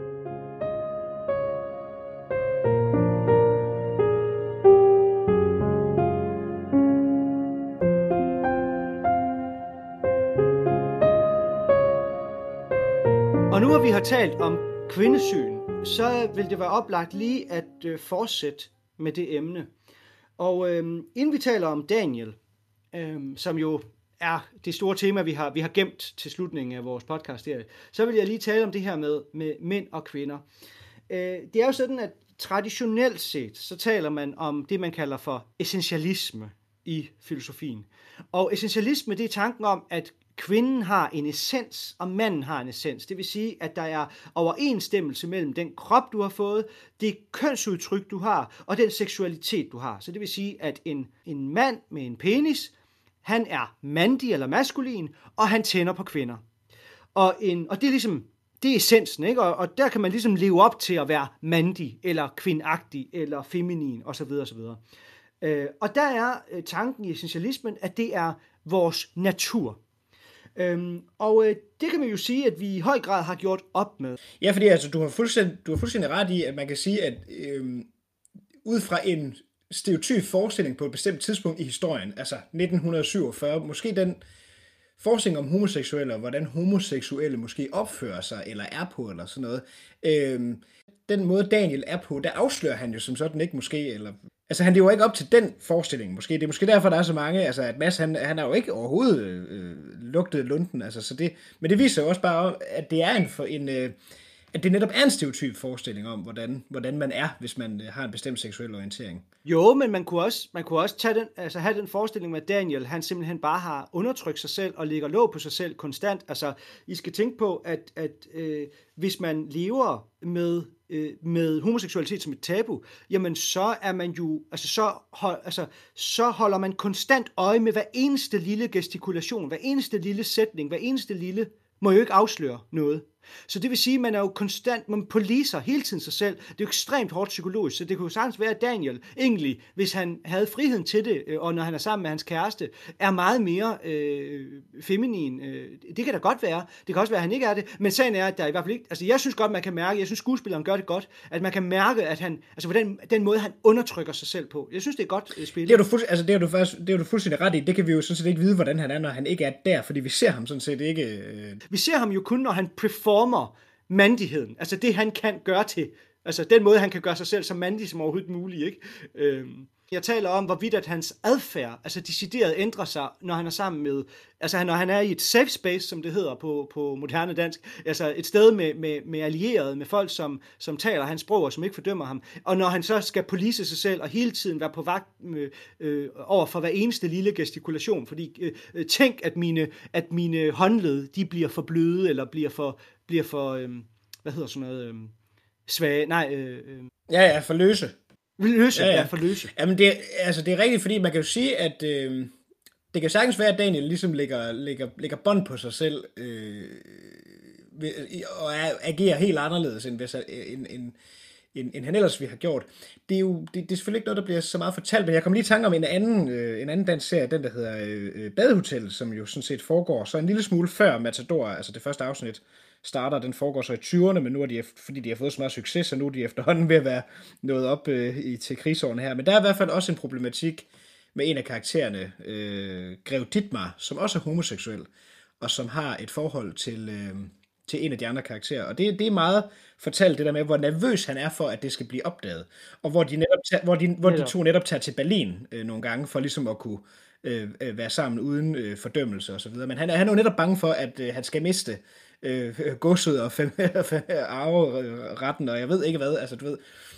Og nu hvor vi har talt om kvindesyn, så vil det være oplagt lige at fortsætte med det emne. Og inden vi taler om Daniel, som jo er det store tema, vi har gemt til slutningen af vores podcast her, så vil jeg lige tale om det her med mænd og kvinder. Det er jo sådan, at traditionelt set, så taler man om det, man kalder for essentialisme i filosofien. Og essentialisme, det er tanken om, at kvinden har en essens, og manden har en essens. Det vil sige, at der er overensstemmelse mellem den krop, du har fået, det kønsudtryk, du har, og den seksualitet, du har. Så det vil sige, at en mand med en penis, han er mandig eller maskulin, og han tænder på kvinder. Og det er ligesom, det er essensen, ikke? Og der kan man ligesom leve op til at være mandig, eller kvindagtig, eller feminin, osv. osv. Og der er tanken i essentialismen, at det er vores natur. Og det kan man jo sige, at vi i høj grad har gjort op med. Ja, fordi altså, du har fuldstændig ret i, at man kan sige, at ud fra en stereotyp forestilling på et bestemt tidspunkt i historien, altså 1947, måske den forestilling om homoseksuelle, og hvordan homoseksuelle måske opfører sig, eller er på, eller sådan noget, den måde Daniel er på, der afslører han jo som sådan ikke måske, eller altså han lever ikke op til den forestilling måske. Det er måske derfor, der er så mange, altså at Mads, han har jo ikke overhovedet lugtet lunden, altså så det, men det viser jo også bare, at det er at det netop er en stereotyp forestilling om, hvordan man er, hvis man har en bestemt seksuel orientering. Jo, men man kunne også tage have den forestilling med Daniel, han simpelthen bare har undertrykt sig selv og lægger låg på sig selv konstant. Altså, I skal tænke på, at hvis man lever med homoseksualitet som et tabu, jamen så er man jo, så holder man konstant øje med hver eneste lille gestikulation, hver eneste lille sætning, hver eneste lille må jo ikke afsløre noget. Så det vil sige, at man er jo konstant, man policer hele tiden sig selv. Det er jo ekstremt hårdt psykologisk, så det kunne jo sagtens være, at Daniel egentlig, hvis han havde friheden til det, og når han er sammen med hans kæreste, er meget mere feminin. Det kan da godt være. Det kan også være, at han ikke er det. Men sagen er, at der i hvert fald ikke, altså jeg synes godt, man kan mærke, jeg synes skuespilleren gør det godt, at man kan mærke, at han, altså på den måde, han undertrykker sig selv på. Jeg synes, det er godt spillet. Det er du fuldstændig ret i. Det kan vi jo sådan set ikke vide, hvordan han er, når han ikke er der, fordi vi ser ham sådan set ikke. Vi ser ham jo kun, når han performer mandigheden, altså det han kan gøre til, altså den måde han kan gøre sig selv så mandig som overhovedet muligt, ikke? Jeg taler om, hvorvidt at hans adfærd, altså decideret ændrer sig, når han er sammen med, altså når han er i et safe space, som det hedder på moderne dansk, altså et sted med allierede, med folk, som taler hans sprog, og som ikke fordømmer ham, og når han så skal police sig selv, og hele tiden være på vagt over for hver eneste lille gestikulation, fordi tænk, at mine håndled, de bliver for bløde, eller bliver for hvad hedder sådan noget, svage, Ja, for løse. For løse. Jamen det er rigtigt, fordi man kan jo sige, at det kan sagtens være, at Daniel ligesom lægger bånd på sig selv og agerer helt anderledes, end han ellers vi har gjort. Det er selvfølgelig ikke noget, der bliver så meget fortalt, men jeg kom lige i tanke om en anden dansk serie, den der hedder Badehotel, som jo sådan set foregår så en lille smule før Matador, altså det første afsnit starter, den foregår så i 20'erne, men nu er de, fordi de har fået så meget succes, så nu er de efterhånden ved at være nået op til krigsårene her. Men der er i hvert fald også en problematik med en af karaktererne, Grev Dittmar, som også er homoseksuel, og som har et forhold til en af de andre karakterer. Og det er meget fortalt det der med, hvor nervøs han er for, at det skal blive opdaget. Og hvor de to netop tager til Berlin nogle gange, for ligesom at kunne være sammen uden fordømmelse og så videre. Men han er jo netop bange for, at han skal miste godset og arveretten, og jeg ved ikke hvad, altså du ved.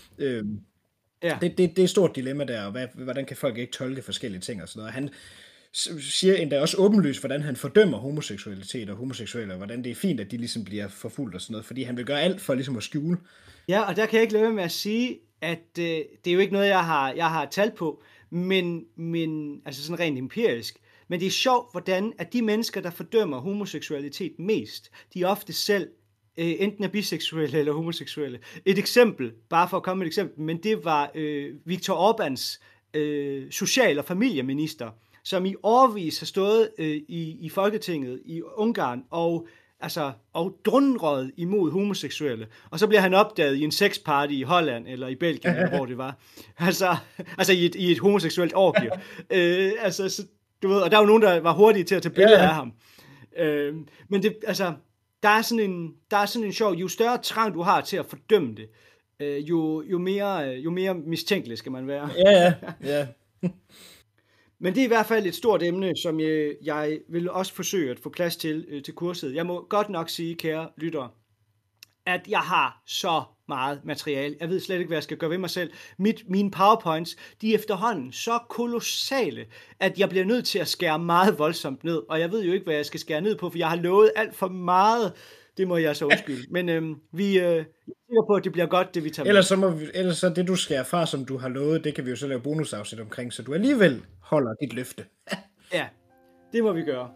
Det er et stort dilemma der, og hvordan kan folk ikke tolke forskellige ting og sådan noget. Han siger endda også åbenlyst, hvordan han fordømmer homoseksualitet og homoseksuelle, og hvordan det er fint, at de ligesom bliver forfulgt og sådan noget, fordi han vil gøre alt for ligesom at skjule. Ja, og der kan jeg ikke lade være med at sige, at det er jo ikke noget, jeg har talt på, men altså sådan rent empirisk. Men det er sjovt, hvordan at de mennesker, der fordømmer homoseksualitet mest, de ofte selv enten er biseksuelle eller homoseksuelle. Et eksempel, bare for at komme med et eksempel, men det var Viktor Orbáns social- og familieminister, som i årevis har stået i Folketinget i Ungarn og drundrøget imod homoseksuelle. Og så bliver han opdaget i en sexparty i Holland eller i Belgien, eller hvor det var. Altså i et homoseksuelt orgie. Du ved, og der var nogen, der var hurtige til at tage billeder af ham. Men det, altså, der er sådan en sjov, jo større trang du har til at fordømme det, jo mere mistænkelig skal man være. Ja. Men det er i hvert fald et stort emne, som jeg vil også forsøge at få plads til kurset. Jeg må godt nok sige, kære lyttere, at jeg har så meget materiale. Jeg ved slet ikke, hvad jeg skal gøre ved mig selv. Mine PowerPoints, de er efterhånden så kolossale, at jeg bliver nødt til at skære meget voldsomt ned. Og jeg ved jo ikke, hvad jeg skal skære ned på, for jeg har lovet alt for meget. Det må jeg så undskylde. Men vi er på, at det bliver godt, det vi tager med. Ellers så det, du skærer fra, som du har lovet, det kan vi jo så lave bonusafsnit omkring, så du alligevel holder dit løfte. Ja, det må vi gøre.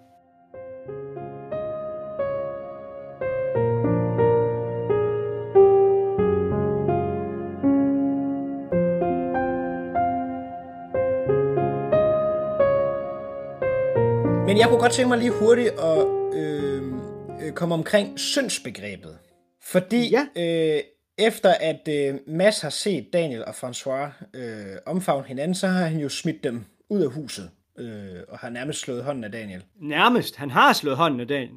Men jeg kunne godt tænke mig lige hurtigt at komme omkring syndsbegrebet. Fordi efter at Mads har set Daniel og François omfavne hinanden, så har han jo smidt dem ud af huset og har nærmest slået hånden af Daniel. Nærmest? Han har slået hånden af Daniel?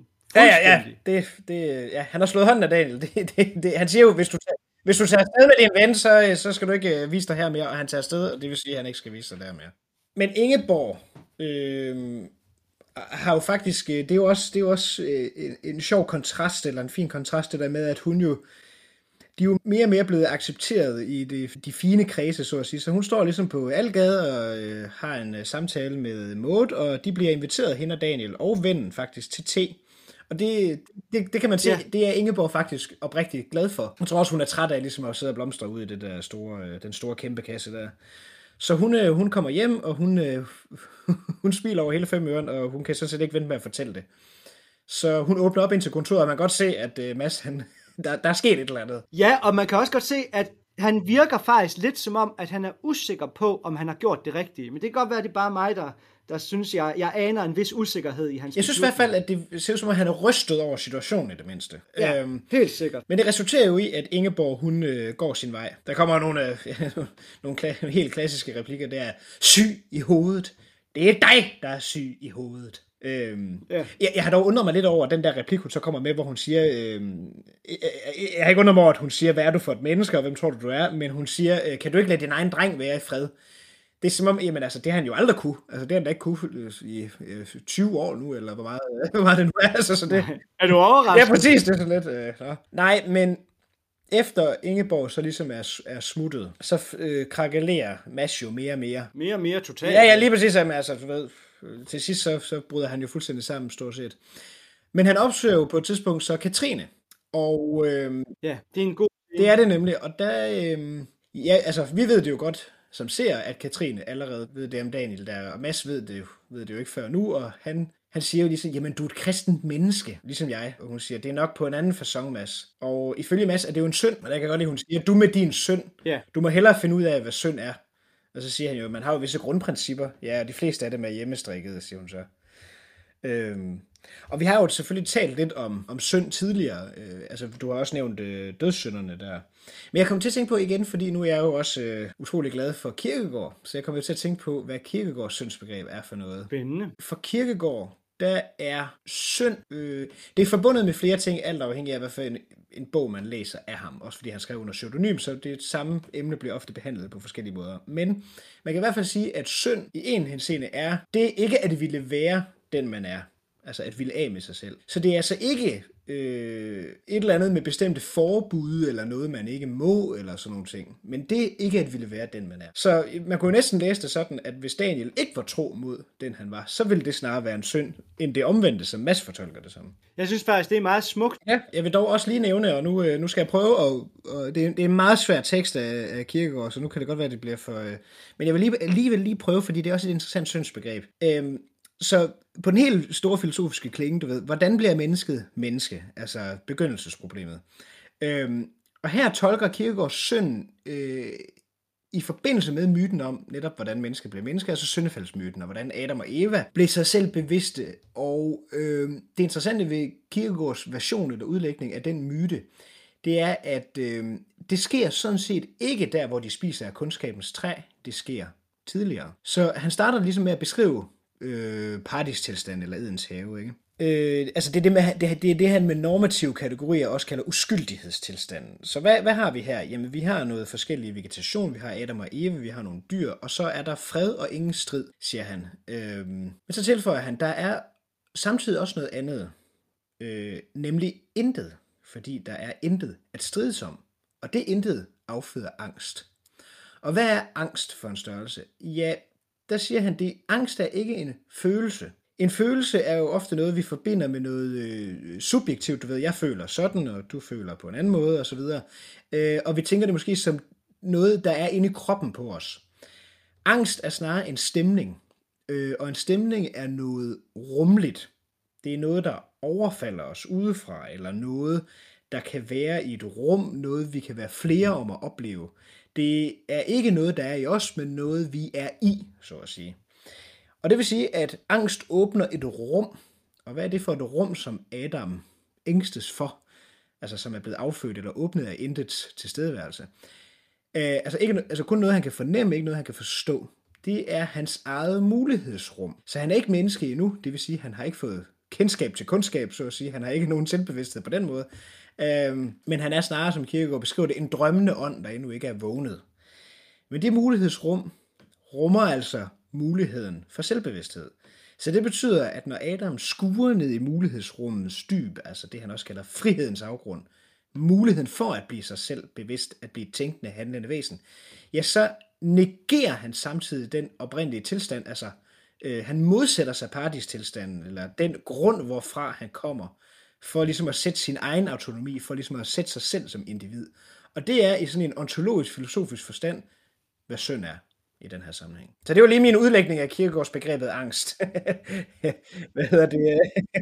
Ja, han har slået hånden af Daniel. Han siger jo, hvis du tager afsted med din ven, så skal du ikke vise dig her mere, og han tager afsted, og det vil sige, at han ikke skal vise sig der mere. Men Ingeborg har jo faktisk, det er jo også en sjov kontrast, eller en fin kontrast, det der med, at hun jo, de er jo mere og mere blevet accepteret i de fine kredse, så at sige. Så hun står ligesom på Algade og har en samtale med Maud, og de bliver inviteret, hende og Daniel og vennen faktisk, til te. Og det kan man sige, det er Ingeborg faktisk oprigtigt glad for. Jeg tror også, hun er træt af ligesom at sidde og blomstre ud i det der den store kæmpe kasse der. Så hun kommer hjem, og hun smiler over hele 5 øren, og hun kan sådan set ikke vente med at fortælle det. Så hun åbner op ind til kontoret, og man kan godt se, at Mads, der er sket et eller andet. Ja, og man kan også godt se, at han virker faktisk lidt som om, at han er usikker på, om han har gjort det rigtige. Men det kan godt være, at det er bare mig, der synes, jeg aner en vis usikkerhed i hans. Jeg synes i hvert fald, at det ser ud som om, han er rystet over situationen i det mindste. Ja, helt sikkert. Men det resulterer jo i, at Ingeborg, hun går sin vej. Der kommer nogle helt klassiske replikker, der er syg i hovedet. Det er dig, der er syg i hovedet. Jeg har dog undret mig lidt over den der replik, hun så kommer med, hvor hun siger, jeg har ikke undret mig over, at hun siger, hvad er du for et menneske, og hvem tror du er, men hun siger, kan du ikke lade din egen dreng være i fred? Det er som om, jamen altså, det har han jo aldrig kunne. Altså, det har han da ikke kunne i 20 år nu, eller hvor meget det nu er. Altså, så det... Er du overrasket? Ja, præcis, det er sådan lidt... Nej, men efter Ingeborg så ligesom er smuttet, så krakelerer Mads jo mere og mere. Mere og mere totalt. Ja, lige præcis. Altså, du ved, til sidst så bryder han jo fuldstændig sammen, stort set. Men han opsøger jo på et tidspunkt så Katrine. Og ja, det er en god... Det er det nemlig, og der... ja, altså, vi ved det jo godt, som ser, at Katrine allerede ved det om Daniel der, og Mads ved det jo ikke før nu, og han siger jo ligesom, jamen du er et kristent menneske, ligesom jeg. Og hun siger, det er nok på en anden facon, Mads. Og ifølge Mads er det jo en synd, og der kan godt lide, hun siger, du med din synd, du må hellere finde ud af, hvad synd er. Og så siger han jo, man har jo visse grundprincipper, ja, og de fleste af dem er hjemmestrikket, siger hun så. Og vi har jo selvfølgelig talt lidt om synd tidligere, altså du har også nævnt dødssynderne der. Men jeg kommer til at tænke på igen, fordi nu er jeg jo også utrolig glad for Kierkegaard, så jeg kommer til at tænke på, hvad Kierkegaards syndsbegreb er for noget. Spændende. For Kierkegaard, der er synd, det er forbundet med flere ting, alt afhængig af, hvad for en bog man læser af ham, også fordi han skrev under pseudonym, så det samme emne bliver ofte behandlet på forskellige måder. Men man kan i hvert fald sige, at synd i en henseende er, det er ikke at ville være den man er, altså at ville af med sig selv. Så det er altså ikke et eller andet med bestemte forbud, eller noget man ikke må, eller sådan nogle ting. Men det er ikke at ville være den man er. Så man kunne jo næsten læse det sådan, at hvis Daniel ikke var tro mod den han var, så ville det snarere være en synd, end det omvendte, som Mads fortolker det som. Jeg synes faktisk, det er meget smukt. Ja, jeg vil dog også lige nævne, og nu skal jeg prøve, og det er en meget svær tekst af Kierkegaard, så nu kan det godt være, at det bliver for... Men jeg vil alligevel lige prøve, fordi det er også et interessant syndsbegreb. Så på den helt store filosofiske klinge, du ved, hvordan bliver mennesket menneske? Altså begyndelsesproblemet. Og her tolker Kierkegaard synd i forbindelse med myten om netop, hvordan mennesket blev menneske, altså syndefaldsmyten, og hvordan Adam og Eva blev sig selv bevidste. Og det interessante ved Kierkegaards version eller udlægning af den myte, det er, at det sker sådan set ikke der, hvor de spiser af kundskabens træ. Det sker tidligere. Så han starter ligesom med at beskrive paradistilstand eller Edens have, ikke? Altså det er det han med normative kategorier også kalder uskyldighedstilstanden. Så hvad har vi her? Jamen vi har noget forskellige vegetation, vi har Adam og Eve, vi har nogle dyr, og så er der fred og ingen strid, siger han. Men så tilføjer han, der er samtidig også noget andet, nemlig intet, fordi der er intet at strides om, og det intet afføder angst. Og hvad er angst for en størrelse? Ja, der siger han, at angst er ikke en følelse. En følelse er jo ofte noget, vi forbinder med noget subjektivt. Du ved, jeg føler sådan, og du føler på en anden måde, osv. Og vi tænker det måske som noget, der er inde i kroppen på os. Angst er snarere en stemning, og en stemning er noget rumligt. Det er noget, der overfalder os udefra, eller noget, der kan være i et rum, noget vi kan være flere om at opleve. Det er ikke noget, der er i os, men noget, vi er i, så at sige. Og det vil sige, at angst åbner et rum. Og hvad er det for et rum, som Adam ængstes for? Altså som er blevet affødt eller åbnet af intets tilstedeværelse. Altså kun noget, han kan fornemme, ikke noget, han kan forstå. Det er hans eget mulighedsrum. Så han er ikke menneske endnu, det vil sige, at han har ikke fået kendskab til kundskab, så at sige. Han har ikke nogen selvbevidsthed på den måde. Men han er snarere, som Kierkegaard beskriver det, en drømmende ånd, der endnu ikke er vågnet. Men det mulighedsrum rummer altså muligheden for selvbevidsthed. Så det betyder, at når Adam skuer ned i mulighedsrummets dyb, altså det han også kalder frihedens afgrund, muligheden for at blive sig selv bevidst, at blive et tænkende, handlende væsen, ja, så negerer han samtidig den oprindelige tilstand, altså han modsætter sig paradistilstanden, eller den grund, hvorfra han kommer, for ligesom at sætte sin egen autonomi, for ligesom at sætte sig selv som individ. Og det er i sådan en ontologisk, filosofisk forstand, hvad synd er i den her sammenhæng. Så det var lige min udlægning af Kierkegaards begrebet angst. Hvad hedder det?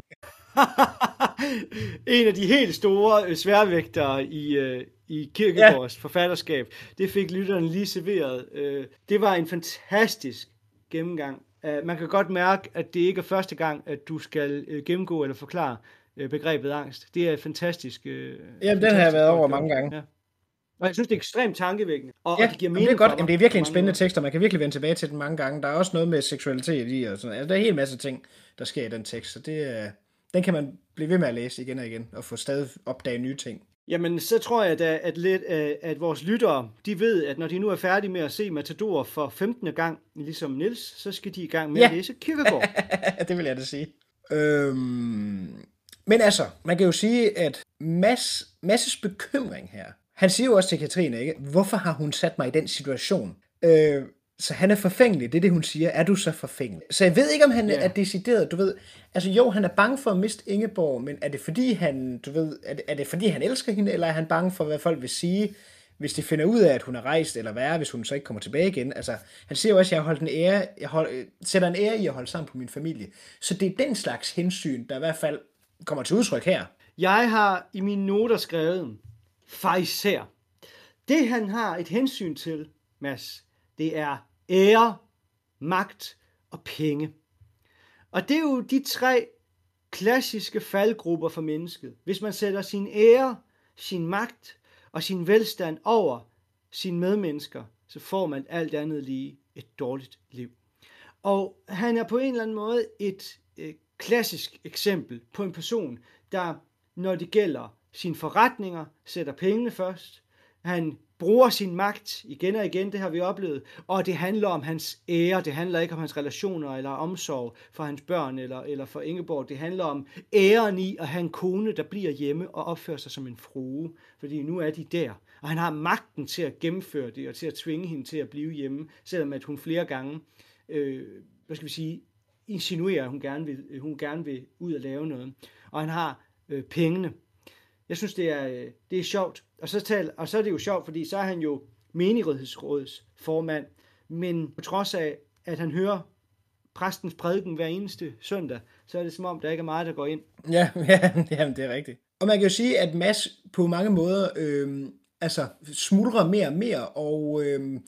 En af de helt store sværvægtere i Kierkegaards forfatterskab, det fik lytterne lige serveret. Det var en fantastisk gennemgang. Man kan godt mærke, at det ikke er første gang, at du skal gennemgå eller forklare begrebet angst. Det er fantastisk. Jamen, den har jeg været over mange gange. Ja. Og jeg synes, det er ekstremt tankevækkende. Og ja, det giver mening. Det er godt. Jamen, det er virkelig en spændende tekst, og man kan virkelig vende tilbage til den mange gange. Der er også noget med seksualitet i, og sådan. Altså, der er en hel masse ting, der sker i den tekst, så den kan man blive ved med at læse igen og igen, og få stadig opdage nye ting. Jamen, så tror jeg da, at vores lyttere, de ved, at når de nu er færdige med at se Matador for 15. gang, ligesom Niels, så skal de i gang med at læse Kierkegaard. Det vil jeg da sige. Men altså, man kan jo sige, at Masses bekymring her, han siger jo også til Katrine, ikke? Hvorfor har hun sat mig i den situation? Så han er forfængelig, det er det, hun siger. Er du så forfængelig? Så jeg ved ikke, om han er decideret, du ved. Altså jo, han er bange for at miste Ingeborg, men er det fordi han, du ved, er det fordi han elsker hende, eller er han bange for, hvad folk vil sige, hvis de finder ud af, at hun er rejst, eller værre, hvis hun så ikke kommer tilbage igen. Altså, han siger jo også, at jeg sætter en ære i at holde sammen på min familie. Så det er den slags hensyn, der i hvert fald kommer til udtryk her. Jeg har i mine noter skrevet, farisæer. Det han har et hensyn til, Mads, det er ære, magt og penge. Og det er jo de 3 klassiske faldgrupper for mennesket. Hvis man sætter sin ære, sin magt og sin velstand over sine medmennesker, så får man alt andet lige et dårligt liv. Og han er på en eller anden måde et klassisk eksempel på en person, der, når det gælder sine forretninger, sætter pengene først. Han bruger sin magt igen og igen, det har vi oplevet, og det handler om hans ære, det handler ikke om hans relationer eller omsorg for hans børn eller for Ingeborg, det handler om æren i at have en kone, der bliver hjemme og opfører sig som en frue, fordi nu er de der, og han har magten til at gennemføre det og til at tvinge hende til at blive hjemme, selvom at hun flere gange, insinuerer, at hun gerne vil ud og lave noget, og han har pengene. Jeg synes, det er sjovt. Og så er det jo sjovt, fordi så er han jo menighedsrådets formand, men på trods af, at han hører præstens prædiken hver eneste søndag, så er det som om, der ikke er meget, der går ind. Ja, det er rigtigt. Og man kan jo sige, at Mads på mange måder smuldrer mere og mere, og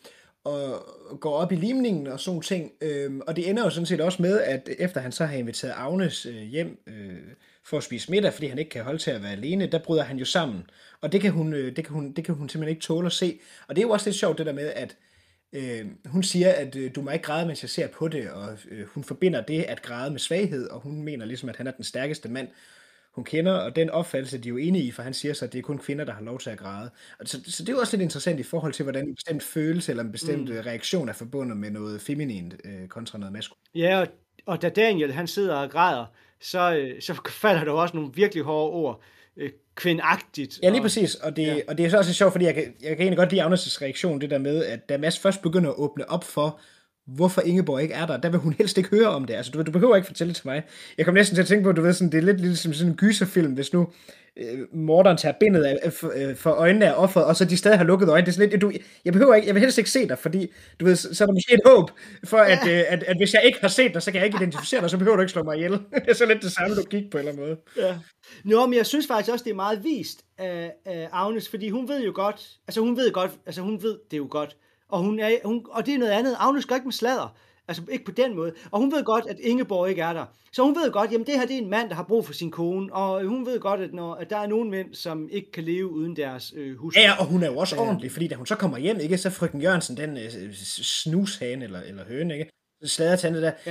går op i limningen og sådan ting. Og det ender jo sådan set også med, at efter han så har inviteret Agnes hjem for at spise middag, fordi han ikke kan holde til at være alene, der bryder han jo sammen. Og det kan hun simpelthen ikke tåle at se. Og det er jo også lidt sjovt det der med, at hun siger, at du må ikke græde, mens jeg ser på det, og hun forbinder det at græde med svaghed, og hun mener ligesom, at han er den stærkeste mand, hun kender, og den opfattelse, de er jo enige i, for han siger så, at det er kun kvinder, der har lov til at græde. Så det er jo også lidt interessant i forhold til, hvordan en bestemt følelse eller en bestemt reaktion er forbundet med noget feminint kontra noget maskulint. Ja, og da Daniel han sidder og græder, så falder der også nogle virkelig hårde ord, kvindagtigt. Ja, lige præcis, og det er så også sjovt, fordi jeg kan egentlig godt lide Agnes' reaktion, det der med, at da Mads først begynder at åbne op for, hvorfor Ingeborg ikke er der vil hun helst ikke høre om det. Altså, du behøver ikke fortælle det til mig. Jeg kom næsten til at tænke på, du ved, sådan, det er lidt ligesom sådan en gyserfilm, hvis nu morderen tager bindet for øjnene af offeret, og så de stadig har lukket øjnene. Det er sådan lidt, jeg vil helst ikke se dig, fordi du ved, så er der måske et håb for, at hvis jeg ikke har set dig, så kan jeg ikke identificere dig, så behøver du ikke slå mig ihjel. Det er så lidt det samme logik på en eller anden måde. Ja. Nå, men jeg synes faktisk også, det er meget vist af Agnes, fordi hun ved jo godt, hun ved det jo godt, og det er noget andet. Agnes går ikke med sladder. Altså ikke på den måde. Og hun ved godt, at Ingeborg ikke er der. Så hun ved godt, jamen det her det er en mand, der har brug for sin kone. Og hun ved godt, at der er nogle mænd, som ikke kan leve uden deres hustru. Ja, og hun er jo også ordentlig, fordi da hun så kommer hjem, ikke, så frøken Jørgensen, den snushane eller høne, ikke, sladertante der,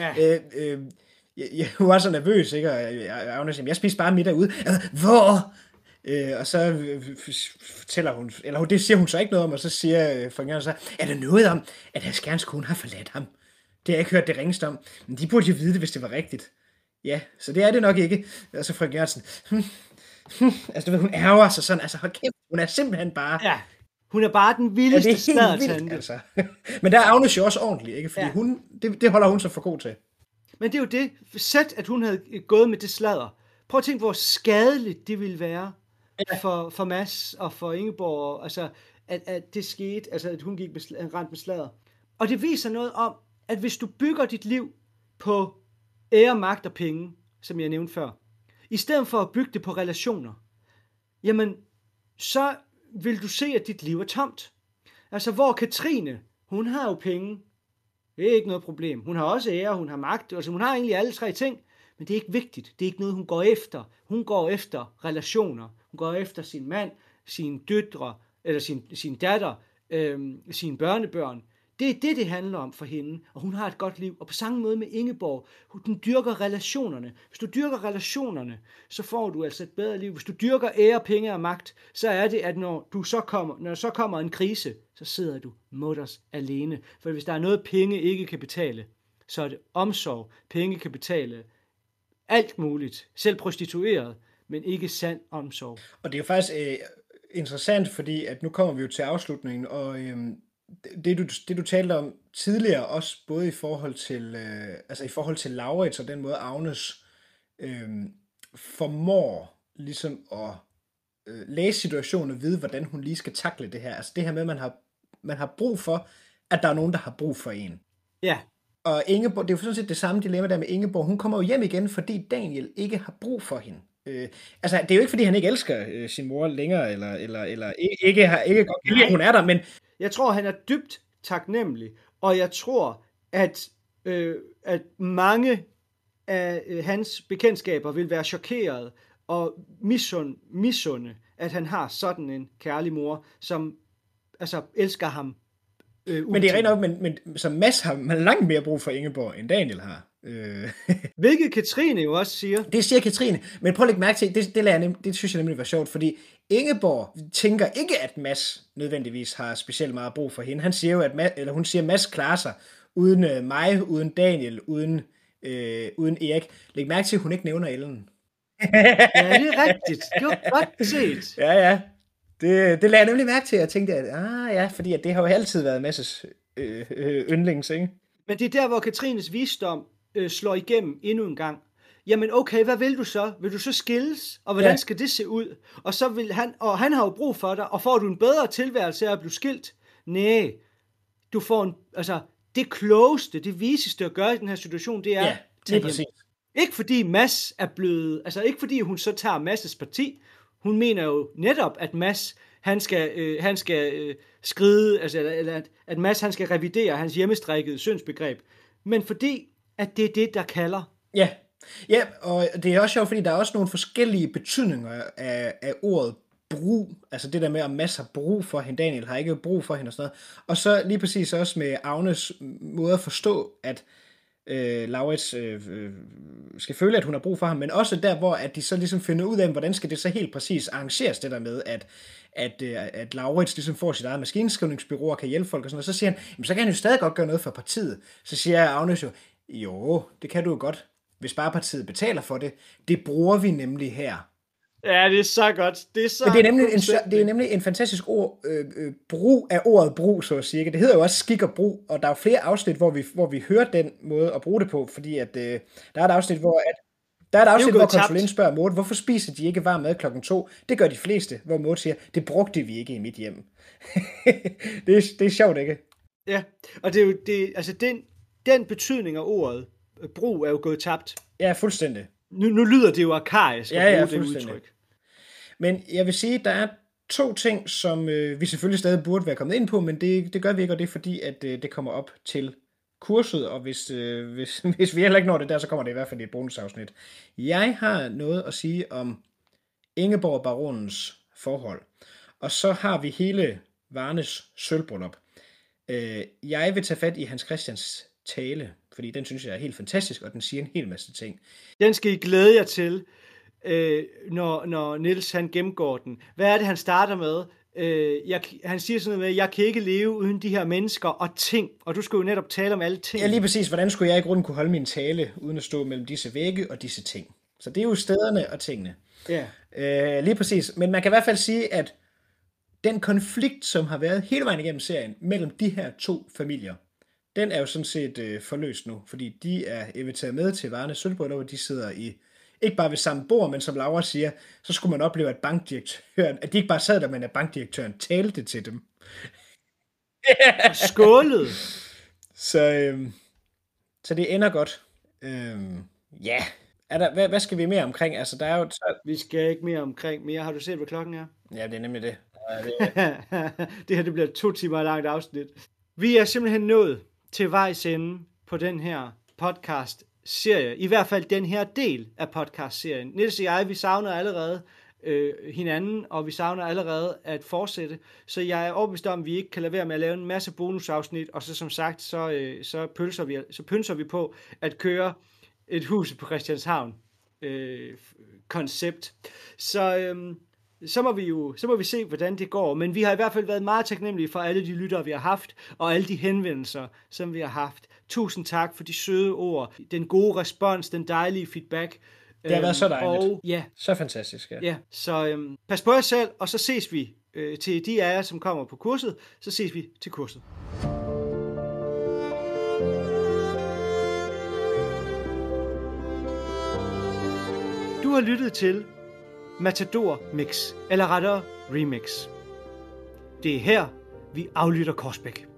jeg var så nervøs, ikke, og jeg spiste bare middag ude. Hvor? Og så fortæller hun, eller det siger hun så ikke noget om, og så siger frøken Jørgensen så, er der noget om, at hans Skjerns kone har forladt ham? Det har jeg ikke hørt det ringeste om, men de burde jo vide det, hvis det var rigtigt. Ja, så det er det nok ikke. Og så frøken Jørgensen, altså du ved, hun ærger sig sådan, altså hold kæft, hun er simpelthen bare... Ja, hun er bare den vildeste sladdertante. Altså. Men der er Agnes jo også ordentlig, ikke? Fordi det holder hun sig for god til. Men det er jo det, sæt at hun havde gået med det sladder. Prøv at tænke, hvor skadeligt det ville være for Mads og for Ingeborg, altså at det skete, altså at hun gik rent med sladder. Og det viser noget om, at hvis du bygger dit liv på ære, magt og penge, som jeg nævnte før, i stedet for at bygge det på relationer, jamen, så vil du se, at dit liv er tomt. Altså, hvor Katrine, hun har jo penge, det er ikke noget problem. Hun har også ære, hun har magt, altså hun har egentlig alle 3 ting, men det er ikke vigtigt. Det er ikke noget, hun går efter. Hun går efter relationer. Hun går efter sin mand, sine døtre, eller sin datter, sine børnebørn. Det er det handler om for hende, og hun har et godt liv. Og på samme måde med Ingeborg, hun dyrker relationerne. Hvis du dyrker relationerne, så får du altså et bedre liv. Hvis du dyrker ære, penge og magt, så er det, at når der så kommer en krise, så sidder du mutters alene. For hvis der er noget, penge ikke kan betale, så er det omsorg. Penge kan betale alt muligt, selv prostitueret, men ikke sand omsorg. Og det er jo faktisk interessant, fordi at nu kommer vi jo til afslutningen, og det du talte om tidligere, også både i forhold til Laurits og den måde Agnes formår ligesom at læse situationen og vide, hvordan hun lige skal takle det her. Altså det her med, at man har brug for, at der er nogen, der har brug for en. Ja. Og Ingeborg, det er jo sådan set det samme dilemma der med Ingeborg. Hun kommer jo hjem igen, fordi Daniel ikke har brug for hende. Altså, det er jo ikke, fordi han ikke elsker sin mor længere, eller ikke godt kan lide, at hun er der, men... Jeg tror, han er dybt taknemmelig, og jeg tror, at mange af hans bekendtskaber vil være chokeret og misunde, at han har sådan en kærlig mor, som altså elsker ham. Men det er rent nok, men som Mads har man langt mere brug for Ingeborg, end Daniel har. Hvilket Katrine jo også siger. Det siger Katrine, men prøv at lægge mærke til, det synes jeg nemlig var sjovt, fordi Ingeborg tænker ikke, at Mads nødvendigvis har specielt meget brug for hende. Han siger jo, hun siger, at Mads klarer sig uden mig, uden Daniel, uden Erik. Læg mærke til, at hun ikke nævner Ellen. Ja, det er rigtigt. Det var godt set. Ja. Det lagde jeg nemlig mærke til, og tænkte, at fordi at det har jo altid været Masses yndlings, ikke? Men det er der, hvor Katrines visdom slår igennem endnu en gang. Jamen okay, hvad vil du så? Vil du så skilles? Og hvordan skal det se ud? Og så vil han har jo brug for dig, og får du en bedre tilværelse af at blive skilt? Nej, du får det klogeste, det viseste at gøre i den her situation, det er at tage hjem. Ikke fordi Mads er blevet, ikke fordi hun så tager Mads' parti. Hun mener jo netop, at Mads, han skal skride, eller at Mads, han skal revidere hans hjemmestrikkede syndsbegreb. Men fordi, at det er det, der kalder. Ja, og det er også sjovt, fordi der er også nogle forskellige betydninger af ordet brug. Altså det der med, at Mads har brug for hende, Daniel har ikke brug for hende og sådan noget. Og så lige præcis også med Agnes måde at forstå, at Laurits skal føle, at hun har brug for ham, men også der, hvor at de så ligesom finder ud af, hvordan skal det så helt præcis arrangeres, det der med, at Laurits ligesom får sit eget maskinskrivningsbureau og kan hjælpe folk og sådan noget. Så siger han, jamen, så kan han jo stadig godt gøre noget for partiet. Så siger Agnes jo, det kan du jo godt, hvis bare partiet betaler for det. Det bruger vi nemlig her. Ja, det er så godt. Det er nemlig en fantastisk brug af ordet brug, så at sige. Det hedder jo også skik og brug, og der er jo flere afsnit, hvor vi hører den måde at bruge det på, fordi at der er et afsnit, hvor konsulenten spørger Maud, hvorfor spiser de ikke varm mad 2:00? Det gør de fleste, hvor Maud siger, det brugte vi ikke i mit hjem. det er sjovt, ikke? Ja, og det er jo den betydning af ordet brug er jo gået tabt. Ja, fuldstændig. Nu lyder det jo arkaisk at bruge det udtryk. Men jeg vil sige, at der er 2 ting, som vi selvfølgelig stadig burde være kommet ind på, men det gør vi ikke, og det er fordi, at det kommer op til kurset, og hvis vi heller ikke når det der, så kommer det i hvert fald i et bonusafsnit. Jeg har noget at sige om Ingeborg og baronens forhold, og så har vi hele Varnes sølvbryllup. Jeg vil tage fat i Hans Christians tale, fordi den synes jeg er helt fantastisk, og den siger en hel masse ting. Den skal I glæde jer til, når Niels han gennemgår den. Hvad er det, han starter med? Han siger sådan noget med, jeg kan ikke leve uden de her mennesker og ting, og du skal jo netop tale om alle ting. Ja, lige præcis. Hvordan skulle jeg i grunden kunne holde min tale, uden at stå mellem disse vægge og disse ting? Så det er jo stederne og tingene. Ja. Lige præcis. Men man kan i hvert fald sige, at den konflikt, som har været hele vejen igennem serien, mellem de her 2 familier, den er jo sådan set forløst nu, fordi de er inviteret med til Varnes sølvbryllup, og de sidder ikke bare ved samme bord, men som Laura siger, så skulle man opleve, at de ikke bare sad der, men at bankdirektøren talte til dem. Skålet! Så det ender godt. Ja. Hvad skal vi mere omkring? Altså, der er jo... Vi skal ikke mere omkring mere. Har du set, hvad klokken er? Ja, det er nemlig det. Det her det bliver 2 timer langt afsnit. Vi er simpelthen nået til vejs ende på den her podcast-serie. I hvert fald den her del af podcast-serien. Niels og jeg, vi savner allerede hinanden, og vi savner allerede at fortsætte. Så jeg er overbevist om, at vi ikke kan lade være med at lave en masse bonusafsnit, og så som sagt, så pynser vi på at køre et hus på Christianshavn koncept. Så må vi se, hvordan det går. Men vi har i hvert fald været meget taknemmelige for alle de lyttere, vi har haft, og alle de henvendelser, som vi har haft. Tusind tak for de søde ord, den gode respons, den dejlige feedback. Det har været så dejligt. Og, ja. Så fantastisk, ja. Ja, så pas på jer selv, og så ses vi til de af jer, som kommer på kurset, så ses vi til kurset. Du har lyttet til Matador Mix, eller rettere Remix. Det er her, vi aflytter Korsbæk.